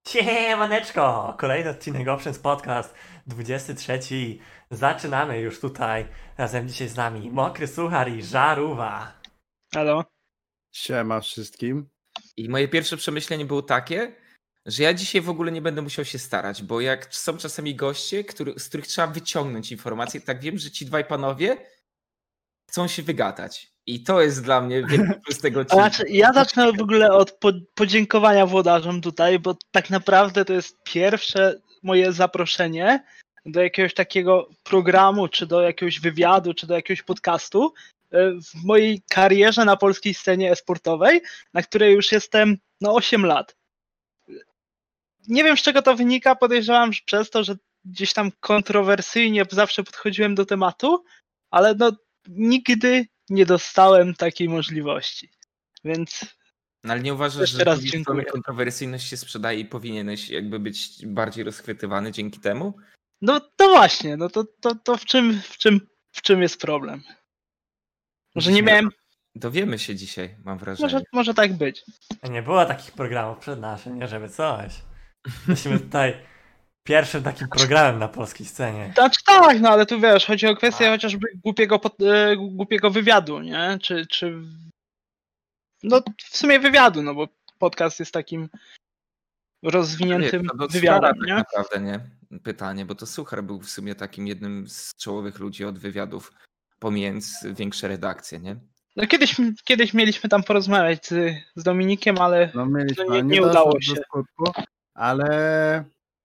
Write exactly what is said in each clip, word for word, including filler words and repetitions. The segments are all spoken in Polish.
Siemaneczko! Kolejny odcinek Options Podcast, dwudziesty trzeci. Zaczynamy już tutaj. Razem dzisiaj z nami Mokry Suchar i Żarówa. Halo. Siema wszystkim. I moje pierwsze przemyślenie było takie, że ja dzisiaj w ogóle nie będę musiał się starać, bo jak są czasami goście, który, z których trzeba wyciągnąć informacje, tak wiem, że ci dwaj panowie chcą się wygadać. I to jest dla mnie wielki plus tego odcinka. Znaczy, ja zacznę w ogóle od po- podziękowania włodarzom tutaj, bo tak naprawdę to jest pierwsze moje zaproszenie do jakiegoś takiego programu, czy do jakiegoś wywiadu, czy do jakiegoś podcastu w mojej karierze na polskiej scenie e-sportowej, na której już jestem no osiem lat. Nie wiem, z czego to wynika, podejrzewam, że przez to, że gdzieś tam kontrowersyjnie zawsze podchodziłem do tematu, ale no nigdy nie dostałem takiej możliwości, więc No ale nie uważasz, jeszcze że raz z drugiej dziękuję. strony kontrowersyjność się sprzedaje i powinieneś jakby być bardziej rozchwytywany dzięki temu? No to właśnie, no to, to, to w czym, w czym, w czym jest problem? Może nie miałem, Dowiemy się dzisiaj, mam wrażenie. może, może tak być. Nie było takich programów przed naszym, nie żeby coś. Jesteśmy tutaj pierwszym takim programem na polskiej scenie. Znaczy tak, no ale tu wiesz, chodzi o kwestię chociażby głupiego, pod- e, głupiego wywiadu, nie? Czy, czy... No w sumie wywiadu, no bo podcast jest takim rozwiniętym To do wywiadem, Suchara nie? tak naprawdę, nie? Pytanie, bo to Suchar był w sumie takim jednym z czołowych ludzi od wywiadów, pomijając większe redakcje, nie? No kiedyś, kiedyś mieliśmy tam porozmawiać z, z Dominikiem, ale No mieliśmy, No nie- ale nie doszło udało do się. skutku, ale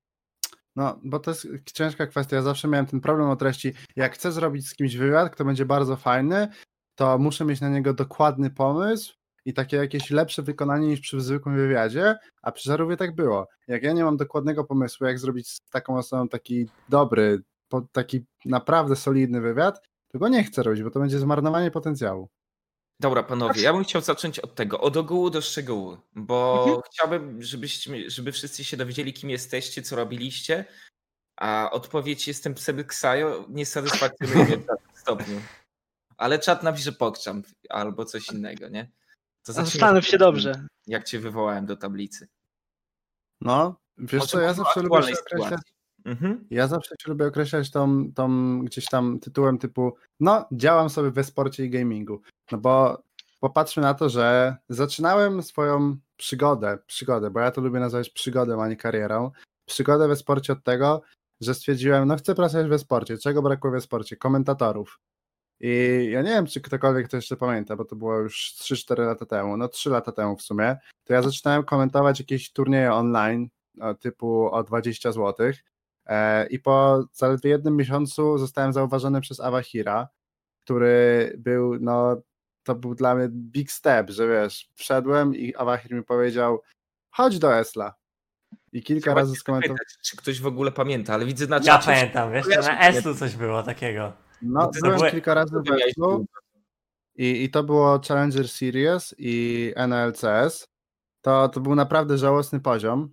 no, bo to jest ciężka kwestia. Ja zawsze miałem ten problem o treści. Jak chcę zrobić z kimś wywiad, kto będzie bardzo fajny, to muszę mieć na niego dokładny pomysł i takie jakieś lepsze wykonanie niż przy zwykłym wywiadzie, a przy Żarówie tak było. Jak ja nie mam dokładnego pomysłu, jak zrobić z taką osobą taki dobry, po- taki naprawdę solidny wywiad, to go nie chcę robić, bo to będzie zmarnowanie potencjału. Dobra, panowie, ja bym chciał zacząć od tego, od ogółu do szczegółu, bo Mhm. chciałbym, żebyście, żeby wszyscy się dowiedzieli, kim jesteście, co robiliście, a odpowiedź jestem Sebyksajo nie satysfakcjonuje mnie w żadnym stopniu. Ale czat napisze pokczam albo coś innego, nie? To zacznijmy zastanów się od tego, dobrze. Jak cię wywołałem do tablicy. No, wiesz Może co, ja mówimy o zawsze lubię aktualnej się określać. sytuacji. Mhm. Ja zawsze się lubię określać tą, tą gdzieś tam tytułem typu no, działam sobie we sporcie i gamingu. No bo popatrzmy na to, że zaczynałem swoją przygodę, przygodę, bo ja to lubię nazywać przygodą, a nie karierą. Przygodę we sporcie od tego, że stwierdziłem, no chcę pracować we sporcie. Czego brakuje we sporcie? Komentatorów. I ja nie wiem, czy ktokolwiek to jeszcze pamięta, bo to było już trzy cztery lata temu, no trzy lata temu w sumie, to ja zaczynałem komentować jakieś turnieje online o, typu o dwadzieścia złotych. I po zaledwie jednym miesiącu zostałem zauważony przez Awahira, który był, no to był dla mnie big step, że wiesz, wszedłem i Awahir mi powiedział, chodź do Esla. I kilka Chciałem razy cię skomentował. zapytać, czy ktoś w ogóle pamięta, ale widzę na Ja czacie... pamiętam, wiesz, kojarzy na mnie. Eslu coś było takiego. No, ty byłem byłeś- kilka razy w miałeś Eslu i, i to było Challenger Series i N L C S. To, to był naprawdę żałosny poziom,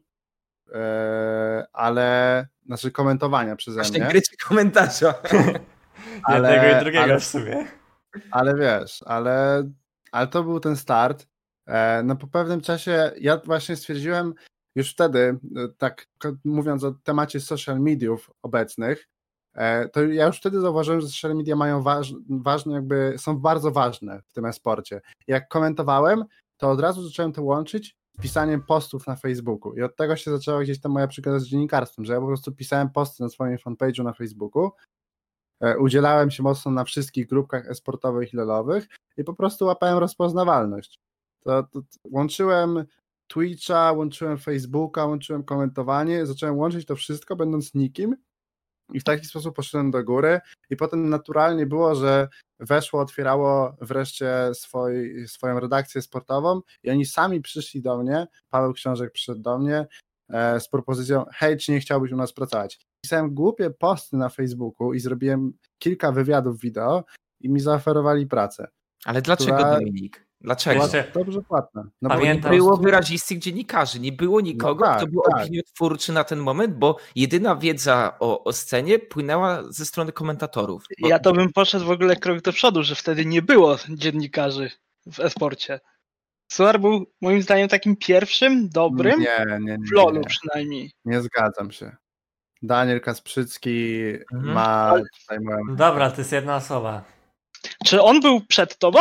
e, ale, znaczy komentowania przeze Właśnie mnie. gry czy komentarza. Ale- Jednego i drugiego ale- w sumie. Ale wiesz, ale, ale to był ten start. E, No po pewnym czasie ja właśnie stwierdziłem już wtedy, e, tak ko- mówiąc o temacie social mediów obecnych, e, to ja już wtedy zauważyłem, że social media mają waż, ważne, jakby są bardzo ważne w tym e-sporcie. Jak komentowałem, to od razu zacząłem to łączyć z pisaniem postów na Facebooku i od tego się zaczęła gdzieś tam moja przygoda z dziennikarstwem, że ja po prostu pisałem posty na swoim fanpage'u na Facebooku. Udzielałem się mocno na wszystkich grupkach e-sportowych i lolowych i po prostu łapałem rozpoznawalność. To, to, łączyłem Twitcha, łączyłem Facebooka, łączyłem komentowanie, zacząłem łączyć to wszystko, będąc nikim i w taki sposób poszedłem do góry i potem naturalnie było, że weszło, otwierało wreszcie swój, swoją redakcję sportową i oni sami przyszli do mnie, Paweł Książek przyszedł do mnie e, z propozycją, hej, czy nie chciałbyś u nas pracować? Pisałem głupie posty na Facebooku i zrobiłem kilka wywiadów wideo i mi zaoferowali pracę. Ale dlaczego, która- Dominik? Dlaczego? Jeszcze- Dobrze płatne. No Bo nie Pamiętam. było wyrazistych dziennikarzy, nie było nikogo, No tak, kto był tak. opiniotwórczy na ten moment, bo jedyna wiedza o, o scenie płynęła ze strony komentatorów. Bo Ja to bym poszedł w ogóle krok do przodu, że wtedy nie było dziennikarzy w e-sporcie. Suchar był moim zdaniem takim pierwszym, dobrym, Nie, nie, nie, w LoLu nie, przynajmniej. nie zgadzam się. Daniel Kasprzycki Mhm. ma tutaj moją... Dobra, to jest jedna osoba. Czy on był przed tobą?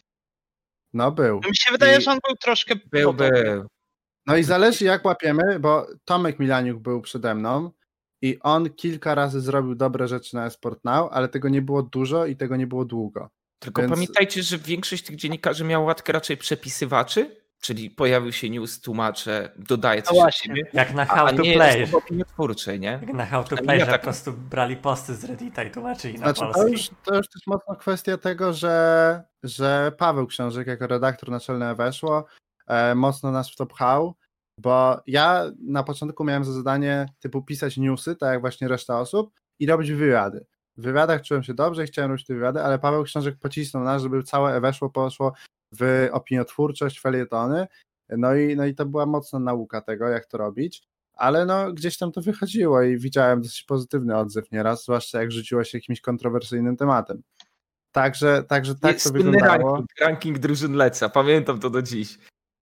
No był. Mi się wydaje, I- że on był troszkę Był, po tobie. był. No i zależy jak łapiemy, bo Tomek Milaniuk był przede mną i on kilka razy zrobił dobre rzeczy na Esport Now, ale tego nie było dużo i tego nie było długo. Tylko Więc- pamiętajcie, że większość tych dziennikarzy miała łatkę raczej przepisywaczy, czyli pojawił się news, tłumacze, dodaje coś No od właśnie. siebie, Jak na a, How a to nie Play. jest opiniotwórczej, nie? Jak na How to A Play, ja że tak- po prostu brali posty z Reddita i tłumaczyli na Znaczy, to polski. już, to już jest mocno kwestia tego, że, że Paweł Książek jako redaktor naczelny Weszło e, mocno nas w to pchał, bo ja na początku miałem za zadanie typu pisać newsy, tak jak właśnie reszta osób i robić wywiady. W wywiadach czułem się dobrze i chciałem robić te wywiady, ale Paweł Książek pocisnął nas, żeby całe Weszło poszło w opiniotwórczość, felietony, no i, no i to była mocna nauka tego, jak to robić. Ale no gdzieś tam to wychodziło i widziałem dosyć pozytywny odzew nieraz, zwłaszcza jak rzuciło się jakimś kontrowersyjnym tematem. Także, także tak Jest to słynny wyglądało. ranking, ranking drużyn Leca, pamiętam to do dziś.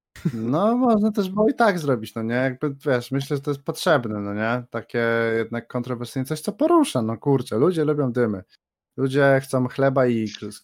No można też było i tak zrobić, no nie? Jakby wiesz, myślę, że to jest potrzebne, no nie? Takie jednak kontrowersyjne coś, co porusza, no kurczę, ludzie lubią dymy. Ludzie chcą chleba i igrzysk.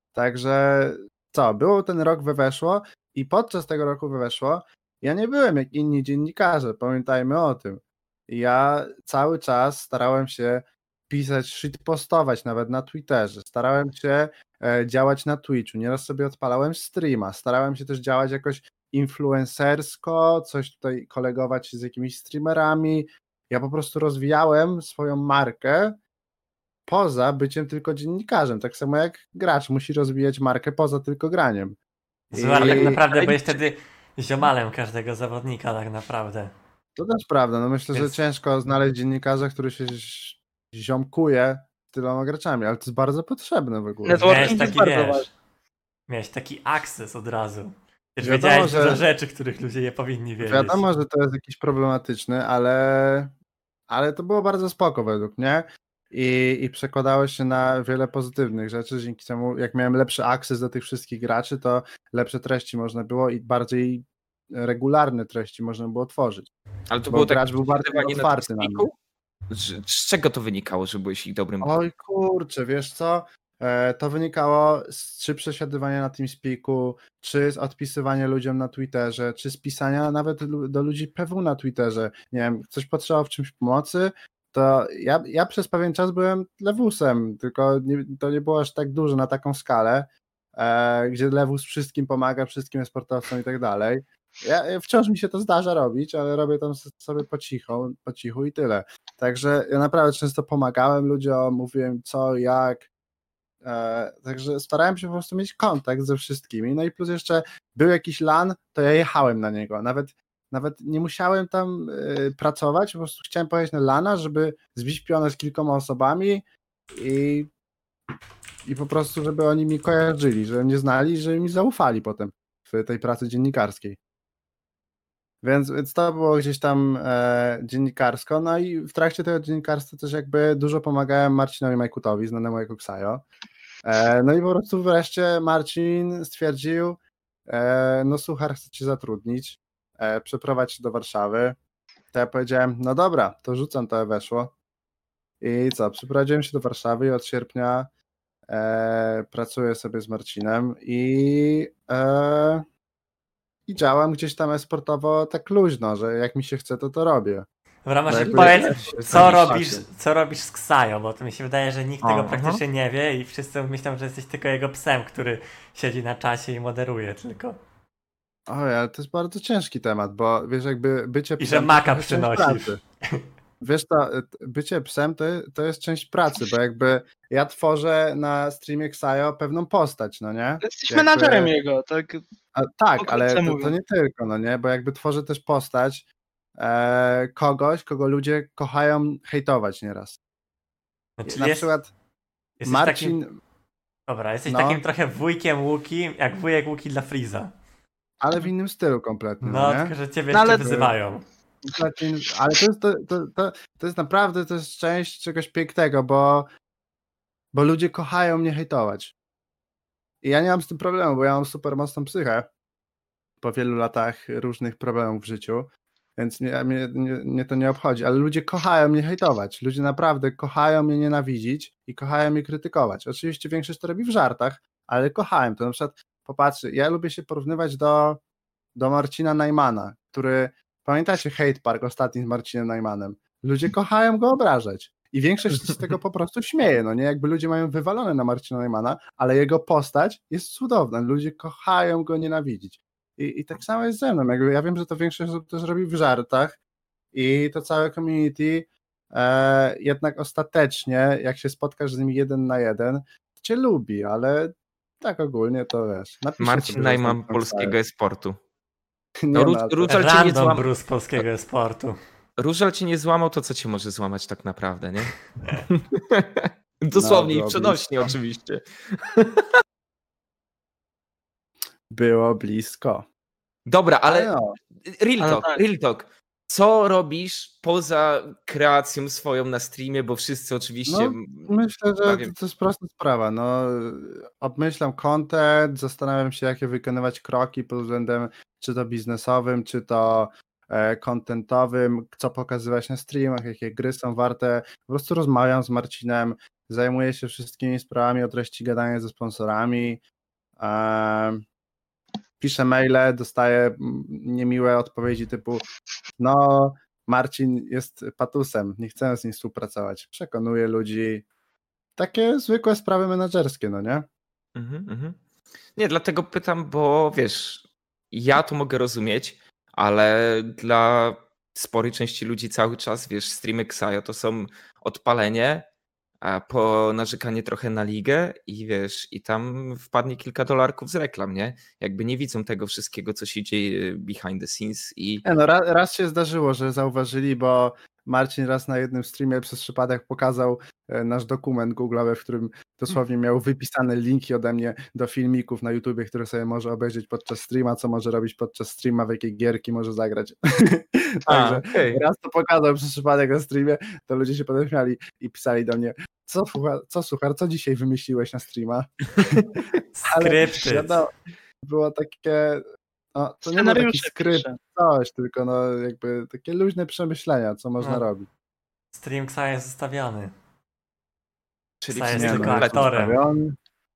Także co, było ten rok we Weszło i podczas tego roku we Weszło ja nie byłem jak inni dziennikarze, pamiętajmy o tym. Ja cały czas starałem się pisać, shitpostować nawet na Twitterze, starałem się e, działać na Twitchu, nieraz sobie odpalałem streama, starałem się też działać jakoś influencersko, coś tutaj kolegować się z jakimiś streamerami. Ja po prostu rozwijałem swoją markę poza byciem tylko dziennikarzem, tak samo jak gracz musi rozwijać markę poza tylko graniem. Zła, I- tak naprawdę ale- byłeś wtedy ziomalem każdego zawodnika tak naprawdę. To też prawda, no myślę, Więc- że ciężko znaleźć dziennikarza, który się zi- ziomkuje z tyloma graczami, ale to jest bardzo potrzebne w ogóle. Networking Miałeś jest taki, bardzo wiesz, ważny. miałeś taki akces od razu. Wiesz, Wiadomo, wiedziałeś że- dużo rzeczy, których ludzie nie powinni wiedzieć. Wiadomo, że to jest jakiś problematyczny, ale, ale to było bardzo spoko według mnie i, i przekładało się na wiele pozytywnych rzeczy, dzięki temu jak miałem lepszy akces do tych wszystkich graczy, to lepsze treści można było i bardziej regularne treści można było tworzyć. Ale to Bo było takie gracz był bardzo przeświadczenie na otwarty na TeamSpeaku? Z, z czego to wynikało, że byłeś ich dobrym... Oj kurczę, wiesz co? E, To wynikało z czy przesiadywania na TeamSpeaku, czy z odpisywania ludziom na Twitterze, czy z pisania nawet lu- do ludzi P W na Twitterze. Nie wiem, ktoś potrzebował w czymś pomocy, to ja, ja przez pewien czas byłem lewusem, tylko nie, to nie było aż tak dużo na taką skalę, e, gdzie lewus wszystkim pomaga, wszystkim sportowcom i tak dalej. Ja, ja- wciąż mi się to zdarza robić, ale robię tam s- sobie po cichu, po cichu i tyle. Także ja naprawdę często pomagałem ludziom, mówiłem co, jak. E, także starałem się po prostu mieć kontakt ze wszystkimi. No i plus jeszcze był jakiś LAN, to ja jechałem na niego. Nawet, nawet nie musiałem tam e, pracować, po prostu chciałem pojechać na LANa, żeby zbić pionę z kilkoma osobami i, i po prostu, żeby oni mi kojarzyli, żeby mnie znali, żeby mi zaufali potem w tej pracy dziennikarskiej. Więc, więc to było gdzieś tam e, dziennikarsko, no i w trakcie tego dziennikarstwa też jakby dużo pomagałem Marcinowi Majkutowi, znanemu jako Ksajo. E, no i po prostu wreszcie Marcin stwierdził, e, no Suchar chce cię zatrudnić, e, przeprowadź się do Warszawy. To ja powiedziałem, no dobra, to rzucam, to weszło. I co, przeprowadziłem się do Warszawy i od sierpnia e, pracuję sobie z Marcinem i e, i działam gdzieś tam esportowo tak luźno, że jak mi się chce, to to robię. Dobra, może jakby- powiedz, jest co taki robisz, faktem. co robisz z Ksajo, bo to mi się wydaje, że nikt O, tego aha. praktycznie nie wie i wszyscy myślą, że jesteś tylko jego psem, który siedzi na czasie i moderuje tylko. Oj, ale to jest bardzo ciężki temat, bo wiesz, jakby bycie I psem że to maka trochę część przynosisz. pracy. Wiesz, to bycie psem to, to jest część pracy, bo jakby ja tworzę na streamie Ksajo pewną postać, no nie? Jesteś Jakby- menadżerem jego, tak? A, tak, Pokrótce ale to, to mówiąc. nie tylko, no nie? Bo jakby tworzę też postać e, kogoś, kogo ludzie kochają hejtować nieraz. Znaczy Na jest, przykład jesteś Marcin, takim, dobra, jesteś no. takim trochę wujkiem Łuki, jak wujek Łuki dla Freeza. ale w innym stylu kompletnie, No, no nie? tylko że ciebie No, ale- jeszcze wyzywają. Platin, ale to jest, to, to, to, to jest naprawdę to jest część czegoś pięknego, bo, bo ludzie kochają mnie hejtować. I ja nie mam z tym problemu, bo ja mam super mocną psychę. po wielu latach różnych problemów w życiu, więc mnie, mnie, mnie, mnie to nie obchodzi, ale ludzie kochają mnie hejtować, ludzie naprawdę kochają mnie nienawidzić i kochają mnie krytykować. Oczywiście większość to robi w żartach, ale kochałem to. Na przykład, popatrzcie, ja lubię się porównywać do, do Marcina Najmana, który, pamiętacie Hate Park ostatni z Marcinem Najmanem? Ludzie kochają go obrażać. I większość z tego po prostu śmieje, no nie? Jakby ludzie mają wywalone na Marcina Najmana, ale jego postać jest cudowna. Ludzie kochają go nienawidzić. I, i tak samo jest ze mną. Jakby ja wiem, że to większość osób też robi w żartach i to całe community e, jednak ostatecznie, jak się spotkasz z nimi jeden na jeden, to cię lubi, ale tak ogólnie to wiesz. Marcin Najman polskiego e-sportu. Nie No, ma, to... Różal cię nie Random złamał. Bruce polskiego e-sportu. Różal cię nie złamał, to co cię może złamać tak naprawdę, nie? Dosłownie No, i przenośnie oczywiście. Było blisko. Dobra, ale no. real Ale talk, tak. real talk. Co robisz poza kreacją swoją na streamie, bo wszyscy oczywiście... No, myślę, że bawią- to, to jest prosta sprawa. No, obmyślam content, zastanawiam się, jakie wykonywać kroki pod względem czy to biznesowym, czy to e, contentowym, co pokazywać na streamach, jakie gry są warte. Po prostu rozmawiam z Marcinem, zajmuję się wszystkimi sprawami o treści gadania ze sponsorami, e, piszę maile, dostaję mm, niemiłe odpowiedzi typu no Marcin jest patusem, nie chcę z nim współpracować. Przekonuje ludzi. Takie zwykłe sprawy menedżerskie, no nie? Mhm, mhm. Nie, dlatego pytam, bo wiesz, ja to mogę rozumieć, ale dla sporej części ludzi cały czas, wiesz, streamy Xayo to są odpalenie, a po narzekanie trochę na ligę i wiesz, i tam wpadnie kilka dolarków z reklam, nie? Jakby nie widzą tego wszystkiego, co się dzieje behind the scenes i... Nie no, raz, raz się zdarzyło, że zauważyli, bo Marcin raz na jednym streamie przez przypadek pokazał e, nasz dokument Google'owy, w którym dosłownie miał wypisane linki ode mnie do filmików na YouTubie, które sobie może obejrzeć podczas streama, co może robić podczas streama, w jakie gierki może zagrać. A, Także okej. raz to pokazał przez przypadek na streamie, to ludzie się potem śmiali i pisali do mnie, co, suchar, co suchar, co dzisiaj wymyśliłeś na streama? Skrypty. wiadomo, było takie, no, to nie był taki Scenariusze skrypt, piszę. coś, tylko no jakby takie luźne przemyślenia, co można No. robić. Stream Xa jest zostawiony. Czyli Xa jest wszystko tylko kompletnie. aktorem. Ustawiony.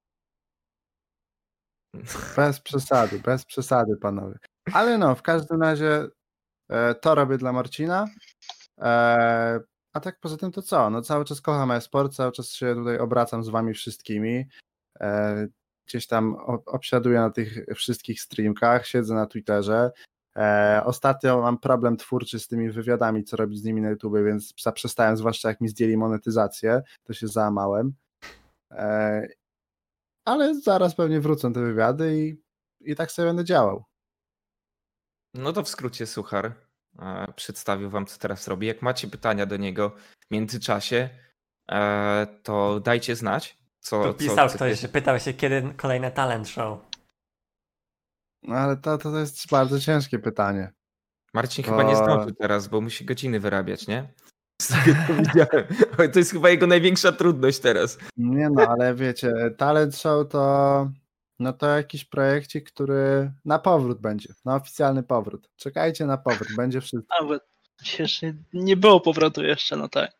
Bez przesady, bez przesady, panowie. Ale no, w każdym razie e, to robię dla Marcina. E, a tak poza tym to co? No cały czas kocham e-sport, cały czas się tutaj obracam z wami wszystkimi. E, gdzieś tam o- obsiaduję na tych wszystkich streamkach, siedzę na Twitterze. E, ostatnio mam problem twórczy z tymi wywiadami, co robić z nimi na YouTube, więc zaprzestałem, zwłaszcza jak mi zdjęli monetyzację, to się załamałem. E, ale zaraz pewnie wrócą te wywiady i, i tak sobie będę działał. No to w skrócie Suchar e, przedstawił wam, co teraz robi. Jak macie pytania do niego w międzyczasie, e, to dajcie znać. Co, Tu co pisał chcecie. ktoś, że pytał się, kiedy kolejne talent show. No ale to, to jest bardzo ciężkie pytanie. Marcin chyba nie O. zdąży teraz, bo musi godziny wyrabiać, nie? Z tego co widziałem. Oj, to jest chyba jego największa trudność teraz. Nie no, ale wiecie, talent show to no to jakiś projekcik, który na powrót będzie, na oficjalny powrót. Czekajcie na powrót, będzie wszystko. A, bo jeszcze nie było powrotu jeszcze, no tak.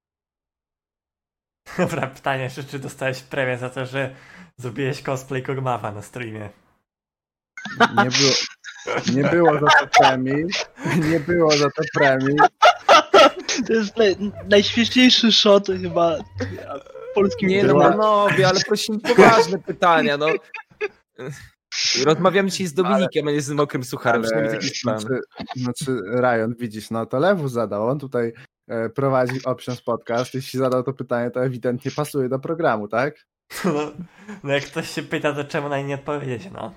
Dobra, pytanie jeszcze, czy dostałeś premię za to, że zrobiłeś cosplay Kog'Mawa na streamie. Nie było, nie było za to premii, nie było za to premii. To jest naj, najśmieszniejszy shot chyba w polskim Nie no, Była- panowie, ale prosimy poważne pytania, no. Rozmawiamy dzisiaj z Dominikiem, a nie z mokrym Sucharem. Ale, Przynajmniej taki plan. znaczy, znaczy, Ryan, widzisz, no to Lewus zadał, on tutaj e, prowadzi Options Podcast, jeśli zadał to pytanie, to ewidentnie pasuje do programu, tak? No, no jak ktoś się pyta, to czemu na nie nie odpowiedzieć, no?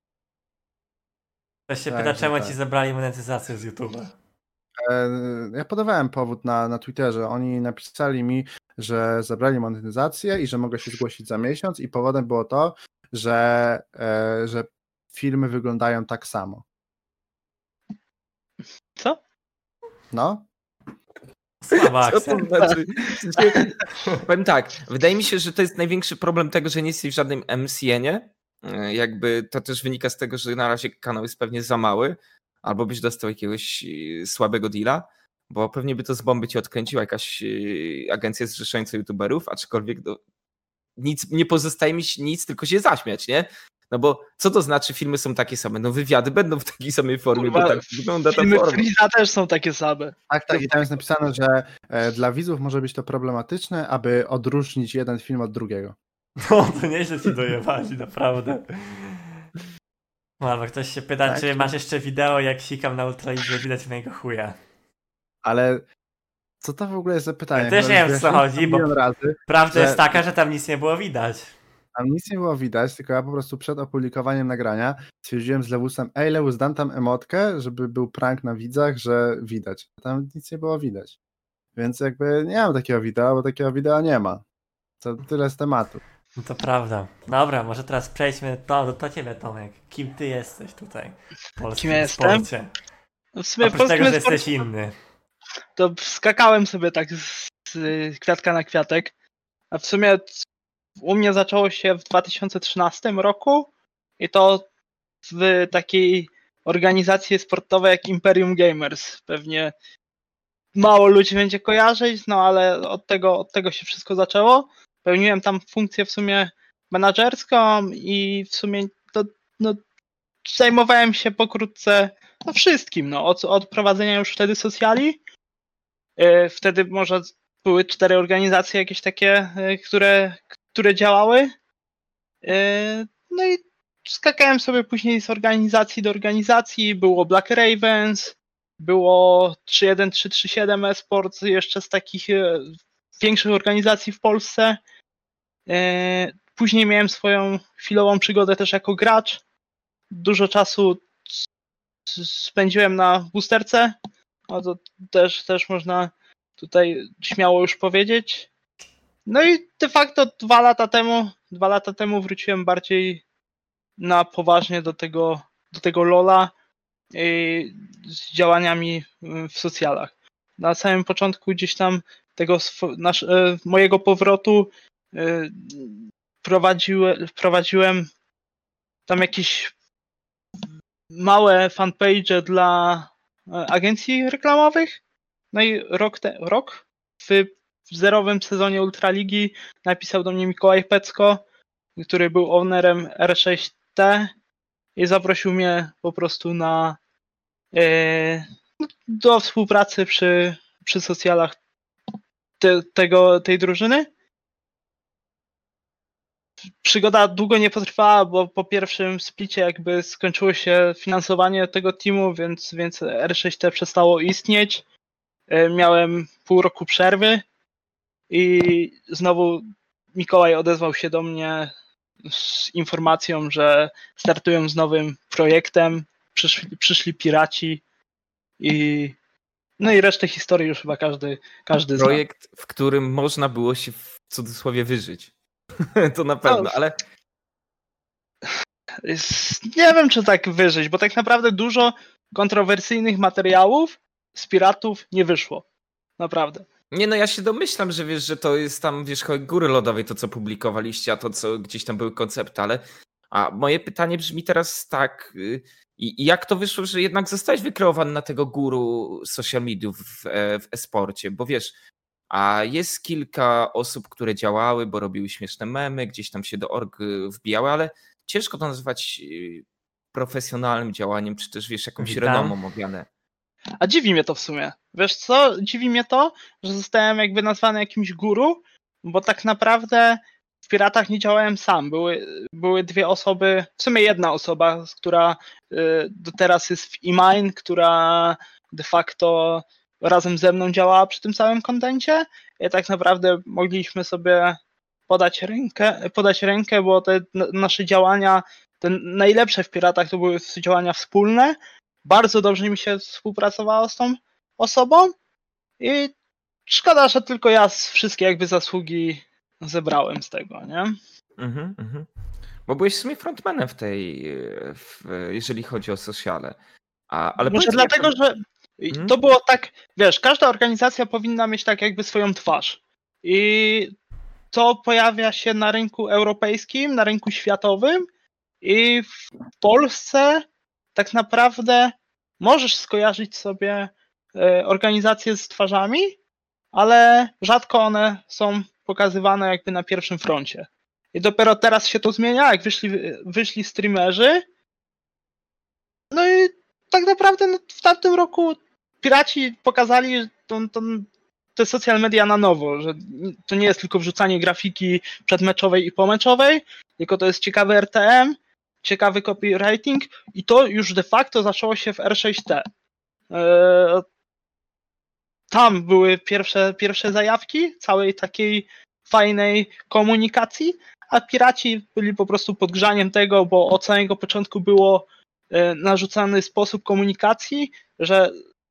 Ktoś się Tak, pyta, że czemu tak. ci zabrali monetyzację z YouTube'a. E, Ja podawałem powód na, na Twitterze. Oni napisali mi, że zabrali monetyzację i że mogę się zgłosić za miesiąc i powodem było to, że, e, że filmy wyglądają tak samo. Co? No, Słaba Co to akcja. znaczy? W sensie, powiem tak, wydaje mi się, że to jest największy problem tego, że nie jesteś w żadnym M C N-ie, jakby to też wynika z tego, że na razie kanał jest pewnie za mały, albo byś dostał jakiegoś słabego deala, bo pewnie by to z bomby ci odkręciła jakaś agencja zrzeszająca youtuberów, aczkolwiek no, nic, nie pozostaje mi nic, tylko się zaśmiać, nie? No bo co to znaczy filmy są takie same? No wywiady będą w takiej samej formie, Kurwa, bo tak wygląda ta filmy forma. Freeza też są takie same. Tak, tak. I tam jest napisane, że e, dla widzów może być to problematyczne, aby odróżnić jeden film od drugiego. No, to nieźle ci dojewali, naprawdę. No, albo ktoś się pyta, Tak. czy masz jeszcze wideo, jak sikam na ultralizie, widać mojego chuja. Ale co to w ogóle jest za pytanie? Ja też nie wiem, o co chodzi, bo razy, prawda że- jest taka, że tam nic nie było widać. Tam nic nie było widać, tylko ja po prostu przed opublikowaniem nagrania stwierdziłem z Lewusem, ej Lewus, dam tam emotkę, żeby był prank na widzach, że widać. Tam nic nie było widać. Więc jakby nie mam takiego wideo, bo takiego wideo nie ma. To tyle z tematu. No to prawda. Dobra, może teraz przejdźmy do, do ciebie, Tomek. Kim ty jesteś tutaj w polskim Kim ja jestem? sporcie? No w sumie w Oprócz tego, polskim że sporcie jesteś inny. to skakałem sobie tak z, z kwiatka na kwiatek, a w sumie u mnie zaczęło się w dwa tysiące trzynastym roku i to w takiej organizacji sportowej jak Imperium Gamers. Pewnie mało ludzi będzie kojarzyć, no ale od tego, od tego się wszystko zaczęło. Pełniłem tam funkcję w sumie menadżerską i w sumie to, no, zajmowałem się pokrótce no, wszystkim, no, od, od prowadzenia już wtedy socjali. Yy, wtedy może były cztery organizacje jakieś takie, yy, które, które działały. Yy, no i skakałem sobie później z organizacji do organizacji. Było Black Ravens, było trzy jeden trzy trzy siedem eSports, jeszcze z takich yy, większych organizacji w Polsce. Yy, później miałem swoją chwilową przygodę też jako gracz. Dużo czasu spędziłem na boosterce. No to też, też można tutaj śmiało już powiedzieć. No i de facto dwa lata temu, dwa lata temu wróciłem bardziej na poważnie do tego, do tego LoL'a i z działaniami w socjalach. Na samym początku gdzieś tam tego swo- nasz, e, mojego powrotu e, prowadziłem, prowadziłem tam jakieś małe fanpage dla agencji reklamowych. No i rok, te, rok w zerowym sezonie Ultraligi napisał do mnie Mikołaj Pecko, który był ownerem R sześć T i zaprosił mnie po prostu na e, do współpracy przy, przy socjalach te, tego, tej drużyny. Przygoda długo nie potrwała, bo po pierwszym splicie jakby skończyło się finansowanie tego teamu, więc, więc R sześć T przestało istnieć. Miałem pół roku przerwy i znowu Mikołaj odezwał się do mnie z informacją, że startują z nowym projektem, przyszli, przyszli piraci i no i resztę historii już chyba każdy, każdy zna. Projekt, w którym można było się w cudzysłowie wyżyć. To na pewno, No, ale nie wiem, czy tak wyżyć, bo tak naprawdę dużo kontrowersyjnych materiałów z piratów nie wyszło. Naprawdę. nie no, ja się domyślam, że wiesz, że to jest tam wierzchołek góry lodowej, to co publikowaliście, a to co gdzieś tam były koncepty, ale a moje pytanie brzmi teraz tak, i, i jak to wyszło, że jednak zostałeś wykreowany na tego guru social mediów w, e, w e-sporcie, bo wiesz, a jest kilka osób, które działały, bo robiły śmieszne memy, gdzieś tam się do org wbijały, ale ciężko to nazywać profesjonalnym działaniem, czy też wiesz, jakąś Witam. renomą owiane. A dziwi mnie to w sumie. Wiesz co? Dziwi mnie to, że zostałem jakby nazwany jakimś guru, bo tak naprawdę w Piratach nie działałem sam. Były, były dwie osoby, w sumie jedna osoba, która y, do teraz jest w eMine, która de facto razem ze mną działała przy tym całym kontencie. I tak naprawdę mogliśmy sobie podać rękę, podać rękę, bo te n- nasze działania, te najlepsze w Piratach to były działania wspólne. Bardzo dobrze mi się współpracowało z tą osobą i szkoda, że tylko ja z wszystkie jakby zasługi zebrałem z tego, nie? Mhm, mhm. Bo byłeś w sumie frontmanem w tej, w, jeżeli chodzi o sociale. A, ale Może powiedz mi, jak dlatego, to- że Mhm. to było tak, wiesz, każda organizacja powinna mieć tak jakby swoją twarz i to pojawia się na rynku europejskim, na rynku światowym I w Polsce tak naprawdę możesz skojarzyć sobie organizacje z twarzami, ale rzadko one są pokazywane jakby na pierwszym froncie. I dopiero teraz się to zmienia, jak wyszli, wyszli streamerzy. No i tak naprawdę no, w tamtym roku piraci pokazali tą, tą, te social media na nowo, że to nie jest tylko wrzucanie grafiki przedmeczowej i pomeczowej, tylko to jest ciekawy R T M, ciekawy copywriting i to już de facto zaczęło się w R sześć T. Tam były pierwsze, pierwsze zajawki całej takiej fajnej komunikacji, a piraci byli po prostu podgrzaniem tego, bo od samego początku było narzucany sposób komunikacji, że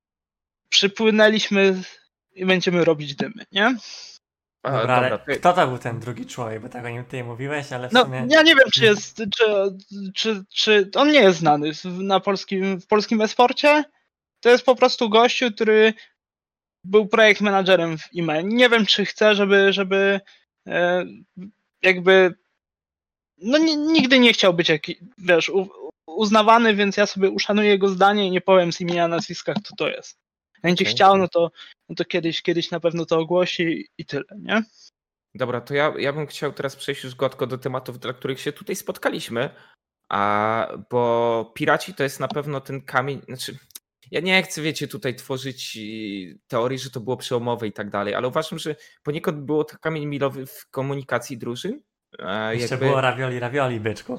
przypłynęliśmy i będziemy robić dymy, nie? Dobra, dobra, ale ty... kto to był ten drugi człowiek? Bo tak o nim tutaj mówiłeś, ale w no, sumie... Ja nie wiem, czy jest, czy, czy, czy on nie jest znany na polskim, w polskim e-sporcie. To jest po prostu gościu, który był projekt menadżerem w I M E. Nie wiem, czy chce, żeby, żeby e, jakby no nigdy nie chciał być jakiś, wiesz, u, uznawany, więc ja sobie uszanuję jego zdanie i nie powiem z imienia, nazwiska, kto to jest. Jak będzie okay. chciał, no to, no to kiedyś, kiedyś na pewno to ogłosi i tyle, nie? Dobra, to ja, ja bym chciał teraz przejść już gładko do tematów, dla których się tutaj spotkaliśmy, a bo piraci to jest na pewno ten kamień, znaczy ja nie chcę, wiecie, tutaj tworzyć teorii, że to było przełomowe i tak dalej, ale uważam, że poniekąd było to kamień milowy w komunikacji drużyn. Jeszcze Jakby... było ravioli, ravioli, byczku.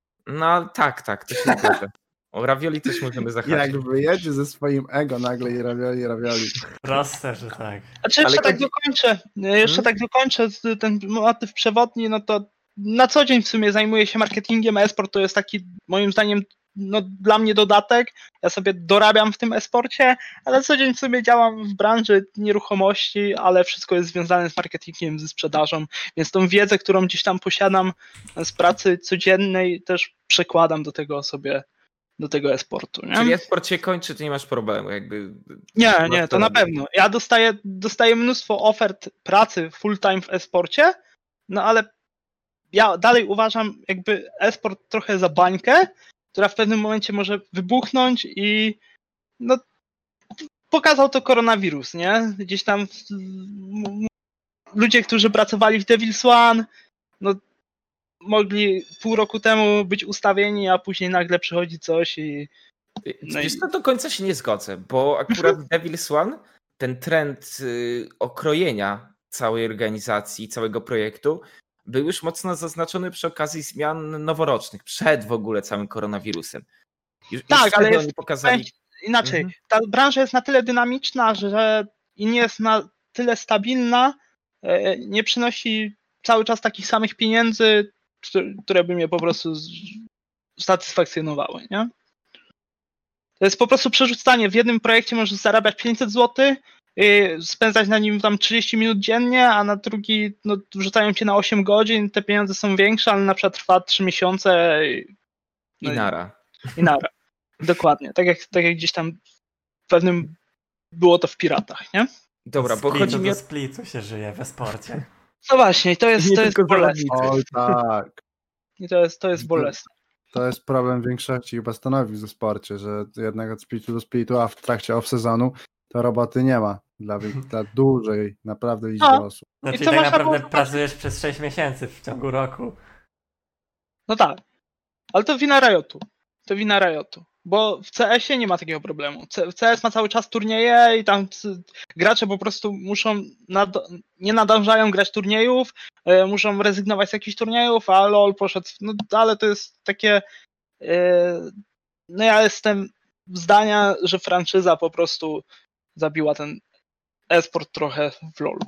No tak, tak, to się zgadza. O ravioli też możemy zahaczyć. Jak wyjedzie ze swoim ego nagle i ravioli, ravioli. Proste, że tak. Znaczy jeszcze ale tak dokończę, jeszcze hmm? tak dokończę ten motyw przewodni, no to na co dzień w sumie zajmuję się marketingiem, e-sport to jest taki moim zdaniem no, dla mnie dodatek, ja sobie dorabiam w tym e-sporcie, ale co dzień w sumie działam w branży nieruchomości, ale wszystko jest związane z marketingiem, ze sprzedażą, więc tą wiedzę, którą gdzieś tam posiadam z pracy codziennej też przekładam do tego sobie, do tego e-sportu. Nie? Czyli e-sport się kończy, to nie masz problemu jakby. Nie, nie, to na pewno. Ja dostaję, dostaję mnóstwo ofert pracy full-time w e-sporcie, no ale ja dalej uważam jakby e-sport trochę za bańkę, która w pewnym momencie może wybuchnąć i no pokazał to koronawirus, nie? Gdzieś tam ludzie, którzy pracowali w Devil's One, no mogli pół roku temu być ustawieni, a później nagle przychodzi coś i... No Wiesz, i... no do końca się nie zgodzę, bo akurat w Devil's One ten trend okrojenia całej organizacji, całego projektu był już mocno zaznaczony przy okazji zmian noworocznych, przed w ogóle całym koronawirusem. Już, tak, już ale jest, oni pokazali... inaczej. Mhm. Ta branża jest na tyle dynamiczna, że i nie jest na tyle stabilna, nie przynosi cały czas takich samych pieniędzy, które by mnie po prostu satysfakcjonowały, nie? To jest po prostu przerzucanie. W jednym projekcie możesz zarabiać pięćset złotych, spędzać na nim tam trzydzieści minut dziennie, a na drugi no, wrzucają cię na osiem godzin, te pieniądze są większe, ale na przykład trwa trzy miesiące. No I nara. I nara. Dokładnie. Tak jak, tak jak gdzieś tam w pewnym było to w Piratach, nie? Dobra, bo chodzi mi o... splitu się żyje we sporcie. No właśnie, to jest, to jest bolesne. Oj tak. I to jest, to jest bolesne. To jest problem większości chyba stanowisk w sporcie, że jednak od splitu do splitu, a w trakcie off-sezonu to roboty nie ma dla, dla dużej naprawdę liczby no. osób. Znaczy tak naprawdę było... pracujesz przez sześć miesięcy w ciągu roku. No tak, ale to wina Riotu. To wina Riotu. Bo w C S ie nie ma takiego problemu. W C S ma cały czas turnieje i tam gracze po prostu muszą, nad... nie nadążają grać turniejów, yy, muszą rezygnować z jakichś turniejów, a LoL poszedł, no ale to jest takie, yy... no ja jestem zdania, że franczyza po prostu zabiła ten e-sport trochę w LoLu.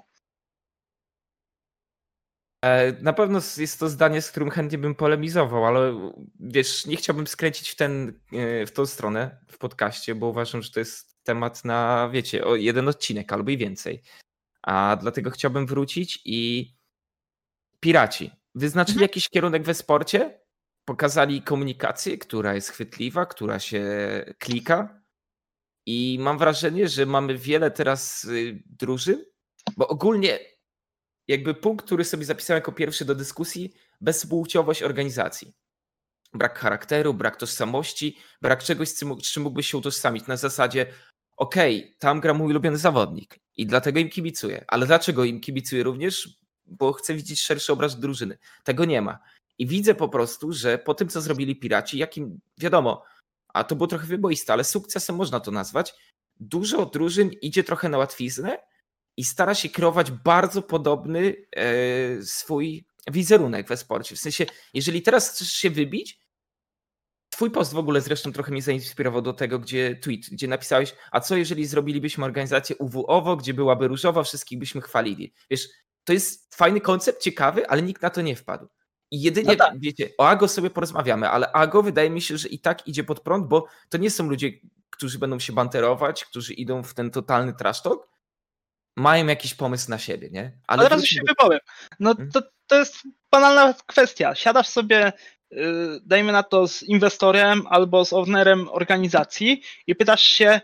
Na pewno jest to zdanie, z którym chętnie bym polemizował, ale wiesz, nie chciałbym skręcić w, ten, w tą stronę w podcaście, bo uważam, że to jest temat na, wiecie, o jeden odcinek albo i więcej. A dlatego chciałbym wrócić i piraci wyznaczyli mhm. jakiś kierunek we sporcie, pokazali komunikację, która jest chwytliwa, która się klika i mam wrażenie, że mamy wiele teraz drużyn, bo ogólnie jakby punkt, który sobie zapisałem jako pierwszy do dyskusji, bezpłciowość organizacji. brak charakteru, brak tożsamości, brak czegoś, z czym, z czym mógłbyś się utożsamić na zasadzie okej, okay, tam gra mój ulubiony zawodnik i dlatego im kibicuję, ale dlaczego im kibicuję również? Bo chcę widzieć szerszy obraz drużyny. Tego nie ma. I widzę po prostu, że po tym, co zrobili Piraci, jakim, wiadomo, a to było trochę wyboiste, ale sukcesem można to nazwać, dużo drużyn idzie trochę na łatwiznę i stara się kreować bardzo podobny e, swój wizerunek we sporcie. W sensie, jeżeli teraz chcesz się wybić, twój post w ogóle zresztą trochę mnie zainspirował do tego, gdzie tweet, gdzie napisałeś, a co jeżeli zrobilibyśmy organizację U W O W O, gdzie byłaby różowa, wszystkich byśmy chwalili. Wiesz, to jest fajny koncept, ciekawy, ale nikt na to nie wpadł. I jedynie, no tak. Wiecie, o Ago sobie porozmawiamy, ale Ago wydaje mi się, że i tak idzie pod prąd, bo to nie są ludzie, którzy będą się banterować, którzy idą w ten totalny trash talk, mają jakiś pomysł na siebie, nie? Ale od razu się do... wypowiem. No to, to jest banalna kwestia. Siadasz sobie, yy, dajmy na to, z inwestorem albo z ownerem organizacji i pytasz się,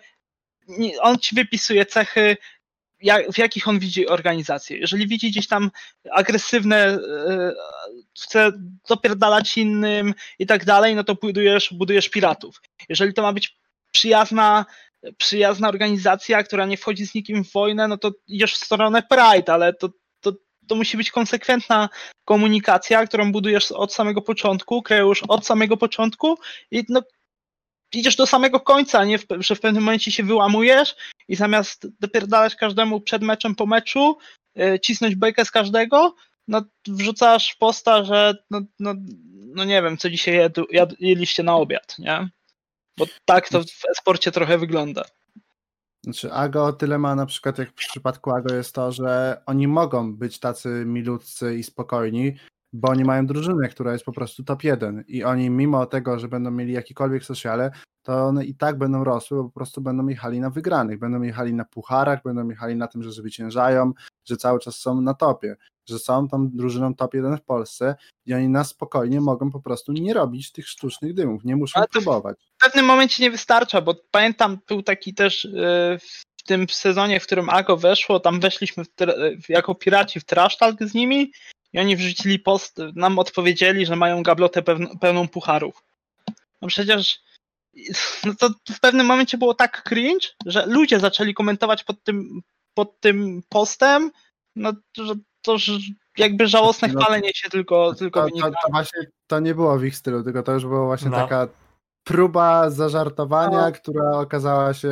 on ci wypisuje cechy, jak, w jakich on widzi organizację. Jeżeli widzi gdzieś tam agresywne, yy, chce dopierdalać innym i tak dalej, no to budujesz, budujesz piratów. Jeżeli to ma być przyjazna przyjazna organizacja, która nie wchodzi z nikim w wojnę, no to idziesz w stronę Pride, ale to, to, to musi być konsekwentna komunikacja, którą budujesz od samego początku, kreujesz od samego początku i no, idziesz do samego końca, nie, że w pewnym momencie się wyłamujesz i zamiast dopierdalać każdemu przed meczem po meczu, yy, cisnąć bejkę z każdego, no wrzucasz posta, że no, no, no nie wiem, co dzisiaj jed, jed, jedliście na obiad, nie? Bo tak to w e-sporcie trochę wygląda. Znaczy Ago o tyle ma na przykład, jak w przypadku Ago jest to, że oni mogą być tacy milutcy i spokojni, bo oni mają drużynę, która jest po prostu top jeden i oni mimo tego, że będą mieli jakiekolwiek sociale, to one i tak będą rosły, bo po prostu będą jechali na wygranych, będą jechali na pucharach, będą jechali na tym, że zwyciężają, że cały czas są na topie, że są tą drużyną top jeden w Polsce i oni na spokojnie mogą po prostu nie robić tych sztucznych dymów, nie muszą próbować. W pewnym momencie nie wystarcza, bo pamiętam, był taki też yy, w tym sezonie, w którym Ago weszło, tam weszliśmy w tra- jako piraci w trash talk z nimi i oni wrzucili post, nam odpowiedzieli, że mają gablotę pewn- pełną pucharów. No przecież no to w pewnym momencie było tak cringe, że ludzie zaczęli komentować pod tym, pod tym postem, no że to że jakby żałosne no, chwalenie się tylko, tylko to, wynikało. To, to właśnie to nie było w ich stylu, tylko to już była właśnie no. taka próba zażartowania, no. która okazała się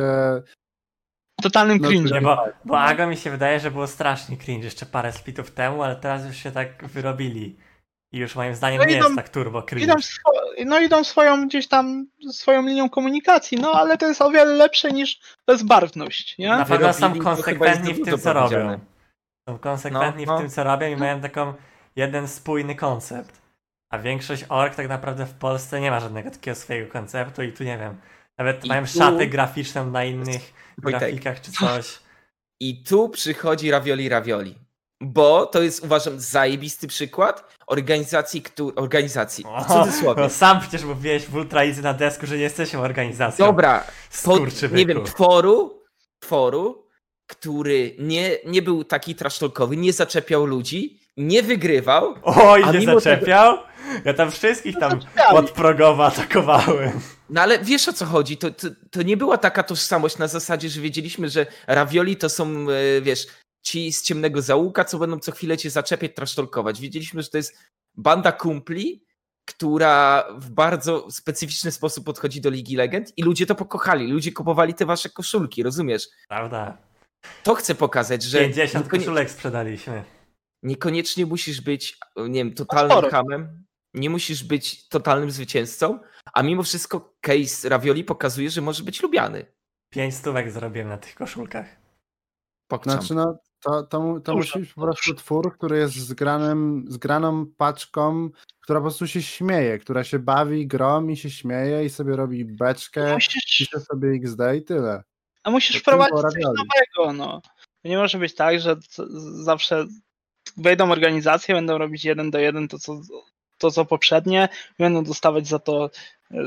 totalnym no, cringe'em. Bo, bo Ago mi się wydaje, że było strasznie cringe jeszcze parę splitów temu, ale teraz już się tak wyrobili. I już moim zdaniem no nie idą, jest tak turbo cringe. Idą swo- no idą swoją gdzieś tam swoją linią komunikacji, no ale to jest o wiele lepsze niż bezbarwność, nie? Na pewno są Wyrobili, to konsekwentni chyba w jest tym, co powiedziane. robią. Są konsekwentni No, no. w tym, co robią i mają taką jeden spójny koncept. A większość org tak naprawdę w Polsce nie ma żadnego takiego swojego konceptu i tu nie wiem, nawet I mają tu- szatę graficzną na innych Wojtek. grafikach czy coś. I tu przychodzi Ravioli Ravioli. Bo to jest, uważam, zajebisty przykład organizacji, któ- organizacji w cudzysłowie. No, sam przecież mówiłeś w Ultra Easy na desku, że nie jesteśmy organizacją. Dobra, pod, Skurczybyku. nie wiem, tworu, tworu, który nie, nie był taki trasztolkowy, nie zaczepiał ludzi, nie wygrywał. Oj, a nie mimo zaczepiał? Ja tam wszystkich tam podprogowo atakowałem. No ale wiesz o co chodzi, to, to, to nie była taka tożsamość na zasadzie, że wiedzieliśmy, że Ravioli to są, e, wiesz, ci z ciemnego zaułka, co będą co chwilę cię zaczepiać, trasztolkować. Wiedzieliśmy, że to jest banda kumpli, która w bardzo specyficzny sposób podchodzi do Ligi Legend i ludzie to pokochali, ludzie kupowali te wasze koszulki, rozumiesz? Prawda. To chcę pokazać, że pięćdziesiąt niekonie- koszulek sprzedaliśmy. niekoniecznie musisz być, nie wiem, totalnym Sporo. hamem, nie musisz być totalnym zwycięzcą, a mimo wszystko case Ravioli pokazuje, że może być lubiany. Pięć stówek zrobiłem na tych koszulkach. Pokczam. Znaczy no, to, to, mu- to Dużo, musi być po prostu twór, który jest zgranym, zgraną paczką, która po prostu się śmieje, która się bawi grą i się śmieje i sobie robi beczkę, Musisz, pisze sobie X D i tyle. a musisz to wprowadzić było coś Ravioli. nowego, no. Nie może być tak, że c- zawsze wejdą organizacje, będą robić jeden do jeden to co, to, co poprzednie i będą dostawać za to yy,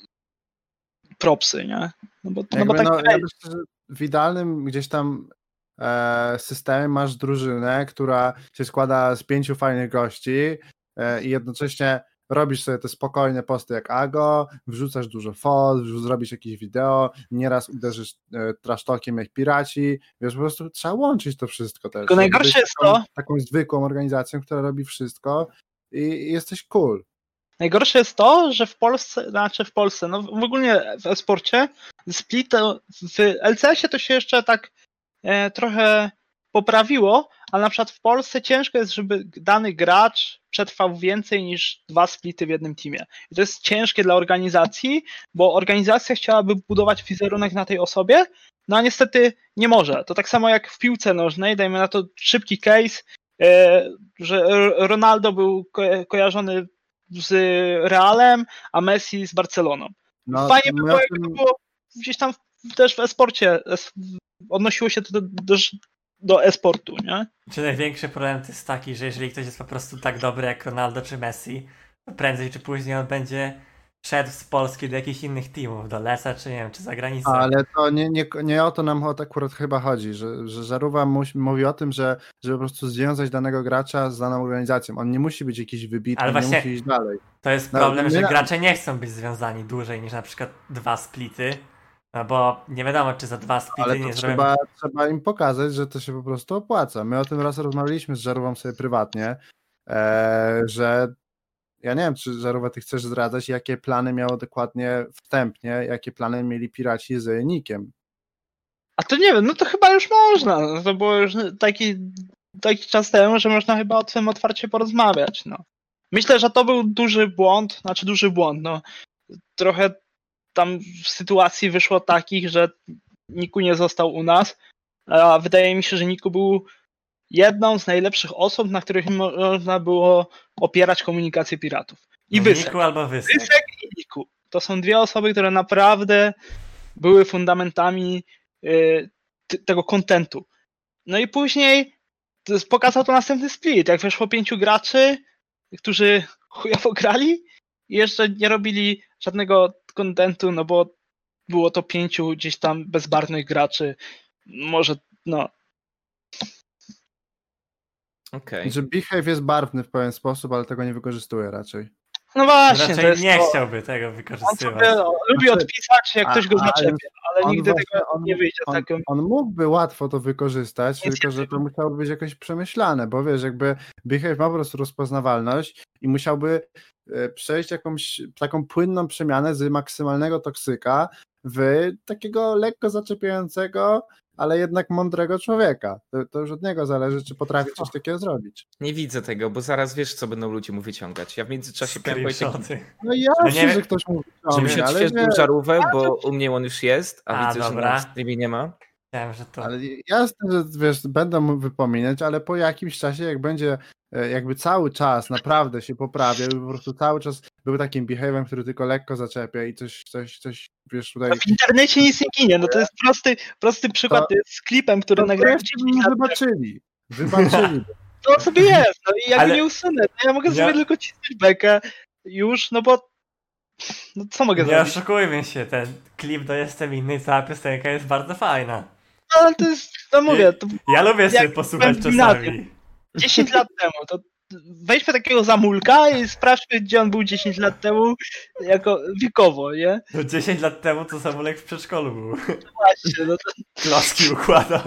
propsy, nie? No bo, no bo Jakby, tak no, nie ja jest. myślę, że w idealnym gdzieś tam e, systemie masz drużynę, która się składa z pięciu fajnych gości e, i jednocześnie robisz sobie te spokojne posty jak Ago, wrzucasz dużo fot, zrobisz jakieś wideo, nieraz uderzysz e, trash talkiem jak piraci, wiesz, po prostu trzeba łączyć to wszystko też. Tylko najgorsze jest taką, to... Taką zwykłą organizacją, która robi wszystko i, i jesteś cool. Najgorsze jest to, że w Polsce, znaczy w Polsce, no w ogóle w e-sporcie, split w L C S-ie to się jeszcze tak e, trochę poprawiło, ale na przykład w Polsce ciężko jest, żeby dany gracz przetrwał więcej niż dwa splity w jednym teamie. I to jest ciężkie dla organizacji, bo organizacja chciałaby budować wizerunek na tej osobie, no a niestety nie może. To tak samo jak w piłce nożnej, dajmy na to szybki case, e, że Ronaldo był ko- kojarzony z Realem, a Messi z Barceloną. No, Fajnie by my było, o jakby tym- to było gdzieś tam w- też w e-sporcie, es- odnosiło się to do, do, do e-sportu, nie? Czy największy problem to jest taki, że jeżeli ktoś jest po prostu tak dobry jak Ronaldo czy Messi, to prędzej czy później on będzie szedł z Polski do jakichś innych teamów, do Lesa czy nie wiem, czy za granicę. Ale to nie, nie, nie o to nam akurat chyba chodzi, że, że Żarówa musi, mówi o tym, że, że po prostu związać danego gracza z daną organizacją. On nie musi być jakiś wybitny, Ale nie właśnie- musi iść dalej. To jest No, problem, my że na- gracze nie chcą być związani dłużej niż na przykład dwa splity, no bo nie wiadomo, czy za dwa splity Ale nie to zrobią... trzeba, trzeba im pokazać, że to się po prostu opłaca. My o tym raz rozmawialiśmy z Żarówą sobie prywatnie, e, że ja nie wiem, czy Żarówa ty chcesz zdradzać, jakie plany miało dokładnie wstępnie, jakie plany mieli piraci z Nikiem. A to nie wiem, no to chyba już można. No to było już taki, taki czas temu, że można chyba o tym otwarcie porozmawiać. No. Myślę, że to był duży błąd, znaczy duży błąd. No. Trochę tam sytuacji wyszło takich, że Niku nie został u nas, a wydaje mi się, że Niku był jedną z najlepszych osób, na których mo- można było opierać komunikację piratów. I Wysek. Niku albo Wysek. Wysek i Niku. To są dwie osoby, które naprawdę były fundamentami y, t- tego kontentu. No i później to jest- pokazał to następny split, jak weszło pięciu graczy, którzy chujowo grali i jeszcze nie robili żadnego kontentu, no bo było to pięciu gdzieś tam bezbarwnych graczy. Może, no, Okej. Że Behave jest barwny w pewien sposób, ale tego nie wykorzystuje raczej. no właśnie, to Raczej jest nie to. chciałby tego On wykorzystywać. sobie no, lubi Znaczy, odpisać, jak a- ktoś go a- zaczepia, ale on nigdy właśnie- tego on- nie wyjdzie On, taką. on mógłby łatwo to wykorzystać, Niestety. tylko że to musiałoby być jakoś przemyślane, bo wiesz, jakby Behave ma po prostu rozpoznawalność i musiałby e, przejść jakąś taką płynną przemianę z maksymalnego toksyka w takiego lekko zaczepiającego, ale jednak mądrego człowieka. To, to już od niego zależy, czy potrafi coś takiego zrobić. Nie widzę tego, bo zaraz wiesz, co będą ludzie mu wyciągać. Ja w międzyczasie miałem powiedzieć, taki- Screenshoty. No ja No nie wiem, wiem, że ktoś mówi, żebyś ale odświeżył nie, żarówę, bo u mnie on już jest, a, A, widzę, że dobra. na streamie nie ma. Wiem, że to... ale jasne, że wiesz, będą mu wypominać, ale po jakimś czasie, jak będzie e, jakby cały czas naprawdę się poprawia, po prostu cały czas był takim behaviorem, który tylko lekko zaczepia i coś, coś, coś wiesz, tutaj... No w internecie nic nie ginie, no to jest prosty, prosty przykład To- z klipem, który To nagrałem wreszcie by wybaczyli. Wybaczyli. To sobie jest, no i ja Ale- go nie usunę, to ja mogę Ja- sobie tylko cisnąć bekę już, no bo no co mogę Nie zrobić? oszukujmy się, ten klip do Jestem Inny, cała piosenka jest bardzo fajna. No, ale to jest, no mówię, to Ja lubię Jak sobie posłuchać byłem czasami. dziesięć lat temu, to weźmy takiego zamulka i sprawdźmy, gdzie on był dziesięć lat temu, jako wiekowo, nie? No dziesięć lat temu to Samulek w przedszkolu był. Właśnie, no to Klocki układał.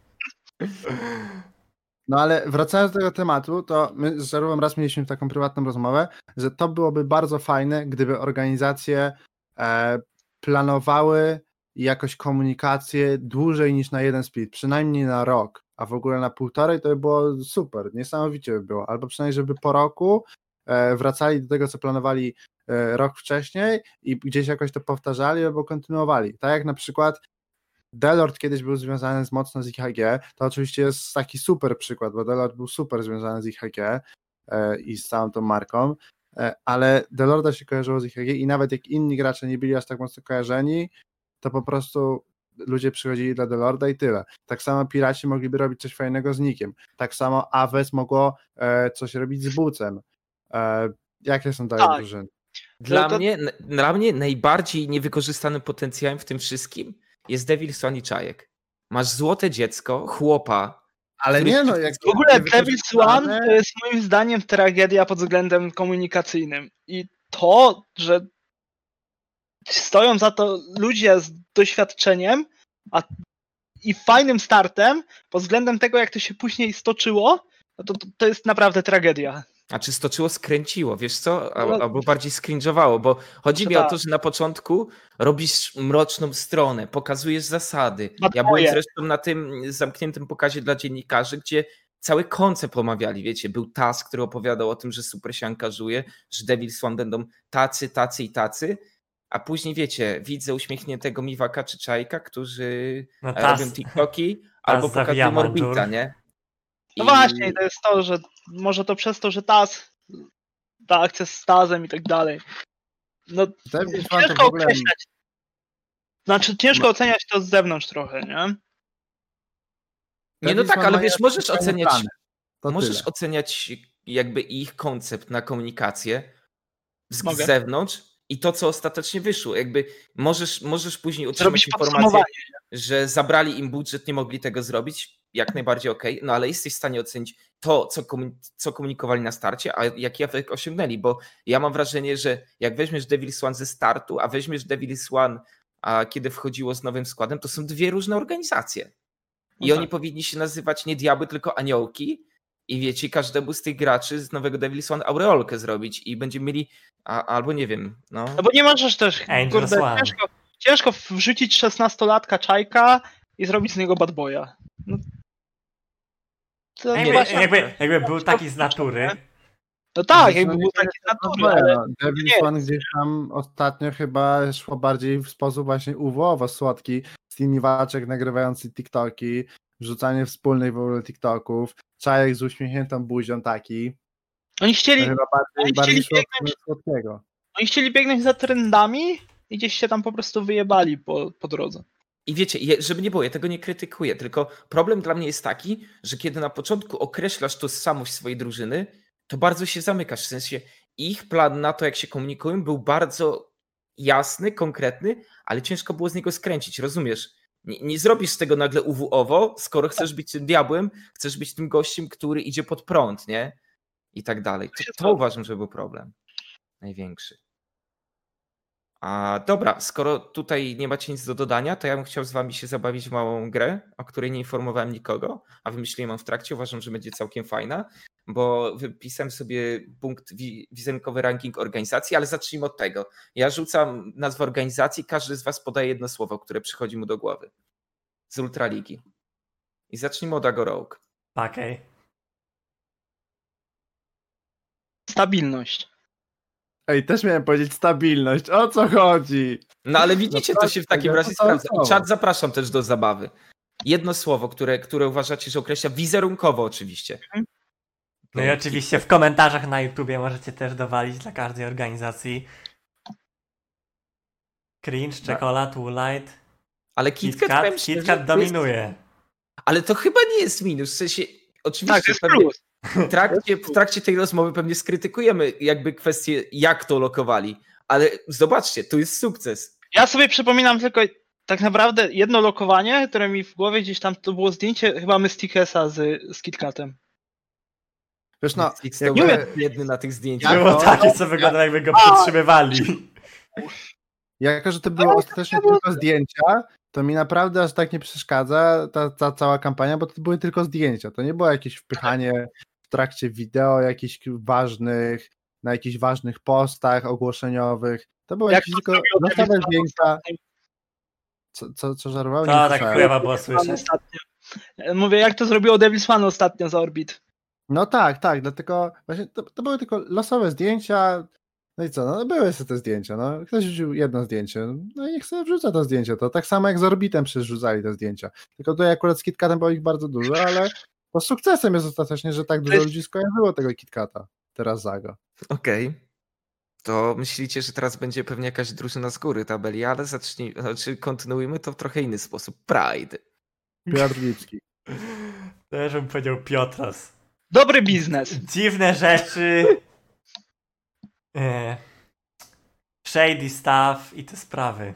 No ale wracając do tego tematu, to my z Żarówą raz mieliśmy taką prywatną rozmowę, że to byłoby bardzo fajne, gdyby organizacje e, planowały jakoś komunikację dłużej niż na jeden split, przynajmniej na rok, a w ogóle na półtorej to by było super, niesamowicie by było, albo przynajmniej żeby po roku e, wracali do tego, co planowali e, rok wcześniej i gdzieś jakoś to powtarzali albo kontynuowali. Tak jak na przykład Delord kiedyś był związany z mocno z I H G, to oczywiście jest taki super przykład, bo Delord był super związany z I H G e, i z całą tą marką, e, ale Delorda się kojarzyło z I H G i nawet jak inni gracze nie byli aż tak mocno kojarzeni, to po prostu ludzie przychodzili dla Delorda i tyle. Tak samo Piraci mogliby robić coś fajnego z Nikiem. Tak samo Aves mogło e, coś robić z Bucem. E, jakie są dalej Tak. drużyny? Dla, No to- mnie, dla mnie najbardziej niewykorzystanym potencjałem w tym wszystkim jest Devil Swan i Czajek. Masz złote dziecko, chłopa, Ale nie no, jak W ogóle nie Devil's wykorzystane- One to jest moim zdaniem tragedia pod względem komunikacyjnym. I to, że stoją za to ludzie z doświadczeniem a, i fajnym startem, pod względem tego, jak to się później stoczyło, no to, to, to jest naprawdę tragedia. A czy stoczyło, skręciło, wiesz co? A, No. albo bardziej skrinżowało, bo chodzi Czy mi o tak. to, że na początku robisz mroczną stronę, pokazujesz zasady. Bad Ja byłem boye. zresztą na tym zamkniętym pokazie dla dziennikarzy, gdzie cały koncept omawiali, wiecie, był Taz, który opowiadał o tym, że super się angażuje, że Devil's One będą tacy, tacy i tacy, a później, wiecie, widzę uśmiechniętego Miwaka czy Czajka, którzy No e, Taz- robią TikToki albo zawija pokazują Manżur. Orbita, nie? No I- właśnie, i to jest to, że może to przez to, że Taz, ta akcja z Tazem i tak dalej. No Devil's One to w ciężko ogóle... określać. Znaczy ciężko No. oceniać to z zewnątrz trochę, nie? Nie, no Devil's tak, One ale ma wiesz, jasne możesz fajne oceniać... plany. To Możesz tyle. oceniać jakby ich koncept na komunikację z, Mogę. z zewnątrz i to, co ostatecznie wyszło. Jakby możesz, możesz później otrzymać Zrobić informację, podsumowanie. że zabrali im budżet, nie mogli tego zrobić. Jak najbardziej okej, no ale jesteś w stanie ocenić to, co, komu- co komunikowali na starcie, a jaki efekt osiągnęli, bo ja mam wrażenie, że jak weźmiesz Devil's One ze startu, a weźmiesz Devil's One, a kiedy wchodziło z nowym składem, to są dwie różne organizacje. I No oni tak. powinni się nazywać nie diabły, tylko aniołki. I wiecie, każdemu z tych graczy z nowego Devil's One aureolkę zrobić i będziemy mieli, a, albo nie wiem, no. No bo nie możesz też, Angels kurde, One. ciężko, ciężko wrzucić szesnastolatka Czajka i zrobić z niego bad boya. No, to nie Jakby, da się. jakby, jakby był taki z natury, No tak, Znaczy, jakby no był nie taki z No natury, dobra, ale no, Devil's nie One gdzieś tam ostatnio chyba szło bardziej w sposób właśnie uwołowo słodki, streamowaczek nagrywający TikToki, wrzucanie wspólnych w ogóle TikToków, czajek z uśmiechniętą buzią taki. oni To chcieli, chyba bardziej, oni bardziej chcieli szło w biegnąć- stronę słodkiego. oni chcieli biegnąć za trendami i gdzieś się tam po prostu wyjebali po, po drodze. I wiecie, je- żeby nie było, ja tego nie krytykuję, tylko problem dla mnie jest taki, że kiedy na początku określasz tożsamość swojej drużyny, to bardzo się zamykasz. W sensie ich plan na to, jak się komunikują, był bardzo jasny, konkretny, ale ciężko było z niego skręcić, rozumiesz? Nie, nie zrobisz z tego nagle U W owo, skoro chcesz być tym diabłem, chcesz być tym gościem, który idzie pod prąd, nie? I tak dalej. To, to uważam, że był problem największy. A dobra, skoro tutaj nie macie nic do dodania, to ja bym chciał z wami się zabawić w małą grę, o której nie informowałem nikogo, a wymyśliłem ją w trakcie, uważam, że będzie całkiem fajna, bo wypisałem sobie punkt wi- wizerunkowy ranking organizacji, ale zacznijmy od tego. Ja rzucam nazwę organizacji, każdy z was podaje jedno słowo, które przychodzi mu do głowy. Z Ultraligi. I zacznijmy od Agorogue. okej. Stabilność. Ej, też miałem powiedzieć stabilność, o co chodzi? No ale widzicie, No to tak, się w takim no razie to sprawdza. słowo. I czat zapraszam też do zabawy. Jedno słowo, które, które uważacie, że określa wizerunkowo oczywiście. No i oczywiście w komentarzach na YouTubie możecie też dowalić dla każdej organizacji. Cringe, czekolad, Woolite, Ale KitKat, powiem KitKat, szczerze, KitKat to jest- dominuje. Ale to chyba nie jest minus. W sensie, oczywiście Tak, to jest pewnie plus. w, trakcie, w trakcie tej rozmowy pewnie skrytykujemy jakby kwestię, jak to lokowali. Ale zobaczcie, to jest sukces. Ja sobie przypominam tylko tak naprawdę jedno lokowanie, które mi w głowie gdzieś tam to było zdjęcie chyba Mystikesa z, z KitKatem. Wiesz no, X jak to nie był biedny na tych zdjęciach. Ja- Było no, takie, no, co wyglądało jakby go A! podtrzymywali. jako że to było ostatecznie tylko zdjęcia, to mi naprawdę aż tak nie przeszkadza ta, ta cała kampania, bo to były tylko zdjęcia. To nie było jakieś wpychanie w trakcie wideo jakichś ważnych, na jakichś ważnych postach ogłoszeniowych. To było Jak jakieś to tylko zrobił losowe Devil's One zdjęcia. Co, co, co żarowało? To Nie tak słyszałem. chujowo było słyszeć. Ostatnio. Mówię, jak to zrobiło Devil's One ostatnio za Orbit. No tak, tak, dlatego właśnie to, to były tylko losowe zdjęcia. No i co, no były sobie te zdjęcia, no. Ktoś wrzucił jedno zdjęcie, no i niech sobie wrzuca to zdjęcie. To tak samo jak z Orbitem przecież rzucali te zdjęcia. Tylko tutaj akurat z KitKatem było ich bardzo dużo, ale to sukcesem jest ostatecznie, że tak dużo jest- ludzi skojarzyło tego KitKata. Teraz Zago. Okej. To myślicie, że teraz będzie pewnie jakaś drużyna z góry tabeli, ale zacznij, znaczy kontynuujmy to w trochę inny sposób. Pride. Piotr Lipski. Też bym powiedział Piotras. Dobry biznes. Dziwne rzeczy. e, Shady stuff i te sprawy.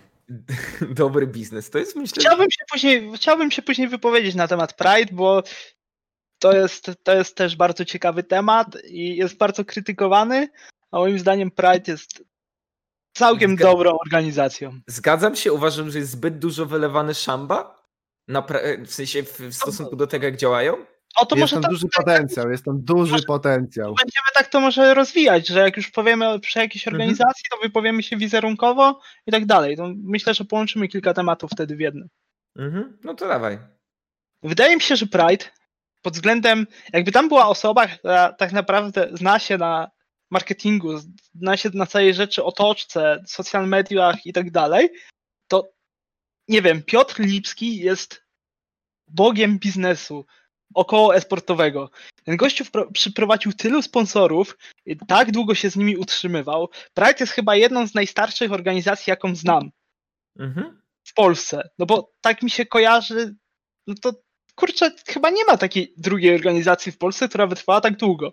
Dobry biznes. To jest myślę, że Chciałbym się później, chciałbym się później wypowiedzieć na temat Pride, bo to jest, to jest też bardzo ciekawy temat i jest bardzo krytykowany, a moim zdaniem Pride jest całkiem Zga- dobrą organizacją. Zgadzam się, uważam, że jest zbyt dużo wylewany szamba, na pra- w sensie w, w stosunku do tego, jak działają. O, to Jest może tam tak, duży potencjał, jest tam duży może- potencjał. będziemy tak to może rozwijać, że jak już powiemy przy jakiejś Mhm. organizacji, to wypowiemy się wizerunkowo i tak dalej. To myślę, że połączymy kilka tematów wtedy w jednym. Mhm. No to dawaj. Wydaje mi się, że Pride pod względem, jakby tam była osoba, która tak naprawdę zna się na marketingu, zna się na całej rzeczy, otoczce, social mediach i tak dalej, to nie wiem, Piotr Lipski jest bogiem biznesu około esportowego. Ten gościu wpro- przyprowadził tylu sponsorów i tak długo się z nimi utrzymywał. Pride jest chyba jedną z najstarszych organizacji, jaką znam Mhm. w Polsce. No bo tak mi się kojarzy, no to kurczę, chyba nie ma takiej drugiej organizacji w Polsce, która wytrwała tak długo.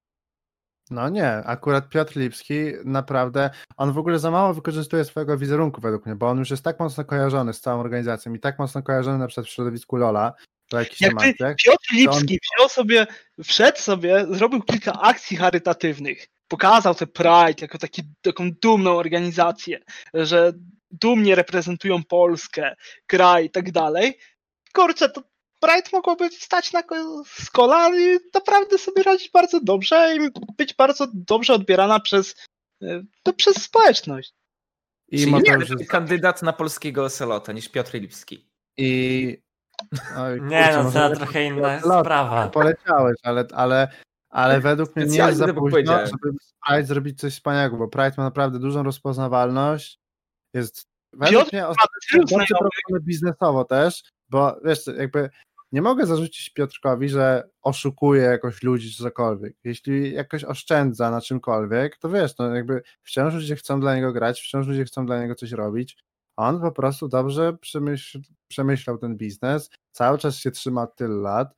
No nie, akurat Piotr Lipski naprawdę, on w ogóle za mało wykorzystuje swojego wizerunku według mnie, bo on już jest tak mocno kojarzony z całą organizacją i tak mocno kojarzony na przykład w środowisku LoL'a, po jakichś tam Jakby akcjach. Piotr Lipski wziął sobie, wszedł sobie, zrobił kilka akcji charytatywnych, pokazał te Pride jako taki, taką dumną organizację, że dumnie reprezentują Polskę, kraj i tak dalej. Kurczę, to Pride mogłoby stać na ko- z kolan i naprawdę sobie radzić bardzo dobrze i być bardzo dobrze odbierana przez, y, to przez społeczność. I Czyli można nie już lepszy kandydat na polskiego Ocelota niż Piotr Lipski. I... Oj, Nie kurczę, no, może to lepiej trochę inna Piotr jest Lot, sprawa. poleciałeś, ale, ale, ale według mnie nie Specjalnie jest za tak późno, powiedziałem. żeby z Pride zrobić coś wspaniałego, bo Pride ma naprawdę dużą rozpoznawalność, jest według Piotr mnie ma ostatnio tylu dobrze znajomych. prowadzony biznesowo też, bo wiesz, jakby nie mogę zarzucić Piotrkowi, że oszukuje jakoś ludzi czy cokolwiek. Jeśli jakoś oszczędza na czymkolwiek, to wiesz, no jakby wciąż ludzie chcą dla niego grać, wciąż ludzie chcą dla niego coś robić. On po prostu dobrze przemyśl, przemyślał ten biznes, cały czas się trzyma od tylu lat.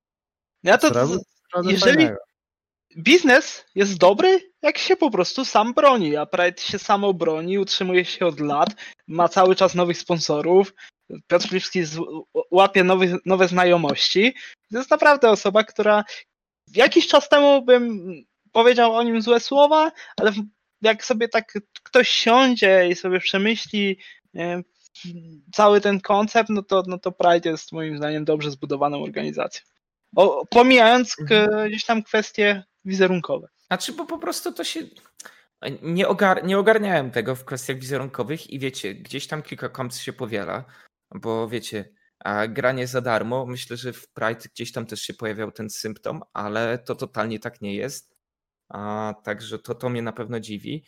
Ja to, Zrobił naprawdę jeżeli fajnego. biznes jest dobry, jak się po prostu sam broni, a Pride się samo broni, utrzymuje się od lat, ma cały czas nowych sponsorów, Piotr Lipski z- łapie nowe, nowe znajomości. To jest naprawdę osoba, która jakiś czas temu bym powiedział o nim złe słowa, ale w- jak sobie tak ktoś siądzie i sobie przemyśli e, cały ten koncept, no to, no to Pride jest moim zdaniem dobrze zbudowaną organizacją. O, pomijając k- gdzieś tam kwestie wizerunkowe. Znaczy, bo po prostu to się... Nie, ogar... nie ogarniałem tego w kwestiach wizerunkowych i wiecie, gdzieś tam kilka kąt się powiela, bo wiecie, a granie za darmo, myślę, że w Pride gdzieś tam też się pojawiał ten symptom, ale to totalnie tak nie jest. A, także to, to mnie na pewno dziwi.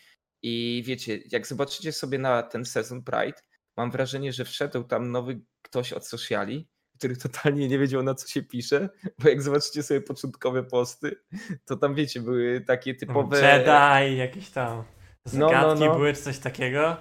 I wiecie, jak zobaczycie sobie na ten sezon Pride, mam wrażenie, że wszedł tam nowy ktoś od sociali, który totalnie nie wiedział, na co się pisze, bo jak zobaczycie sobie początkowe posty, to tam wiecie, były takie typowe... Jedi, jakieś tam No, no, zagadki no. były, czy coś takiego,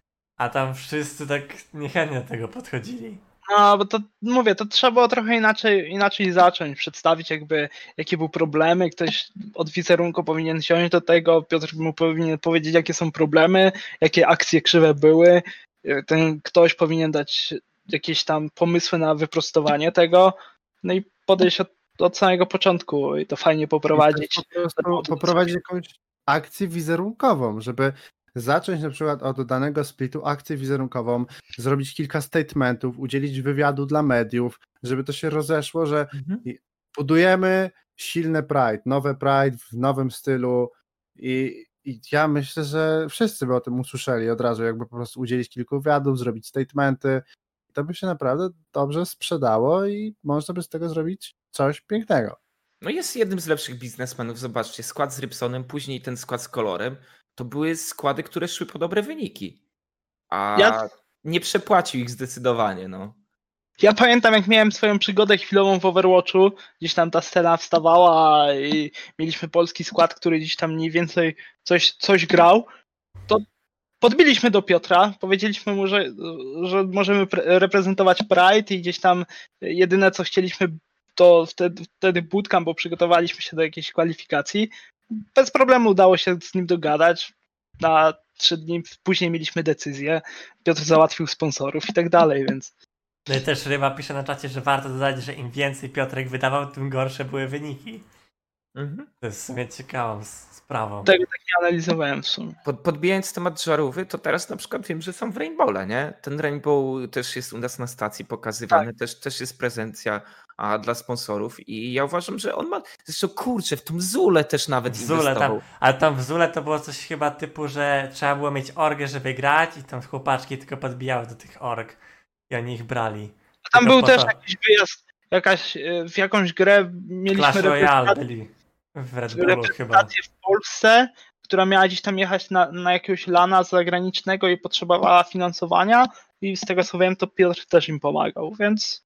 a tam wszyscy tak niechętnie do tego podchodzili. No, bo to mówię, to trzeba było trochę inaczej, inaczej zacząć, przedstawić jakby jakie były problemy, ktoś od wizerunku powinien siąść do tego, Piotr mu powinien powiedzieć, jakie są problemy, jakie akcje krzywe były, ten ktoś powinien dać jakieś tam pomysły na wyprostowanie tego, no i podejść od, od samego początku i to fajnie poprowadzić. I po prostu poprowadzić jakąś akcję wizerunkową, żeby zacząć na przykład od danego splitu akcję wizerunkową, zrobić kilka statementów, udzielić wywiadu dla mediów, żeby to się rozeszło, że Mhm. budujemy silne Pride, nowe Pride w nowym stylu i, i ja myślę, że wszyscy by o tym usłyszeli od razu, jakby po prostu udzielić kilku wywiadów, zrobić statementy. To by się naprawdę dobrze sprzedało i można by z tego zrobić coś pięknego. No jest jednym z lepszych biznesmenów, zobaczcie, skład z Rybsonem, później ten skład z Kolorem, to były składy, które szły po dobre wyniki, a Ja- nie przepłacił ich zdecydowanie, no. Ja pamiętam, jak miałem swoją przygodę chwilową w Overwatchu, gdzieś tam ta scena wstawała i mieliśmy polski skład, który gdzieś tam mniej więcej coś, coś grał, to podbiliśmy do Piotra, powiedzieliśmy mu, że, że możemy pre- reprezentować Pride i gdzieś tam jedyne, co chcieliśmy, to wtedy, wtedy bootcamp, bo przygotowaliśmy się do jakiejś kwalifikacji. Bez problemu udało się z nim dogadać. Na trzy dni później mieliśmy decyzję. Piotr załatwił sponsorów i tak dalej, więc No i też Ryba pisze na czacie, że warto dodać, że im więcej Piotrek wydawał, tym gorsze były wyniki. Mhm. To jest w sumie ciekawą s- sprawą. Tego tak nie analizowałem w sumie. Pod, podbijając temat żarówki, to teraz na przykład wiem, że są w Rainbowle, nie? Ten Rainbow też jest u nas na stacji pokazywany, też, też jest prezencja a, dla sponsorów i ja uważam, że on ma, zresztą kurczę, w tą Zulę też nawet W Zule inwestował. tam, ale tam w Zule to było coś chyba typu, że trzeba było mieć orgę, żeby grać i tam chłopaczki tylko podbijały do tych org i oni ich brali. A tam Tylko był po też to- jakiś wyjazd, jakaś, e, w jakąś grę mieliśmy Clash Royale reprezentację- byli w Red Bullu chyba. reprezentację w Polsce, która miała gdzieś tam jechać na, na jakiegoś lana zagranicznego i potrzebowała finansowania i z tego co wiem, to Piotr też im pomagał, więc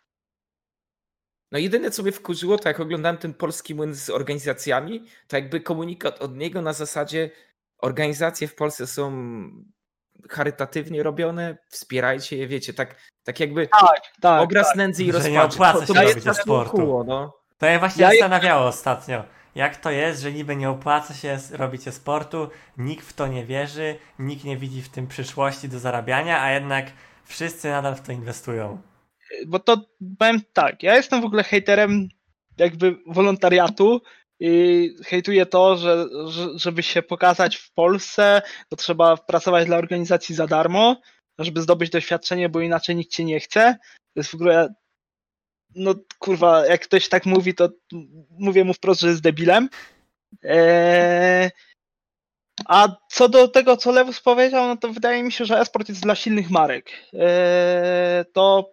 No jedyne co mnie wkurzyło, to jak oglądałem ten polski młyn z organizacjami, to jakby komunikat od niego na zasadzie organizacje w Polsce są charytatywnie robione, wspierajcie je, wiecie, tak, tak jakby tak, tak. obraz tak. nędzy i Że nie rozpaczy. opłaca to, się to mnie robić strasznie sportu. ukuło, no. To mnie właśnie Ja- zastanawiało ostatnio. Jak to jest, że niby nie opłaca się s- robić sportu, nikt w to nie wierzy, nikt nie widzi w tym przyszłości do zarabiania, a jednak wszyscy nadal w to inwestują. Bo to powiem tak, ja jestem w ogóle hejterem jakby wolontariatu i hejtuję to, że, że żeby się pokazać w Polsce, to trzeba pracować dla organizacji za darmo, żeby zdobyć doświadczenie, bo inaczej nikt cię nie chce. To jest w ogóle, no kurwa, jak ktoś tak mówi, to mówię mu wprost, że jest debilem. Eee, a co do tego, co Lewus powiedział, no to wydaje mi się, że e-sport jest dla silnych marek. Eee, to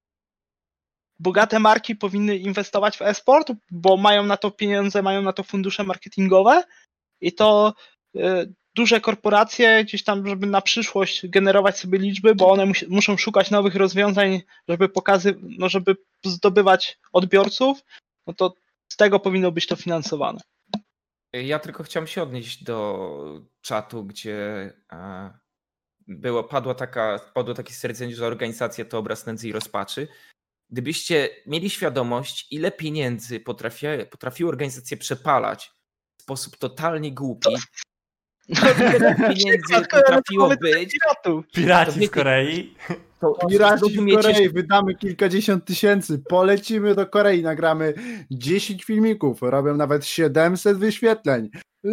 bogate marki powinny inwestować w e-sport, bo mają na to pieniądze, mają na to fundusze marketingowe i to y, duże korporacje gdzieś tam, żeby na przyszłość generować sobie liczby, bo one mus- muszą szukać nowych rozwiązań, żeby pokazy, no żeby zdobywać odbiorców, no to z tego powinno być to finansowane. Ja tylko chciałem się odnieść do czatu, gdzie e, było, padła taka, padło takie stwierdzenie, że organizacja to obraz nędzy i rozpaczy. Gdybyście mieli świadomość, ile pieniędzy potrafi, potrafiły organizacje przepalać w sposób totalnie głupi, ile pieniędzy potrafiło być, Piratów. Piraci To z wiecie- Korei. to Piraci w zrozumiecie, Korei, wydamy kilkadziesiąt tysięcy, polecimy do Korei, nagramy dziesięć filmików, robią nawet siedemset wyświetleń.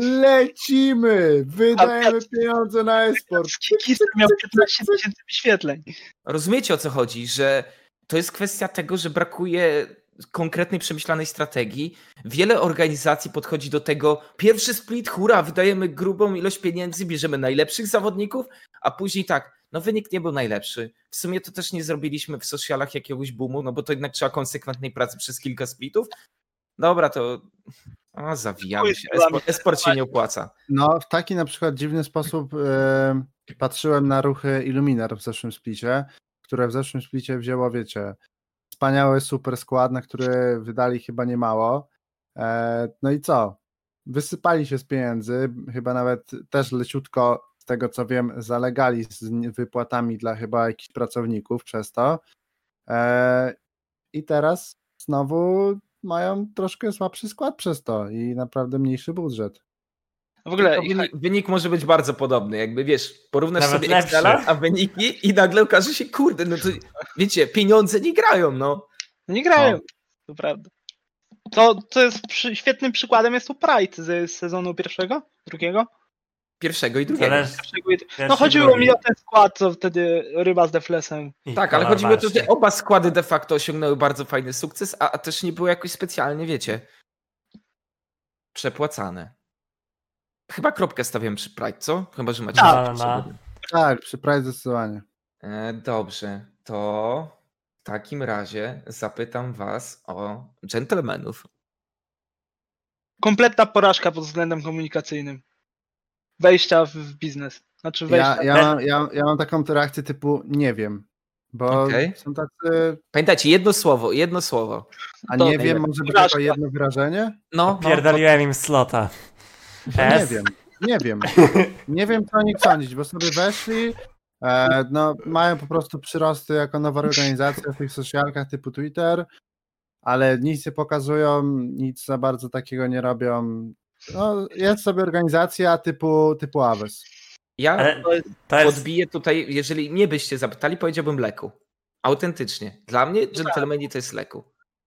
Lecimy! Wydajemy pieniądze na e-sport. Kister miał piętnaście tysięcy wyświetleń. rozumiecie o co chodzi, że to jest kwestia tego, że brakuje konkretnej, przemyślanej strategii. Wiele organizacji podchodzi do tego, pierwszy split, hura, wydajemy grubą ilość pieniędzy, bierzemy najlepszych zawodników, a później tak, no wynik nie był najlepszy. W sumie to też nie zrobiliśmy w socialach jakiegoś boomu, no bo to jednak trzeba konsekwentnej pracy przez kilka splitów. Dobra, to o, zawijamy się. Esport, esport się nie opłaca. No, w taki na przykład dziwny sposób e, patrzyłem na ruchy Illuminar w zeszłym splicie, które w zeszłym splicie wzięło, wiecie, wspaniały super skład, na który wydali chyba niemało. E, no i co? Wysypali się z pieniędzy, chyba nawet też leciutko, z tego co wiem, zalegali z wypłatami dla chyba jakichś pracowników przez to. E, I teraz znowu mają troszkę słabszy skład przez to i naprawdę mniejszy budżet. W ogóle Tylko wynik, wynik może być bardzo podobny, jakby wiesz, porównasz Nawet sobie lepszy. Excela, a wyniki i nagle okaże się, kurde, no to wiecie, pieniądze nie grają, no. no nie grają, No. to prawda. To, to jest przy, świetnym przykładem jest tu Pride z sezonu pierwszego, drugiego. Pierwszego i drugiego. Zależy. Pierwszego i... Pierwszy, No chodziło drugi. mi o ten skład, co wtedy Ryba z Deflesem. I Tak, ale kolor chodzi mi o to, że barszczy. oba składy de facto osiągnęły bardzo fajny sukces, a, a też nie były jakoś specjalnie, wiecie, przepłacane. Chyba kropkę stawiam przy Pride, co? Chyba, że macie No, jakieś no. przewody. Tak, przy Pride zdecydowanie. E, Dobrze, to w takim razie zapytam was o dżentelmenów. Kompletna porażka pod względem komunikacyjnym. Wejścia w, w biznes. Znaczy wejścia. Ja, ja, mam, ja, ja mam taką reakcję typu nie wiem, bo Okej. są tacy, Pamiętajcie, jedno słowo, jedno słowo. a To- nie wiem, może być Porażka. tylko jedno wyrażenie? No, no Pierdoliłem im slota. To nie S. wiem, nie wiem. Nie wiem, co o nich sądzić, bo sobie weszli, e, no mają po prostu przyrosty jako nowa organizacja w tych socialkach typu Twitter, ale nic nie pokazują, nic za bardzo takiego nie robią. No, jest sobie organizacja typu, typu Aves. ja Ale to jest... podbiję tutaj, jeżeli mnie byście zapytali, powiedziałbym Leku. Autentycznie. Dla mnie dżentelmeni to jest Leku.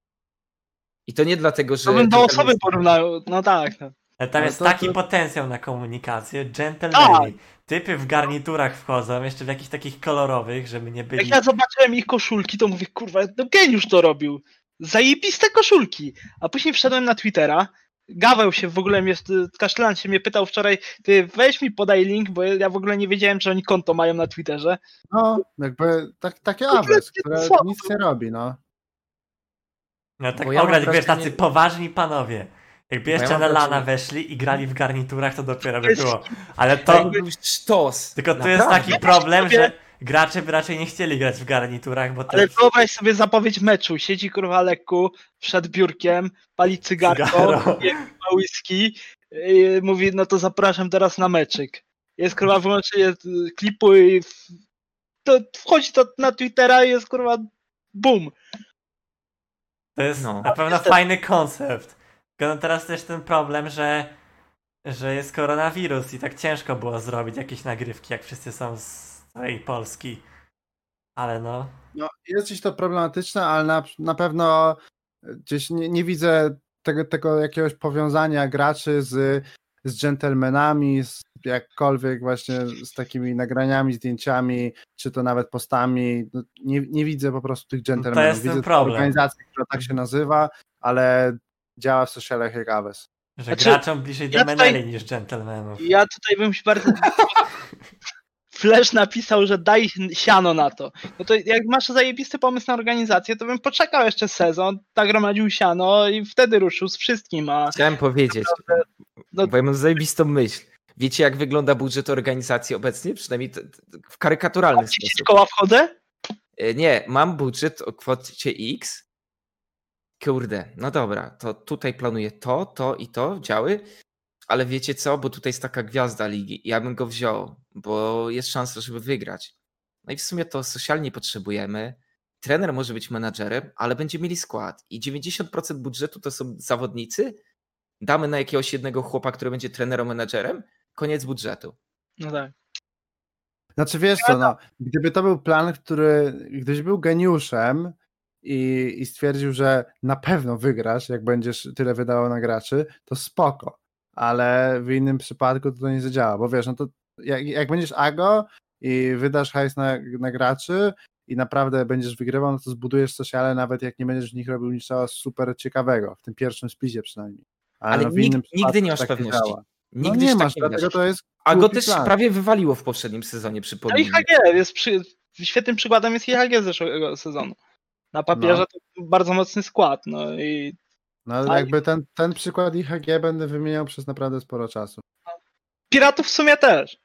I to nie dlatego, że... To bym do osoby porównał, no tak. No. Ale tam Ale jest to- taki to- potencjał na komunikację, Tak. dżentelmeni. Typy w garniturach wchodzą, jeszcze w jakichś takich kolorowych, żeby nie byli... Jak ja zobaczyłem ich koszulki, to mówię, kurwa, no geniusz to robił. Zajebiste koszulki. A później wszedłem na Twittera, Gaweł się w ogóle, mnie, Kasztelan się mnie pytał wczoraj, ty weź mi podaj link, bo ja w ogóle nie wiedziałem, że oni konto mają na Twitterze. No, jakby tak, takie Kompletnie aves, które słabo. nic nie robi, no. No tak Bo ja mam pograć, wiesz, wrażenie- tacy poważni panowie. Jakby ja jeszcze mam na lana wrażenie- weszli i grali w garniturach, to dopiero by Jest- było. Ale To to... był sztos. Tylko tu Naprawdę. jest taki problem, sobie- że gracze by raczej nie chcieli grać w garniturach, bo to Ale wyobraź sobie zapowiedź meczu. Siedzi kurwa Lekku przed biurkiem, pali cygarko, Cygaro. pije kurwa whisky i mówi, no to zapraszam teraz na meczyk. Jest kurwa wyłączenie y, klipu i w... to wchodzi to na Twittera i jest kurwa boom. To jest No. na pewno Niestety. fajny koncept. Tylko no teraz też ten problem, że, że jest koronawirus i tak ciężko było zrobić jakieś nagrywki, jak wszyscy są z całej Polski. Ale no, No, jest gdzieś to problematyczne, ale na, na pewno gdzieś nie, nie widzę tego, tego jakiegoś powiązania graczy z, z dżentelmenami, z jakkolwiek właśnie z takimi nagraniami, zdjęciami, czy to nawet postami. No, nie, nie widzę po prostu tych dżentelmenów. To jest ten widzę problem. organizację, która tak się nazywa, ale działa w socialach jak Aves. że Znaczy, graczom bliżej do ja tutaj- meneli niż dżentelmenów. Ja tutaj bym się bardzo... Flash napisał, że daj siano na to. No to jak masz zajebisty pomysł na organizację, to bym poczekał jeszcze sezon, nagromadził siano i wtedy ruszył z wszystkim, a Chciałem powiedzieć, no- bo ja mam zajebistą myśl. Wiecie, jak wygląda budżet organizacji obecnie? Przynajmniej t- t- w karykaturalny w dziesięć sposób. koła wchodzę? E, Nie, mam budżet o kwocie X. Kurde, no dobra, to tutaj planuję to, to i to, działy, ale wiecie co, bo tutaj jest taka gwiazda ligi, ja bym go wziął, bo jest szansa, żeby wygrać. No i w sumie to socialnie potrzebujemy. Trener może być menadżerem, ale będzie mieli skład i dziewięćdziesiąt procent budżetu to są zawodnicy. Damy na jakiegoś jednego chłopa, który będzie trenerem, menadżerem, koniec budżetu. No tak. Znaczy wiesz co, no, gdyby to był plan, który, gdybyś był geniuszem i, i stwierdził, że na pewno wygrasz, jak będziesz tyle wydawał na graczy, to spoko, ale w innym przypadku to, to nie zadziała, bo wiesz, no to jak, jak będziesz Ago i wydasz hajs na, na graczy i naprawdę będziesz wygrywał, no to zbudujesz sociale, nawet jak nie będziesz w nich robił niczego super ciekawego, w tym pierwszym spisie przynajmniej. Ale no w nig- innym nigdy przypadku nie masz tak pewności. działa. No Nigdyś nie tak masz, nie dlatego wydasz. to jest A go głupi też plan. prawie wywaliło w poprzednim sezonie, No i przypomnijmy. H G jest przy... świetnym przykładem jest i H G z zeszłego sezonu. Na papierze No. to bardzo mocny skład, no i No Ale- jakby ten, ten przykład I H G będę wymieniał przez naprawdę sporo czasu. Piratów w sumie też.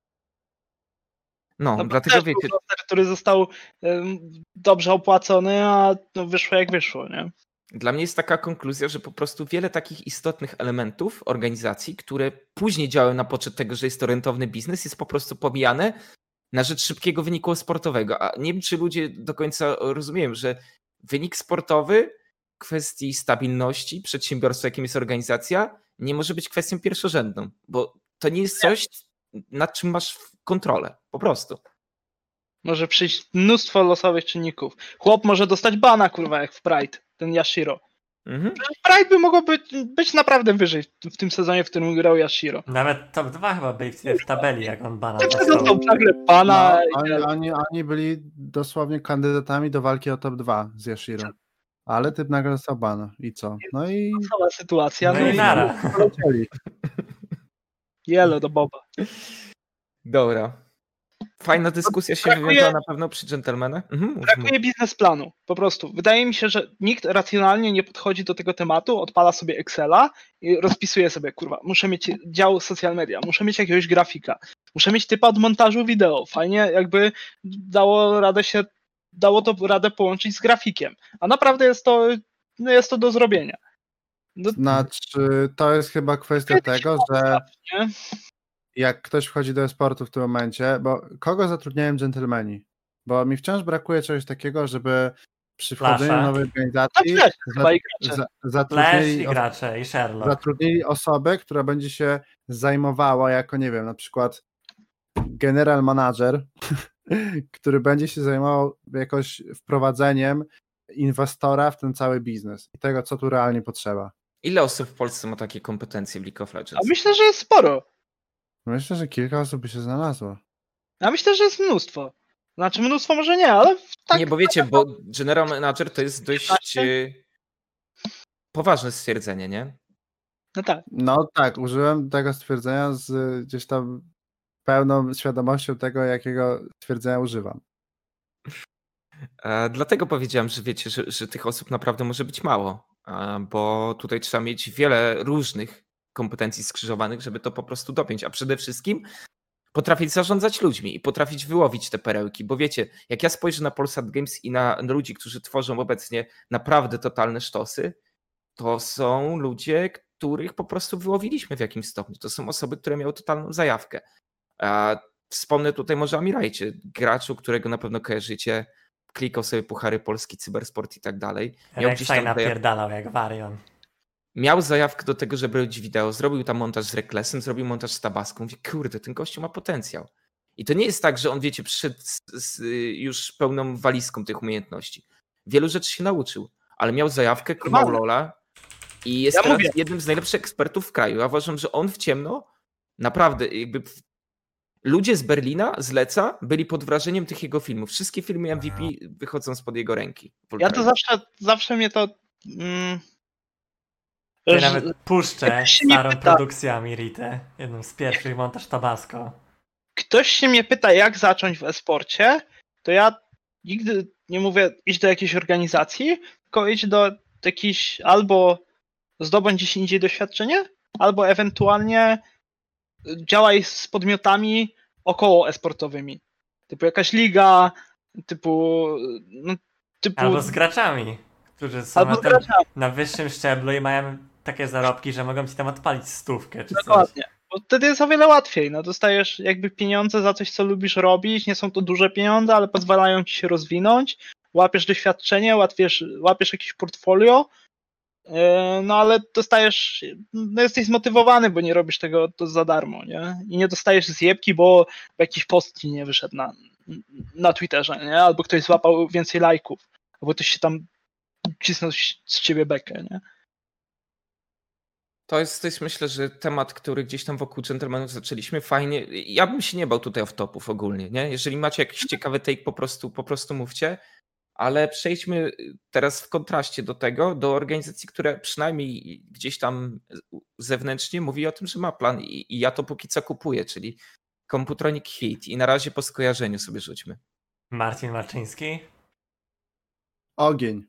No, No bo dlatego też wiecie, był roster, który został em, dobrze opłacony, a no, wyszło jak wyszło, nie? dla mnie jest taka konkluzja, że po prostu wiele takich istotnych elementów organizacji, które później działają na poczet tego, że jest to rentowny biznes, jest po prostu pomijane na rzecz szybkiego wyniku sportowego. A nie wiem, czy ludzie do końca rozumieją, że wynik sportowy w kwestii stabilności przedsiębiorstwa, jakim jest organizacja, nie może być kwestią pierwszorzędną, bo to nie jest coś, nad czym masz kontrolę. Po prostu. Może przyjść mnóstwo losowych czynników. Chłop może dostać bana, kurwa, jak w Pride, ten Yashiro. Mhm. Pride by mogło być, być naprawdę wyżej w tym sezonie, w którym grał Yashiro. Nawet top dwa chyba byli w tabeli, jak on bana Tak dostał. dostał nagle bana. No, i- oni, oni, oni byli dosłownie kandydatami do walki o top dwa z Yashiro. Ale typ nagle dostał bana. I co? No i Cała sytuacja. No i nara. polecieli. Jelo do Boba. Dobra. Fajna dyskusja się Brakuje- wywiązała na pewno przy dżentelmenach. Mhm, mów, Brakuje biznesplanu, po prostu. Wydaje mi się, że nikt racjonalnie nie podchodzi do tego tematu, odpala sobie Excela i rozpisuje sobie, kurwa, muszę mieć dział social media, muszę mieć jakiegoś grafika, muszę mieć typa od montażu wideo. Fajnie jakby dało radę się, dało to radę połączyć z grafikiem. A naprawdę jest to, no jest to do zrobienia. No, Znaczy, to jest chyba kwestia tego, że nie? jak ktoś wchodzi do e-sportu w tym momencie, bo kogo zatrudniają dżentelmeni? Bo mi wciąż brakuje czegoś takiego, żeby przy wchodzeniu Flasha. do nowej No organizacji Flash za, chyba i gracze. za, Flash zatrudnili, i os- gracze i Sherlock. zatrudnili osobę, która będzie się zajmowała jako, nie wiem, na przykład general manager, który będzie się zajmował jakoś wprowadzeniem inwestora w ten cały biznes i tego, co tu realnie potrzeba. Ile osób w Polsce ma takie kompetencje w League of A Legends? myślę, że jest sporo. Myślę, że kilka osób by się znalazło. A myślę, że jest mnóstwo. Znaczy mnóstwo może nie, ale tak. Nie, bo wiecie, bo general manager to jest dość e, poważne stwierdzenie, nie? No tak. No tak, użyłem tego stwierdzenia z gdzieś tam pełną świadomością tego, jakiego stwierdzenia używam. E, dlatego powiedziałem, że wiecie, że, że tych osób naprawdę może być mało, e, bo tutaj trzeba mieć wiele różnych kompetencji skrzyżowanych, żeby to po prostu dopiąć, a przede wszystkim potrafić zarządzać ludźmi i potrafić wyłowić te perełki, bo wiecie, jak ja spojrzę na Polsat Games i na ludzi, którzy tworzą obecnie naprawdę totalne sztosy, to są ludzie, których po prostu wyłowiliśmy w jakimś stopniu. To są osoby, które miały totalną zajawkę. A wspomnę tutaj może o Mirajcie, graczu, którego na pewno kojarzycie, klikał sobie Puchary Polski, Cybersport i tak dalej. Miał gdzieś Rek'Sai tam zajaw... napierdalał jak warion. Miał zajawkę do tego, żeby robić wideo, zrobił tam montaż z Reklesem, zrobił montaż z Tabaską. Mówi, kurde, ten gościu ma potencjał. I to nie jest tak, że on, wiecie, przyszedł z, z, już pełną walizką tych umiejętności. Wielu rzeczy się nauczył, ale miał zajawkę, kumał Lola i jest Ja teraz mówię. jednym z najlepszych ekspertów w kraju. Ja uważam, że on w ciemno naprawdę jakby ludzie z Berlina, z Leca byli pod wrażeniem tych jego filmów. Wszystkie filmy M V P wychodzą spod jego ręki. Ja to zawsze, zawsze mnie to... Mm, Ja że- nawet puszczę ktoś się nie starą pyta. produkcję Amiritę, jedną z pierwszych, montaż Tabasco. Ktoś się mnie pyta, jak zacząć w e-sporcie, to ja nigdy nie mówię idź do jakiejś organizacji, tylko idź do jakiejś albo zdobądź gdzieś indziej doświadczenie, albo ewentualnie działaj z podmiotami około e-sportowymi. Typu jakaś liga, typu... No, typu Albo z graczami, którzy są albo na, z tym, graczami, na wyższym szczeblu i mają takie zarobki, że mogą ci tam odpalić stówkę czy coś. dokładnie. Bo wtedy jest o wiele łatwiej. No, dostajesz jakby pieniądze za coś, co lubisz robić. Nie są to duże pieniądze, ale pozwalają ci się rozwinąć. Łapiesz doświadczenie, łapiesz, łapiesz jakieś portfolio. Yy, No ale dostajesz, no jesteś zmotywowany, bo nie robisz tego to za darmo, nie? I nie dostajesz zjebki, bo jakiś post ci nie wyszedł na, na Twitterze, nie? Albo ktoś złapał więcej lajków, albo ktoś się tam cisnął z ciebie bekę, nie? To jest, to jest myślę, że temat, który gdzieś tam wokół dżentelmenów zaczęliśmy. Fajnie. Ja bym się nie bał tutaj off-topów ogólnie, nie? Jeżeli macie jakiś ciekawy take, po prostu, po prostu mówcie. Ale przejdźmy teraz w kontraście do tego, do organizacji, które przynajmniej gdzieś tam zewnętrznie mówi o tym, że ma plan i, i ja to póki co kupuję, czyli Computronic Hit. I na razie po skojarzeniu sobie rzućmy. Marcin Marczyński. Ogień.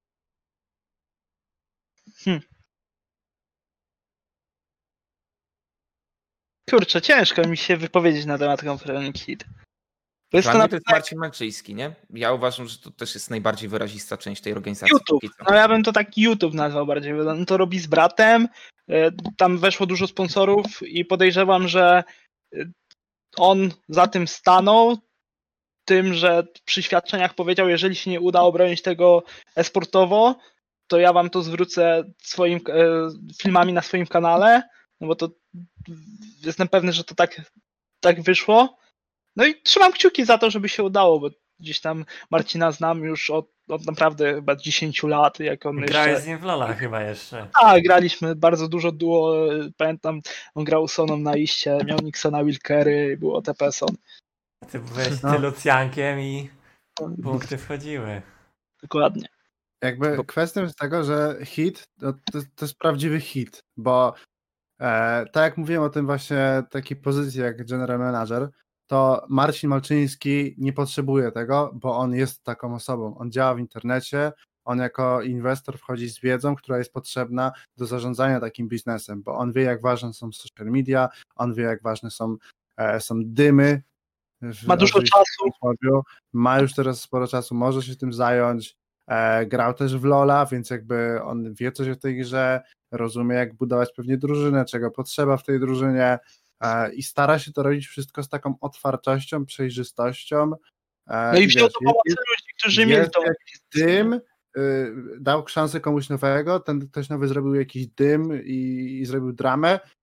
Kurczę, ciężko mi się wypowiedzieć na temat Computronic Hit. To jest Dla to mnie na to jest Marcin Malczyński, nie? Ja uważam, że to też jest najbardziej wyrazista część tej organizacji. YouTube. póki co. No ja bym to tak YouTube nazwał bardziej. bo On to robi z bratem. e, Tam weszło dużo sponsorów i podejrzewam, że e, on za tym stanął. Tym, że przy świadczeniach powiedział, jeżeli się nie uda obronić tego e-sportowo, to ja wam to zwrócę swoim e, filmami na swoim kanale. No bo to jestem pewny, że to tak, tak wyszło. No i trzymam kciuki za to, żeby się udało, bo gdzieś tam Marcina znam już od, od naprawdę chyba dziesięć lat, jak on Grałeś jeszcze... z nim w Lola chyba jeszcze. Tak, graliśmy bardzo dużo duo, pamiętam, on grał Soną na iście, miał Nixona Wilkery, był O T P Son. Ty byłeś No. ty Lucjankiem i punkty wchodziły. Dokładnie. Jakby Bo- kwestią jest tego, że hit to, to, to jest prawdziwy hit, bo e, tak jak mówiłem o tym właśnie takiej pozycji jak general manager, to Marcin Malczyński nie potrzebuje tego, bo on jest taką osobą. On działa w internecie, on jako inwestor wchodzi z wiedzą, która jest potrzebna do zarządzania takim biznesem, bo on wie, jak ważne są social media, on wie, jak ważne są, e, są dymy. w- Ma dużo oczywiście czasu. w cudzysłowie. Ma już teraz sporo czasu, może się tym zająć. E, grał też w Lola, więc jakby on wie coś o tej grze, rozumie, jak budować pewnie drużynę, czego potrzeba w tej drużynie e, i stara się to robić wszystko z taką otwartością, przejrzystością. E, No i wziął wiesz, do pomocy jest- ludzi, którzy mieli jest tą... jakiś dym, y, dał szansę komuś nowego, ten ktoś nowy zrobił jakiś dym i, i zrobił dramę,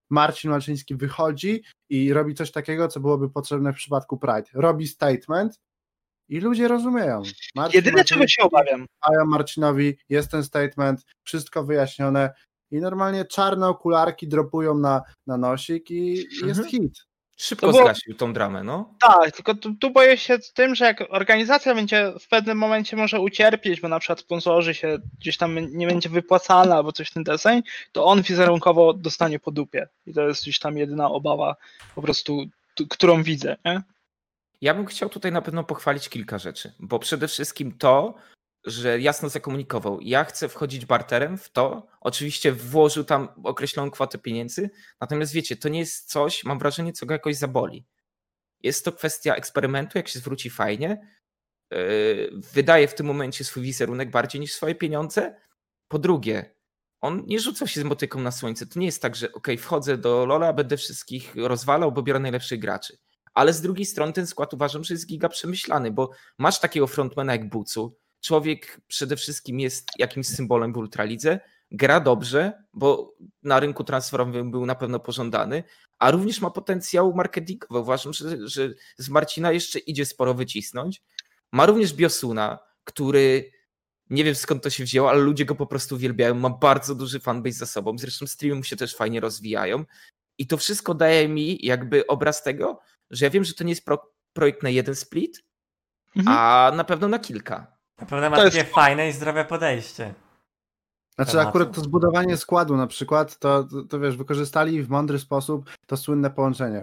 Marcin Malczyński wychodzi i robi coś takiego, co byłoby potrzebne w przypadku Pride. Robi statement i ludzie rozumieją. Marcin Jedyne, czego się obawiam. Mają Marcinowi, jest ten statement, wszystko wyjaśnione i normalnie czarne okularki dropują na, na nosik i, i jest Mhm. hit. Szybko To było- zgasił tą dramę, no. Tak, tylko tu, tu boję się z tym, że jak organizacja będzie w pewnym momencie może ucierpieć, bo na przykład sponsorzy się gdzieś tam nie będzie wypłacana albo coś w ten deseń, to on wizerunkowo dostanie po dupie. I to jest gdzieś tam jedyna obawa po prostu, t- którą widzę, nie? Ja bym chciał tutaj na pewno pochwalić kilka rzeczy, bo przede wszystkim to, że jasno zakomunikował, ja chcę wchodzić barterem w to, oczywiście włożył tam określoną kwotę pieniędzy, natomiast wiecie, to nie jest coś, mam wrażenie, co go jakoś zaboli. Jest to kwestia eksperymentu, jak się zwróci fajnie, yy, wydaje w tym momencie swój wizerunek bardziej niż swoje pieniądze. Po drugie, on nie rzucał się z motyką na słońce, to nie jest tak, że okej, wchodzę do Lola, będę wszystkich rozwalał, bo biorę najlepszych graczy. Ale z drugiej strony ten skład uważam, że jest giga przemyślany, bo masz takiego frontmana jak Bucu. Człowiek przede wszystkim jest jakimś symbolem w Ultralidze, gra dobrze, bo na rynku transferowym był na pewno pożądany, a również ma potencjał marketingowy. Uważam, że, że z Marcina jeszcze idzie sporo wycisnąć. Ma również Biosuna, który nie wiem skąd to się wzięło, ale ludzie go po prostu uwielbiają. Ma bardzo duży fanbase za sobą. Zresztą streamy mu się też fajnie rozwijają. I to wszystko daje mi jakby obraz tego, że ja wiem, że to nie jest pro, projekt na jeden split, Mhm. a na pewno na kilka. Na pewno ma To jest takie fajne i zdrowe podejście. Znaczy tematu. akurat to zbudowanie składu na przykład, to, to, to wiesz, wykorzystali w mądry sposób to słynne połączenie.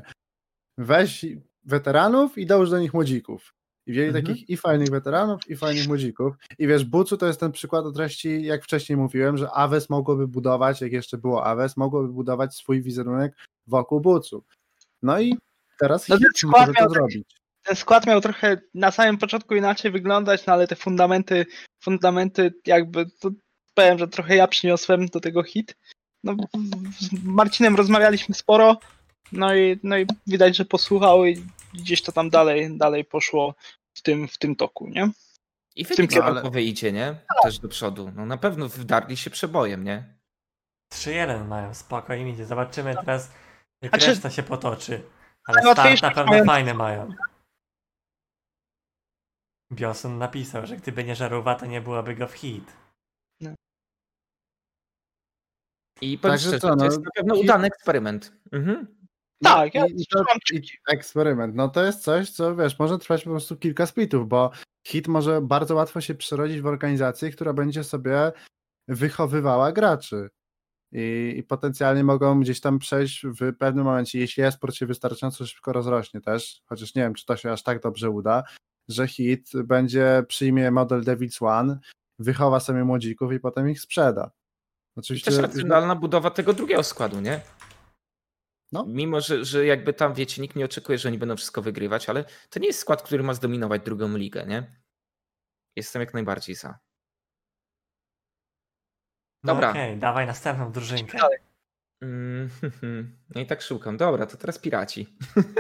Weź weteranów i dołóż do nich młodzików. I wzięli Mhm. takich i fajnych weteranów, i fajnych młodzików. I wiesz, Bucu to jest ten przykład o treści, jak wcześniej mówiłem, że Aves mogłoby budować, jak jeszcze było Aves, mogłoby budować swój wizerunek wokół Bucu. No i teraz No Hit ten skład może to miał taki- zrobić. Ten skład miał trochę na samym początku inaczej wyglądać, no ale te fundamenty, fundamenty jakby, to powiem, że trochę ja przyniosłem do tego hit. No, z Marcinem rozmawialiśmy sporo, no i, no i widać, że posłuchał i gdzieś to tam dalej, dalej poszło w tym, w tym toku, nie? I tym wynik kierunku. ale... wyjdzie, nie? Też do przodu. No na pewno wdarli się przebojem, nie? trzy jeden mają, spoko im idzie. Zobaczymy teraz, jak Znaczy- reszta się potoczy. Ale start Najłatwiejsze na pewno mają- fajny mają. Biosun napisał, że gdyby nie Żarówa, to nie byłoby go w hit. I powiem Także szczerze, co, to no, jest na pewno hit- udany eksperyment. Mhm. Tak, ja i, i, to, trzymam i kciuki. eksperyment. No to jest coś, co wiesz, może trwać po prostu kilka splitów, bo hit może bardzo łatwo się przerodzić w organizację, która będzie sobie wychowywała graczy. I, i potencjalnie mogą gdzieś tam przejść w pewnym momencie, jeśli e-sport się wystarczająco szybko rozrośnie też, chociaż nie wiem, czy to się aż tak dobrze uda, że hit będzie, przyjmie model Devil's One, wychowa sobie młodzików i potem ich sprzeda. I Oczywiście też racjonalna budowa tego drugiego składu, nie? No. Mimo, że, że jakby tam, wiecie, nikt nie oczekuje, że oni będą wszystko wygrywać, ale to nie jest skład, który ma zdominować drugą ligę, nie? Jestem jak najbardziej za. No Dobra. okej, dawaj następną drużynkę. Dalej. Mm, no i tak szukam. Dobra, to teraz Piraci.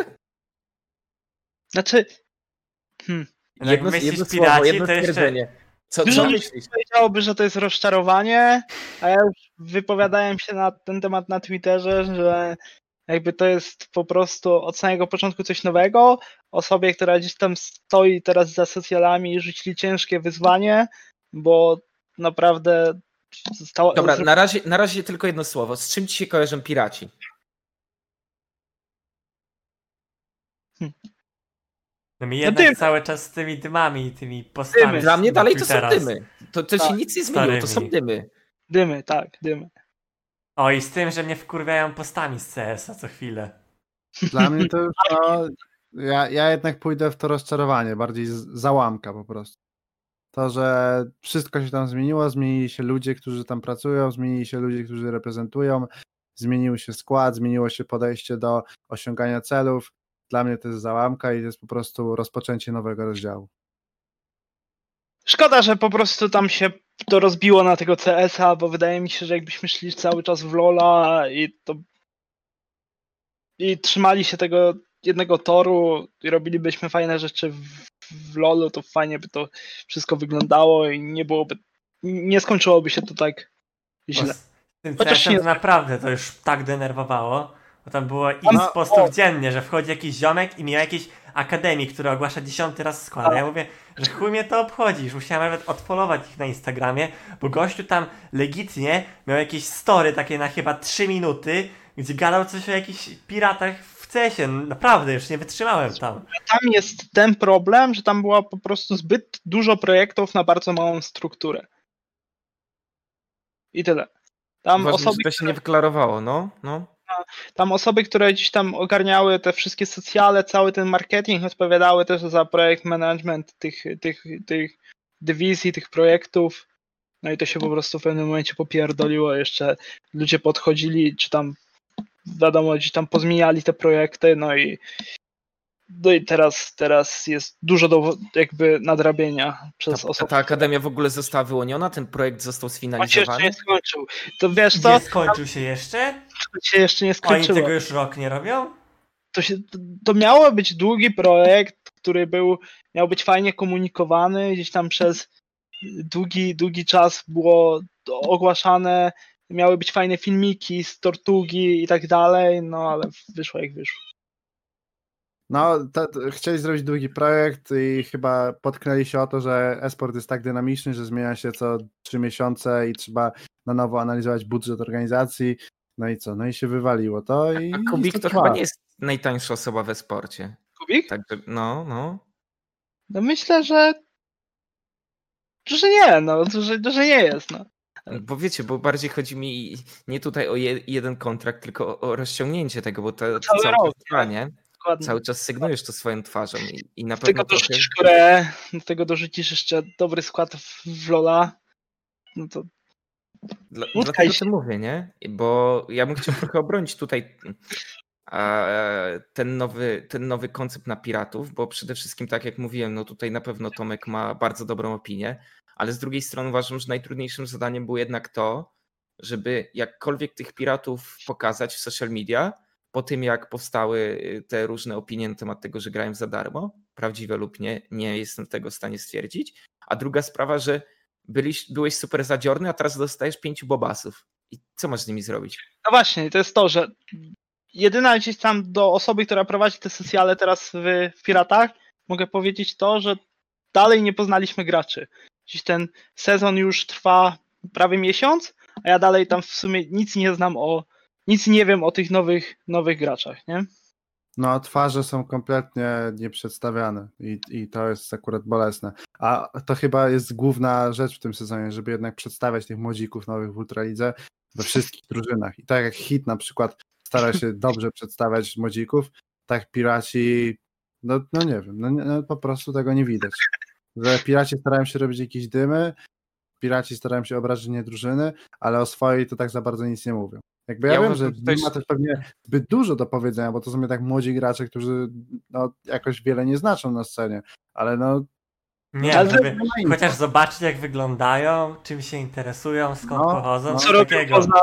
Znaczy, hmm, No jak myślisz jedno Piraci, słowo, jedno to jeszcze- stwierdzenie. Co, Dużo co ludzi myślisz? powiedziałoby, że to jest rozczarowanie, a ja już wypowiadałem się na ten temat na Twitterze, że jakby to jest po prostu od samego początku coś nowego. Osobie, która gdzieś tam stoi teraz za socjalami, rzucili ciężkie wyzwanie, bo naprawdę zostało... Dobra, na razie, na razie tylko jedno słowo. Z czym ci się kojarzą Piraci? No mi No jednak dym. cały czas z tymi dymami i tymi postami. Dymy. Dla mnie na dalej to są Twittera. dymy. To, to się Tak, nic nie zmieniło, to są starymi. dymy. Dymy, tak, dymy. O i z tym, że mnie wkurwiają postami z C S a co chwilę. Dla mnie to już no, ja, ja jednak pójdę w to rozczarowanie, bardziej z załamka po prostu. To, że wszystko się tam zmieniło, zmienili się ludzie, którzy tam pracują, zmienili się ludzie, którzy reprezentują, zmienił się skład, zmieniło się podejście do osiągania celów. Dla mnie to jest załamka i to jest po prostu rozpoczęcie nowego rozdziału. Szkoda, że po prostu tam się to rozbiło na tego C S a, bo wydaje mi się, że jakbyśmy szli cały czas w LoL'a i to i trzymali się tego jednego toru i robilibyśmy fajne rzeczy w, w LoL'u, to fajnie by to wszystko wyglądało i nie byłoby, nie skończyłoby się to tak Bo źle. s- Tym Chociaż C S-em nie- to naprawdę to już tak denerwowało, bo tam było x No, postów o. dziennie, że wchodzi jakiś ziomek i miał jakiś akademik, który ogłasza dziesiąty raz skład. A ja mówię, że chuj mnie to obchodzi. Już musiałem nawet odfollowować ich na Instagramie, bo gościu tam legitnie miał jakieś story takie na chyba trzy minuty, gdzie gadał coś o jakichś piratach w C S-ie. Naprawdę, już nie wytrzymałem tam. Tam jest ten problem, że tam było po prostu zbyt dużo projektów na bardzo małą strukturę. I tyle. Tam Uważam, osoby, że to się które, nie wyklarowało, no, no. tam osoby, które gdzieś tam ogarniały te wszystkie socjale, cały ten marketing, odpowiadały też za projekt management tych, tych, tych dywizji, tych projektów. No i to się po prostu w pewnym momencie popierdoliło. Jeszcze ludzie podchodzili, czy tam wiadomo, gdzieś tam pozmieniali te projekty, no i no i teraz, teraz jest dużo do jakby nadrabienia przez Ta, osoby. ta akademia w ogóle została wyłoniona, ten projekt został On się jeszcze sfinalizowany. nie skończył. To wiesz co? Nie skończył się jeszcze? To się jeszcze nie Oni skończyło. tego już rok nie robią? To, się, to miało być długi projekt, który był, miał być fajnie komunikowany, gdzieś tam przez długi, długi czas było to ogłaszane, miały być fajne filmiki z tortugi i tak dalej, no ale wyszło jak wyszło. No, to, to, chcieli zrobić długi projekt i chyba potknęli się o to, że e-sport jest tak dynamiczny, że zmienia się co trzy miesiące i trzeba na nowo analizować budżet organizacji. No i co? No i się wywaliło to i A Kubik i to trwa. chyba nie jest najtańsza osoba we sporcie. Kubik? Także, no, no. No myślę, że że nie, no, że, że nie jest, no. Bo wiecie, bo bardziej chodzi mi nie tutaj o je, jeden kontrakt, tylko o, o rozciągnięcie tego, bo to, to Cały cały rok, czas trwa, nie? Dokładnie. Cały czas sygnujesz to swoją twarzą i, i na Do tego pewno trochę... dorzucisz Koreę, do tego dorzucisz jeszcze dobry skład w, w Lola, no to Dla, Utkaj dlatego się. to mówię, nie? Bo ja bym chciał trochę obronić tutaj e, ten, nowy, ten nowy koncept na piratów, bo przede wszystkim, tak jak mówiłem, no tutaj na pewno Tomek ma bardzo dobrą opinię, ale z drugiej strony uważam, że najtrudniejszym zadaniem było jednak to, żeby jakkolwiek tych piratów pokazać w social media, po tym jak powstały te różne opinie na temat tego, że grałem za darmo, prawdziwe lub nie, nie jestem tego w stanie stwierdzić. A druga sprawa, że byliś, byłeś super zadziorny, a teraz dostajesz pięciu bobasów. I co masz z nimi zrobić? no właśnie, to jest to, że jedyna gdzieś tam do osoby, która prowadzi te socjale teraz w, w Piratach, mogę powiedzieć to, że dalej nie poznaliśmy graczy. Dziś ten sezon już trwa prawie miesiąc, a ja dalej tam w sumie nic nie znam o, nic nie wiem o tych nowych, nowych graczach, nie? No, twarze są kompletnie nieprzedstawiane i, i to jest akurat bolesne. A to chyba jest główna rzecz w tym sezonie, żeby jednak przedstawiać tych młodzików nowych w Ultralidze we wszystkich drużynach. I tak jak Hit na przykład stara się dobrze przedstawiać młodzików, tak Piraci, no, no nie wiem, no, no po prostu tego nie widać. Że Piraci starają się robić jakieś dymy, Piraci starają się obrażać nie drużyny, ale o swojej to tak za bardzo nic nie mówią. Jakby ja, Ja wiem, że uważam, że to nie ma jest- też pewnie zbyt dużo do powiedzenia, bo to są tak młodzi gracze, którzy no, jakoś wiele nie znaczą na scenie, ale no Nie, Ale- żeby chociaż zobaczyć jak wyglądają, czym się interesują, skąd No, pochodzą, no. coś Co robią takiego. poza...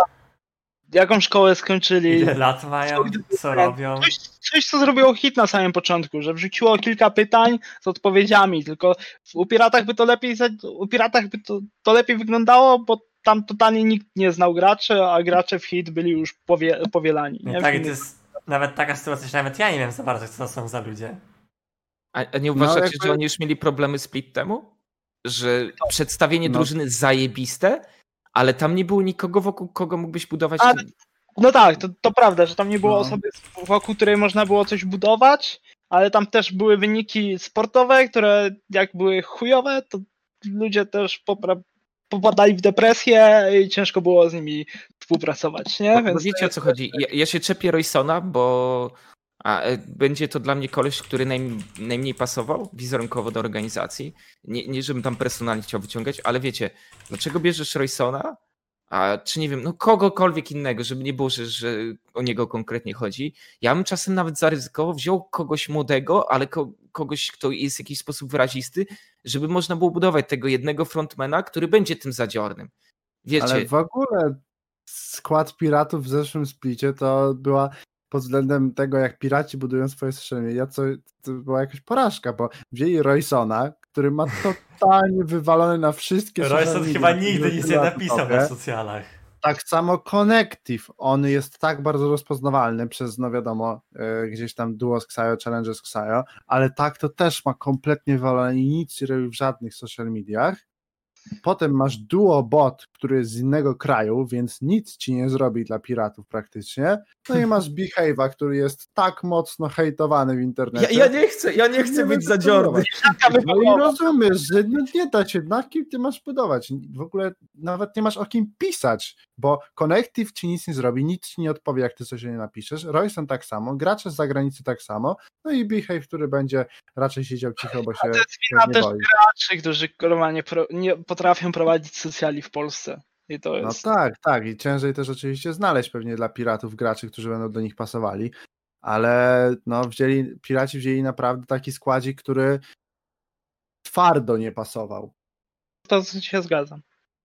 Jaką szkołę skończyli? Ile lat mają, co robią. Coś, coś, co zrobiło Hit na samym początku, że wrzuciło kilka pytań z odpowiedziami, tylko w, u Piratach by to lepiej za- u Piratach by to, to lepiej wyglądało, bo tam totalnie nikt nie znał graczy, a gracze w Hit byli już powie, powielani. Nie, Nie? tak, to jest nawet taka sytuacja, że nawet ja nie wiem za bardzo, co to są za ludzie. A, a nie uważacie, jakby- że oni już mieli problemy split temu? Że przedstawienie No. drużyny zajebiste, ale tam nie było nikogo, wokół kogo mógłbyś budować. A- team. No tak, to, to prawda, że tam nie było No. osoby, wokół której można było coś budować, ale tam też były wyniki sportowe, które jak były chujowe, to ludzie też popra- popadali w depresję i ciężko było z nimi współpracować, nie? Bo, bo Więc wiecie o co chodzi? Ja, ja się czepię Roysona, bo a, e, będzie to dla mnie koleś, który najm, najmniej pasował wizerunkowo do organizacji. Nie, nie żebym tam personalnie chciał wyciągać, ale wiecie, dlaczego bierzesz Roysona, a czy nie wiem, no kogokolwiek innego, żeby nie było, że, że o niego konkretnie chodzi. Ja bym czasem nawet zaryzykował, wziął kogoś młodego, ale ko, kogoś, kto jest w jakiś sposób wyrazisty, żeby można było budować tego jednego frontmana, który będzie tym zadziornym. Wiecie, ale w ogóle skład Piratów w zeszłym splicie to była pod względem tego, jak Piraci budują swoje social media, co, to była jakaś porażka, bo wzięli Roysona, który ma totalnie wywalony na wszystkie social Royson media, chyba nigdy które nic są nie na napisał topie. na socjalach. Tak samo Connective, on jest tak bardzo rozpoznawalny przez, no wiadomo, y, gdzieś tam duo z Xayo, challenge z Xayo, ale tak to też ma kompletnie wywalone i nic nie robi w żadnych social mediach. Potem masz duo bot, który jest z innego kraju, więc nic ci nie zrobi dla piratów praktycznie. No i masz Behave'a, który jest tak mocno hejtowany w internecie. Ja, ja nie chcę, ja nie chcę Nie być wiem, zadziorny. No i rozumiesz, że no nie da się, na kim ty masz budować? W ogóle nawet nie masz o kim pisać, bo Connective ci nic nie zrobi, nic ci nie odpowie, jak ty coś nie napiszesz. Royson tak samo, gracze z zagranicy tak samo, no i Behave, który będzie raczej siedział cicho, bo się To jest wina nie też boi. graczy, którzy normalnie pro, nie potrafią prowadzić socjali w Polsce. I to No jest... tak, tak i ciężej też oczywiście znaleźć pewnie dla piratów graczy, którzy będą do nich pasowali, ale no wzięli, piraci wzięli naprawdę taki składzik, który twardo nie pasował. To się zgadzam.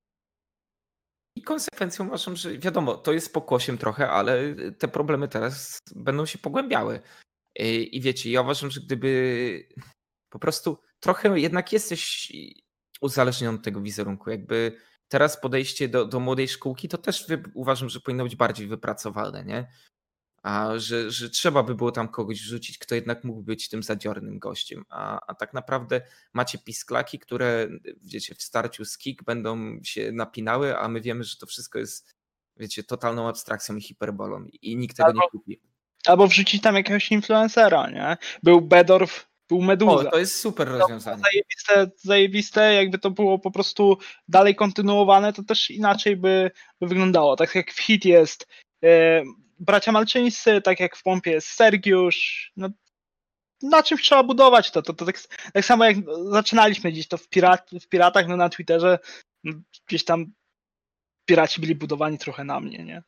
I konsekwencją uważam, że wiadomo, to jest pokłosiem trochę, ale te problemy teraz będą się pogłębiały. I wiecie, ja uważam, że gdyby po prostu trochę jednak jesteś uzależniony od tego wizerunku, jakby teraz podejście do, do młodej szkółki to też wy, uważam, że powinno być bardziej wypracowane, nie? A że, że trzeba by było tam kogoś wrzucić, kto jednak mógł być tym zadziornym gościem. A, a tak naprawdę macie pisklaki, które wiecie, w starciu z Kik będą się napinały, a my wiemy, że to wszystko jest, wiecie, totalną abstrakcją i hiperbolą i nikt tego Albo, nie kupi. albo wrzucić tam jakiegoś influencera, nie? Był Bedorf, był Meduza. O, to jest super rozwiązanie. Zajebiste, zajebiste, jakby to było po prostu dalej kontynuowane, to też inaczej by, by wyglądało. Tak jak w Hit jest e, bracia Malczyńscy, tak jak w Pompie jest Sergiusz. No, na czymś trzeba budować to. to, to tak, tak samo jak zaczynaliśmy gdzieś to w, pirat, w Piratach, no na Twitterze, no, gdzieś tam piraci byli budowani trochę na mnie, nie?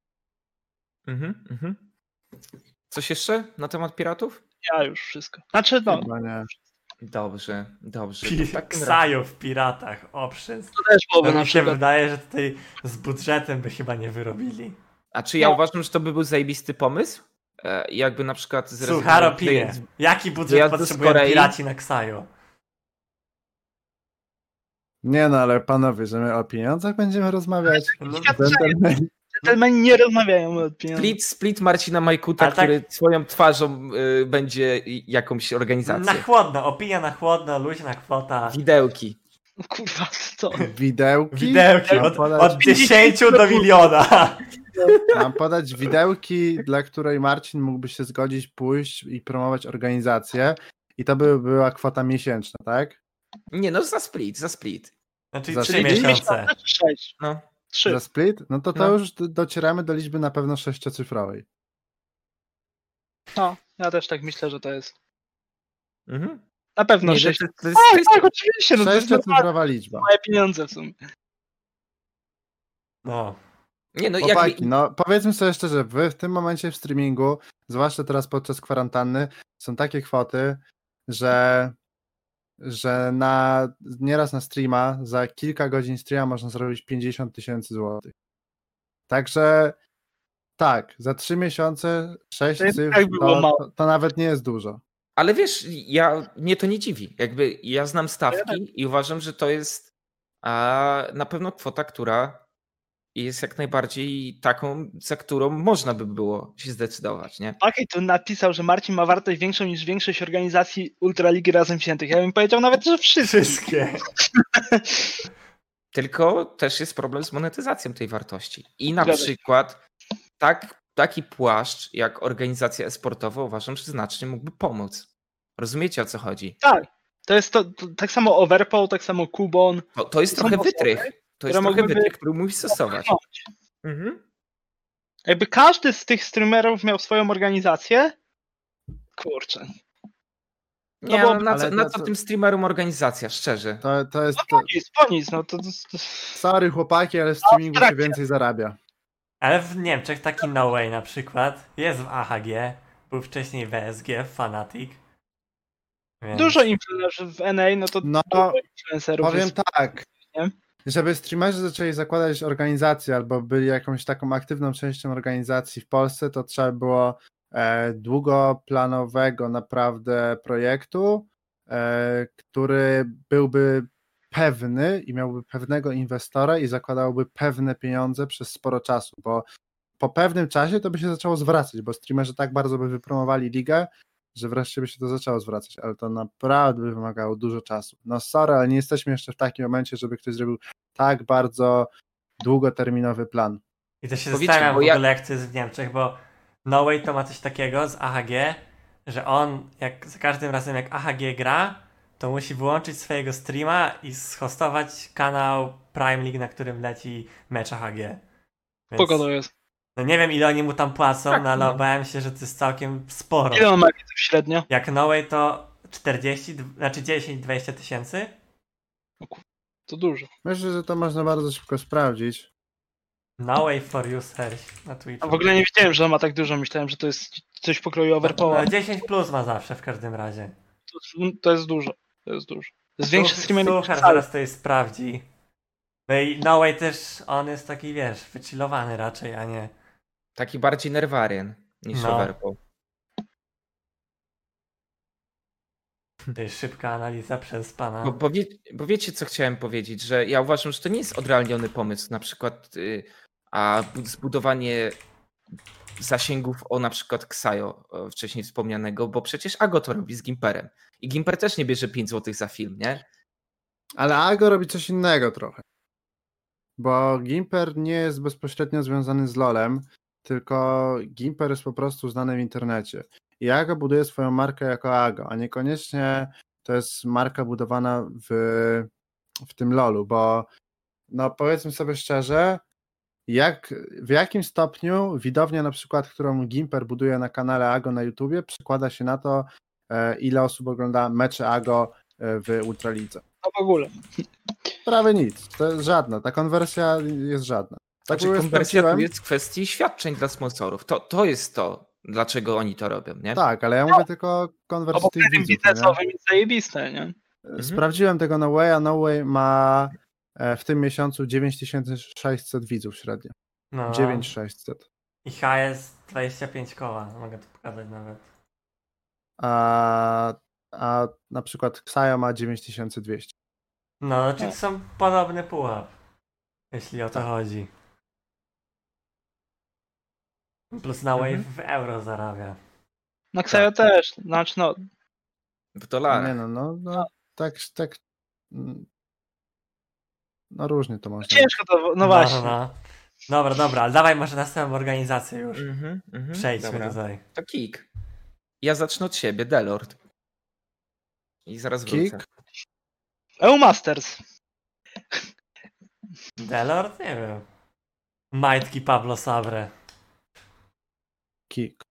Mhm, mhm. Coś jeszcze na temat piratów? Ja już wszystko. Znaczy, no. Chyba nie. Dobrze, dobrze. Pi- To w takim razie- Ksajo w piratach, o wszystko. To też byłoby No na mi się przykład. wydaje, że tutaj z budżetem by chyba nie wyrobili. A czy ja No. uważam, że to by był zajebisty pomysł? E, jakby na przykład Słuchaj, opinie. z- Jaki budżet wyjazdu z potrzebują Korei? piraci na Ksajo? Nie no, ale panowie, że my o pieniądzach będziemy rozmawiać. No, Dżentelmeni. Gentlemani nie rozmawiają o pieniądzach. Split, split Marcina Majkuta, Ale tak- który swoją twarzą y, będzie i- jakąś na organizację. chłodno, opinia na chłodno, luźna kwota. Widełki. Kurwa, co? Widełki. Widełki Mam od, podać, od dziesięciu do miliona. mam podać widełki, dla której Marcin mógłby się zgodzić pójść i promować organizację i to by była kwota miesięczna, tak? Nie no, za split, za split. Znaczy Za trzy trzy miesiące. Sześć. No. Trzy. Za split? No to to No. już d- docieramy do liczby na pewno sześciocyfrowej. No, ja też tak myślę, że to jest. Mhm. Na pewno Nie, sześć. to, to, jest, to Tak, jest, tak, oczywiście, no to jest normalne, Sześciocyfrowa liczba. moje pieniądze w sumie. No. nie no, Chłopaki, jak, no powiedzmy sobie szczerze, wy w tym momencie w streamingu, zwłaszcza teraz podczas kwarantanny, są takie kwoty, że że na nieraz na streama, za kilka godzin streama można zrobić pięćdziesiąt tysięcy złotych. Także tak, za trzy miesiące sześć To i cyfr, tak było to, mało. to, to nawet nie jest dużo. ale wiesz, ja, mnie to nie dziwi. Jakby ja znam stawki i uważam, że to jest a, na pewno kwota, która jest jak najbardziej taką, za którą można by było się zdecydować, nie? Okej, tu napisał, że Marcin ma wartość większą niż większość organizacji Ultraligi razem wziętych. Ja bym powiedział nawet, że wszystkie. Wszystkie. Tylko też jest problem z monetyzacją tej wartości. I na Zgadza się. przykład tak, taki płaszcz jak organizacja e-sportowa uważam, że znacznie mógłby pomóc. Rozumiecie, o co chodzi? Tak. To jest to, to tak samo Overpool, tak samo Kubon. To, to jest To są trochę osoby, wytrych. To jest które trochę mogłyby- wytrych, który musisz stosować. Mhm. Jakby każdy z tych streamerów miał swoją organizację, kurczę. Nie, było- no, na, co, ale na to- co to- tym streamerom organizacja, szczerze. To, to jest, No to, po nic, po nic, no to, to, to sorry chłopaki, ale w streamingu się Abstrakcja. więcej zarabia. Ale w Niemczech taki No Way na przykład jest w A H G, był wcześniej w S G, w Fnatic. Więc... dużo influencerów w N A, no to No, dużo influencerów Powiem jest, tak, nie? żeby streamerzy zaczęli zakładać organizację albo byli jakąś taką aktywną częścią organizacji w Polsce, to trzeba było e, długoplanowego naprawdę projektu, e, który byłby pewny i miałby pewnego inwestora i zakładałby pewne pieniądze przez sporo czasu, bo po pewnym czasie to by się zaczęło zwracać, bo streamerzy tak bardzo by wypromowali ligę, że wreszcie by się to zaczęło zwracać, ale to naprawdę by wymagało dużo czasu. No sorry, ale nie jesteśmy jeszcze w takim momencie, żeby ktoś zrobił tak bardzo długoterminowy plan. I to się Powiedzcie, zastanawiam w bo ja- ogóle, jak to jest w Niemczech, bo No Way to ma coś takiego z A H G, że on jak za każdym razem jak A H G gra, to musi wyłączyć swojego streama i zhostować kanał Prime League, na którym leci mecz A H G. Więc, Spoko to jest. no nie wiem ile oni mu tam płacą, Tak, no ale no. obawiam się, że to jest całkiem sporo. Ile on ma widzów średnio? Jak No Way to czterdzieści, znaczy dziesięć dwadzieścia tysięcy? To dużo. Myślę, że to można bardzo szybko sprawdzić. No Way for you search na Twitchu. A w ogóle nie wiedziałem, że on ma tak dużo. Myślałem, że to jest coś w pokroju Overpoła. No, dziesięć plus ma zawsze w każdym razie. To, to jest dużo. To jest dużo. To jest większy streamer niż Suchar Xayo. zaraz to jest sprawdzi. No i No Way też, on jest taki, wiesz, wychillowany raczej, a nie... Taki bardziej nerwarian niż No. Overpool. To jest szybka analiza przez pana. Bo, bo, wie, bo wiecie, co chciałem powiedzieć, że ja uważam, że to nie jest odrealniony pomysł, na przykład y, a bu- zbudowanie zasięgów o na przykład Xayo o, wcześniej wspomnianego, bo przecież Ago to robi z Gimperem. I Gimper też nie bierze pięć złotych za film, nie? Ale Ago robi coś innego trochę. Bo Gimper nie jest bezpośrednio związany z LoLem, tylko Gimper jest po prostu znany w internecie. I Ago buduje swoją markę jako Ago, a niekoniecznie to jest marka budowana w, w tym LoLu, bo no powiedzmy sobie szczerze, jak, w jakim stopniu widownia na przykład, którą Gimper buduje na kanale Ago na YouTubie, przekłada się na to, e, ile osób ogląda mecze Ago e, w Ultralidze. No w ogóle. Prawie nic, to jest żadna, ta konwersja jest żadna. Tak Znaczy, jak konwersja tu sprawdziłem, jest w kwestii świadczeń dla sponsorów. To, to jest to, dlaczego oni to robią, nie? tak, ale ja mówię tylko o konwersji Obok tych tym widzów. no nie? biznesowym jest zajebiste, nie? Sprawdziłem tego No Way, a No Way ma e, w tym miesiącu dziewięć tysięcy sześćset widzów średnio. No. dziewięć tysięcy sześćset. I H jest dwadzieścia pięć koła, mogę to pokazać nawet. A, a na przykład Xayo ma dziewięć tysięcy dwieście. No, czyli to są podobny pułap, jeśli o to Tak. chodzi. Plus na Wave Mhm. w euro zarabia. Na Xayo też. Znaczy no, W Nie dolarach. no, no, no tak, tak. mm, No różnie to można. ciężko to, no właśnie. No, no. Dobra, dobra, ale dawaj może następną organizację już. Mhm, mhm, Przejdźmy dobra. tutaj. To Kik. Ja zacznę od siebie, Delord. I zaraz Kik? wrócę. EU Masters. Delord? Nie wiem. Majtki Pablo Sabre. Kick.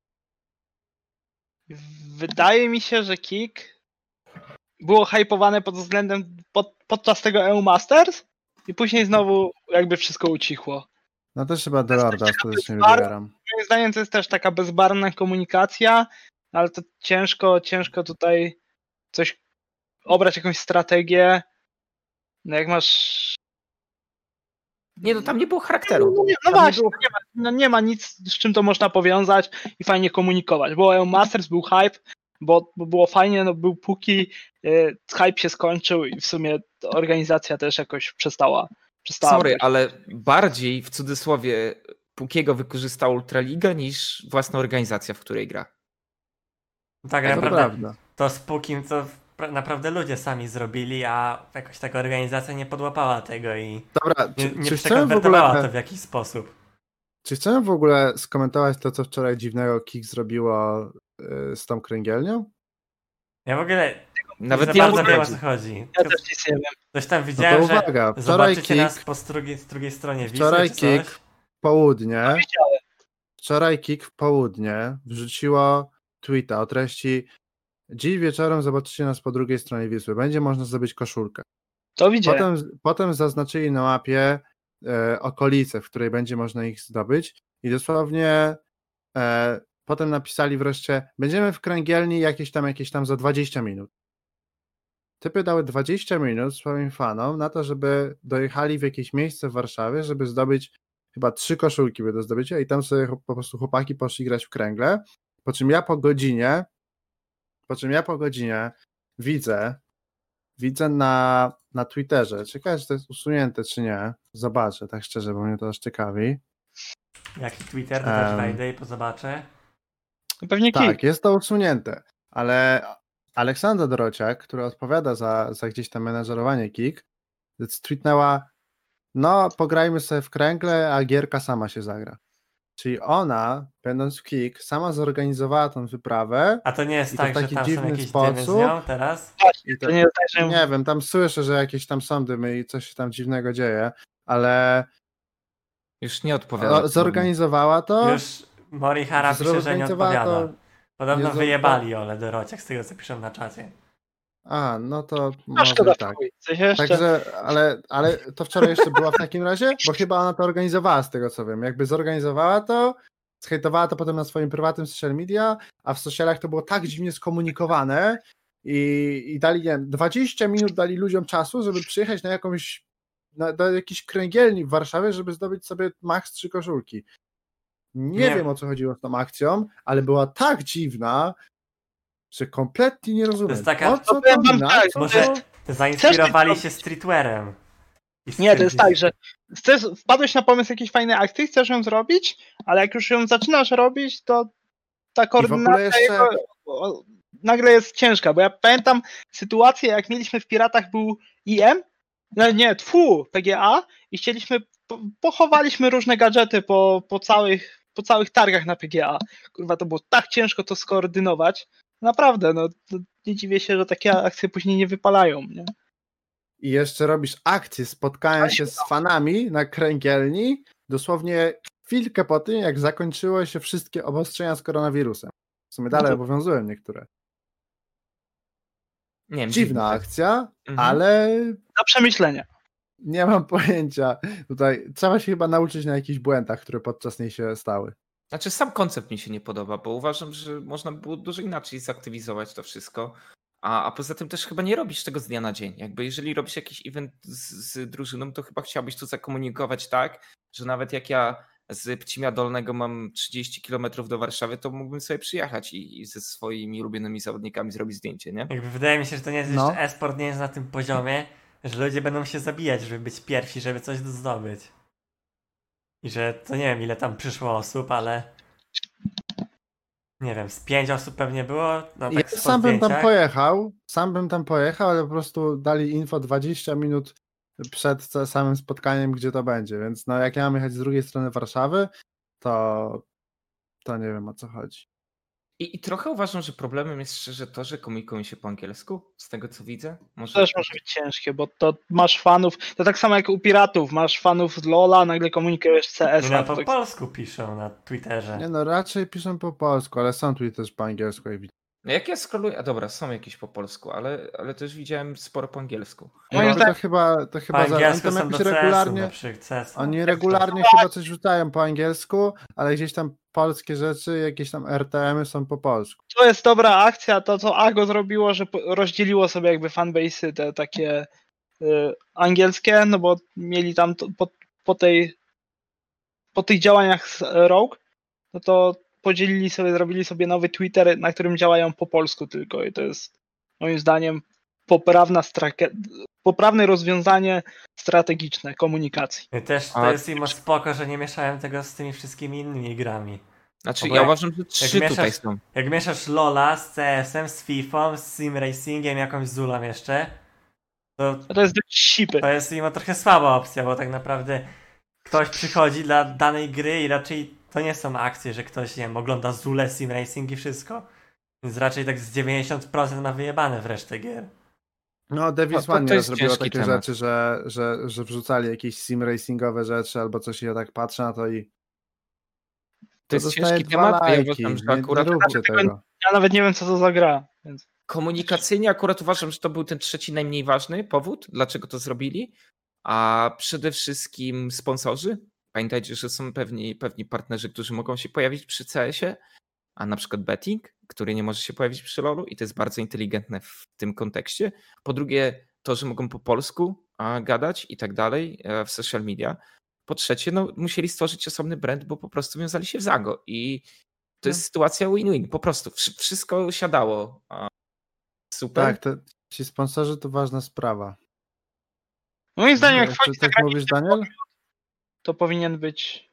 Wydaje mi się, że Kick było hypowane pod względem pod, podczas tego EU Masters i później znowu jakby wszystko ucichło. No też chyba Delorda ostatecznie bardzo- wybieram. Moim zdaniem to jest też taka bezbarwna komunikacja, ale to ciężko, ciężko tutaj coś obrać, jakąś strategię. No jak masz... Nie, no tam nie było charakteru. No, nie, no Tam nie właśnie, było- nie, ma, no nie ma nic, z czym to można powiązać i fajnie komunikować. Było EU Masters, był hype, bo, bo było fajnie, no był Puki, yy, hype się skończył i w sumie ta organizacja też jakoś przestała. przestała Sorry, być. ale bardziej w cudzysłowie Pukiego wykorzystał Ultraliga niż własna organizacja, w której gra. Tak To naprawdę prawda. to z Pukim to pra- naprawdę ludzie sami zrobili, a jakoś taka organizacja nie podłapała tego i Dobra, nie, czy, nie czy, chcemy w przekonwertowała ogóle, to w jakiś sposób. czy chcemy w ogóle skomentować to, co wczoraj dziwnego Kick zrobiło y, z tą kręgielnią? Ja w ogóle Nawet nie nie za wiem, bardzo o wiem o co co chodzi. chodzi. Ja też nic nie wiem. Coś tam No to widziałem, że uwaga, wczoraj zobaczycie nas Kick, po drugiej, z drugiej stronie Wisły wczoraj czy coś. Kick południe, Widziałem. wczoraj Kick w południe wrzuciło tweeta o treści: dziś wieczorem zobaczycie nas po drugiej stronie Wisły, będzie można zdobyć koszulkę. To widziałem. Potem, potem zaznaczyli na mapie e, okolice, w której będzie można ich zdobyć i dosłownie e, potem napisali wreszcie: będziemy w kręgielni jakieś tam, jakieś tam za dwadzieścia minut. Typy dały dwadzieścia minut swoim fanom na to, żeby dojechali w jakieś miejsce w Warszawie, żeby zdobyć chyba trzy koszulki by do zdobycia i tam sobie po prostu chłopaki poszli grać w kręgle, po czym ja po godzinie po czym ja po godzinie widzę widzę na na Twitterze. Ciekawe, czy to jest usunięte, czy nie. Zobaczę, tak szczerze, bo mnie to aż ciekawi. Jaki Twitter? To Em. też wejdę i pozobaczę. Pewnie Tak, Kik. jest to usunięte, ale Aleksandra Dorociak, która odpowiada za, za gdzieś tam menadżerowanie Kik, tweetnęła: no, pograjmy sobie w kręgle, a gierka sama się zagra. Czyli ona, będąc w Kik, sama zorganizowała tą wyprawę. A to nie jest I to tak, w że taki tam są dziwny jakieś dymy z sposób. nią teraz? I to, To nie jest tak, że... nie wiem, tam słyszę, że jakieś tam są dymy i coś się tam dziwnego dzieje, ale Już nie odpowiada. o, zorganizowała to. Już Morihara pisze, że nie zorganizowała odpowiada. to. Podobno nie zo- wyjebali Ole Dorociak z tego, co piszą na czacie. A, no to A może szkoda i tak. tak. Coś jeszcze? Także, ale, ale to wczoraj jeszcze była w takim razie, bo chyba ona to organizowała z tego co wiem. Jakby zorganizowała to, zhejtowała to potem na swoim prywatnym social media, a w socialach to było tak dziwnie skomunikowane i, i dali, nie wiem, dwadzieścia minut dali ludziom czasu, żeby przyjechać na jakąś, na, do jakiejś kręgielni w Warszawie, żeby zdobyć sobie max trzy koszulki. Nie, Nie. wiem, o co chodziło z tą akcją, ale była tak dziwna, że kompletnie nie rozumiem. jest taka- O co No, powiem to wam na tak, co może- to? Zainspirowali Chcesz się streetwearem. I Nie, to jest stwierdzili- tak, że chcesz, wpadłeś na pomysł jakiejś fajnej akcji, chcesz ją zrobić, ale jak już ją zaczynasz robić, to ta koordynacja jeszcze- jego, o, nagle jest ciężka, bo ja pamiętam sytuację, jak mieliśmy w Piratach był I M, no nie, tfu, P G A i chcieliśmy, po, pochowaliśmy różne gadżety po, po, całych, po całych targach na P G A. Kurwa, to było tak ciężko to skoordynować. Naprawdę, no to nie dziwię się, że takie akcje później nie wypalają, nie? I jeszcze robisz akcję, spotkałem się z fanami na kręgielni, dosłownie chwilkę po tym, jak zakończyły się wszystkie obostrzenia z koronawirusem. W sumie dalej No obowiązują niektóre. Nie wiem, Dziwna dziwne. akcja, Mhm. ale Do przemyślenia. nie mam pojęcia. Tutaj trzeba się chyba nauczyć na jakichś błędach, które podczas niej się stały. Znaczy sam koncept mi się nie podoba, bo uważam, że można było dużo inaczej zaktywizować to wszystko. A, a poza tym też chyba nie robisz tego z dnia na dzień. Jakby jeżeli robisz jakiś event z, z drużyną, to chyba chciałbyś to zakomunikować tak, że nawet jak ja z Pcimia Dolnego mam trzydzieści kilometrów do Warszawy, to mógłbym sobie przyjechać i, i ze swoimi ulubionymi zawodnikami zrobić zdjęcie, nie? Jakby wydaje mi się, że to nie jest No. jeszcze e-sport, nie jest na tym poziomie, że ludzie będą się zabijać, żeby być pierwsi, żeby coś zdobyć. I że to nie wiem, ile tam przyszło osób, ale nie wiem, z pięć osób pewnie było. No, Ja tak po sam bym tam zdjęciach. pojechał, sam bym tam pojechał, ale po prostu dali info dwadzieścia minut przed ca- samym spotkaniem, gdzie to będzie, więc no jak ja mam jechać z drugiej strony Warszawy, to, to nie wiem, o co chodzi. I, I trochę uważam, że problemem jest szczerze to, że komunikują się po angielsku, z tego co widzę. Może... To też może być ciężkie, bo to masz fanów, to tak samo jak u Piratów, masz fanów z LoL'a, nagle komunikujesz C S. No, no, po polsku piszą na Twitterze. Nie no, raczej piszą po polsku, ale są tu też po angielsku, jak widzę. No jak ja scrolluję, a dobra, są jakieś po polsku, ale, ale też widziałem sporo po angielsku. Moim No, zdaniem- to chyba, to Po chyba za, oni angielsku tam są do jakoś C S-u regularnie, na przykład. C S-u. oni regularnie chyba coś rzucają po angielsku, ale gdzieś tam polskie rzeczy, jakieś tam R T M-y są po polsku. To jest dobra akcja, to co Ago zrobiło, że po- rozdzieliło sobie jakby fanbase'y te takie y, angielskie, no bo mieli tam to, po, po tej po tych działaniach z Rogue, no to podzielili sobie, zrobili sobie nowy Twitter, na którym działają po polsku tylko i to jest moim zdaniem poprawna strake, poprawne rozwiązanie strategiczne komunikacji. I też to A- jest im spoko, że nie mieszałem tego z tymi wszystkimi innymi grami. Znaczy Bo ja jak- uważam, że trzy mieszasz- tutaj są. Jak mieszasz LoL'a z C S-em, z Fifą, z Sim Racingiem, jakąś Zulą jeszcze, to No to jest dość sipy. to jest mimo trochę słaba opcja, bo tak naprawdę ktoś przychodzi dla danej gry i raczej to nie są akcje, że ktoś, nie wiem, ogląda Zulę, Sim Racing i wszystko. Więc raczej tak z dziewięćdziesiąt procent ma wyjebane w resztę gier. No, Davis No, to- One to jest zrobiło ciężki takie temat. rzeczy, że, że, że wrzucali jakieś sim racingowe rzeczy albo coś i ja tak patrzę na to i To jest dostaje ciężki dwa temat, a ja lajki. uważam, że nie, akurat nie róbcie Tego- tego. Ja nawet nie wiem, co to za gra, więc komunikacyjnie akurat uważam, że to był ten trzeci najmniej ważny powód, dlaczego to zrobili, a przede wszystkim sponsorzy. Pamiętajcie, że są pewni, pewni partnerzy, którzy mogą się pojawić przy C S-ie, a na przykład betting, który nie może się pojawić przy LoLu i to jest bardzo inteligentne w tym kontekście. Po drugie, to, że mogą po polsku a, gadać i tak dalej e, w social media. Po trzecie, no, musieli stworzyć osobny brand, bo po prostu wiązali się w Zago i to jest sytuacja win-win, po prostu. Wsz- Wszystko siadało. A, super. Tak, to, ci sponsorzy to ważna sprawa. Moim zdaniem jak Czy wchodzi tak mówisz, Daniel? to powinien być...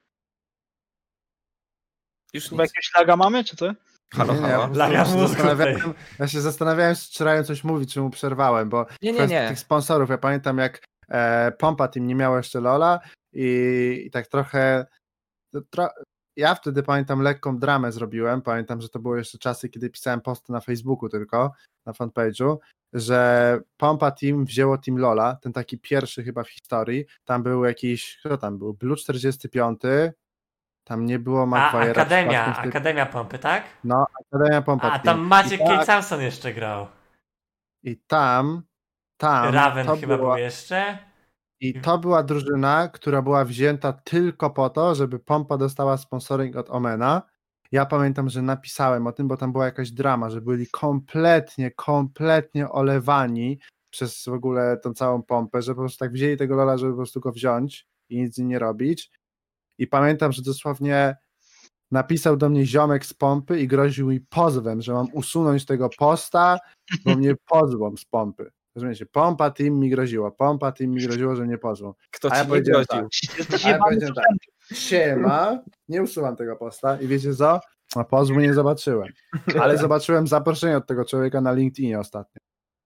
Już Chyba nic. jakiegoś laga mamy, czy co? Halo, Nie, nie, halo. ja, po Laga prostu się mózgu zastanawiałem, ja się zastanawiałem, czy Ryan coś mówi, czy mu przerwałem, bo Nie, nie, kwestia nie. tych sponsorów, ja pamiętam jak e, Pompa Team nie miało jeszcze Lola i, i tak trochę tro, ja wtedy pamiętam lekką dramę zrobiłem, pamiętam, że to były jeszcze czasy, kiedy pisałem posty na Facebooku tylko, na fanpage'u, że Pompa Team wzięło Team Lola, ten taki pierwszy chyba w historii, tam był jakiś, kto tam był, Blue czterdziesty pięć, tam nie było A, Maguire'a Akademia, przypadkiem w tej- Akademia Pompy, tak? No, Akademia Pompa A, Team. tam Maciek I tak- Kate Samson jeszcze grał. I tam, tam Raven to chyba była, był jeszcze. i to była drużyna, która była wzięta tylko po to, żeby Pompa dostała sponsoring od Omena. Ja pamiętam, że napisałem o tym, bo tam była jakaś drama, że byli kompletnie, kompletnie olewani przez w ogóle tą całą Pompę, że po prostu tak wzięli tego Lola, żeby po prostu go wziąć i nic z nim nie robić. I pamiętam, że dosłownie napisał do mnie ziomek z Pompy i groził mi pozwem, że mam usunąć tego posta, bo mnie pozwą z Pompy. Rozumiecie? Pompa Team mi groziło, Pompa Team mi groziło, że mnie pozwą. Kto A ja ci nie powiedziałem groził? Jesteś A ja jebany powiedziałem tak, siema, nie usuwam tego posta i wiecie co? A pozwu nie zobaczyłem, ale zobaczyłem zaproszenie od tego człowieka na LinkedInie ostatnio.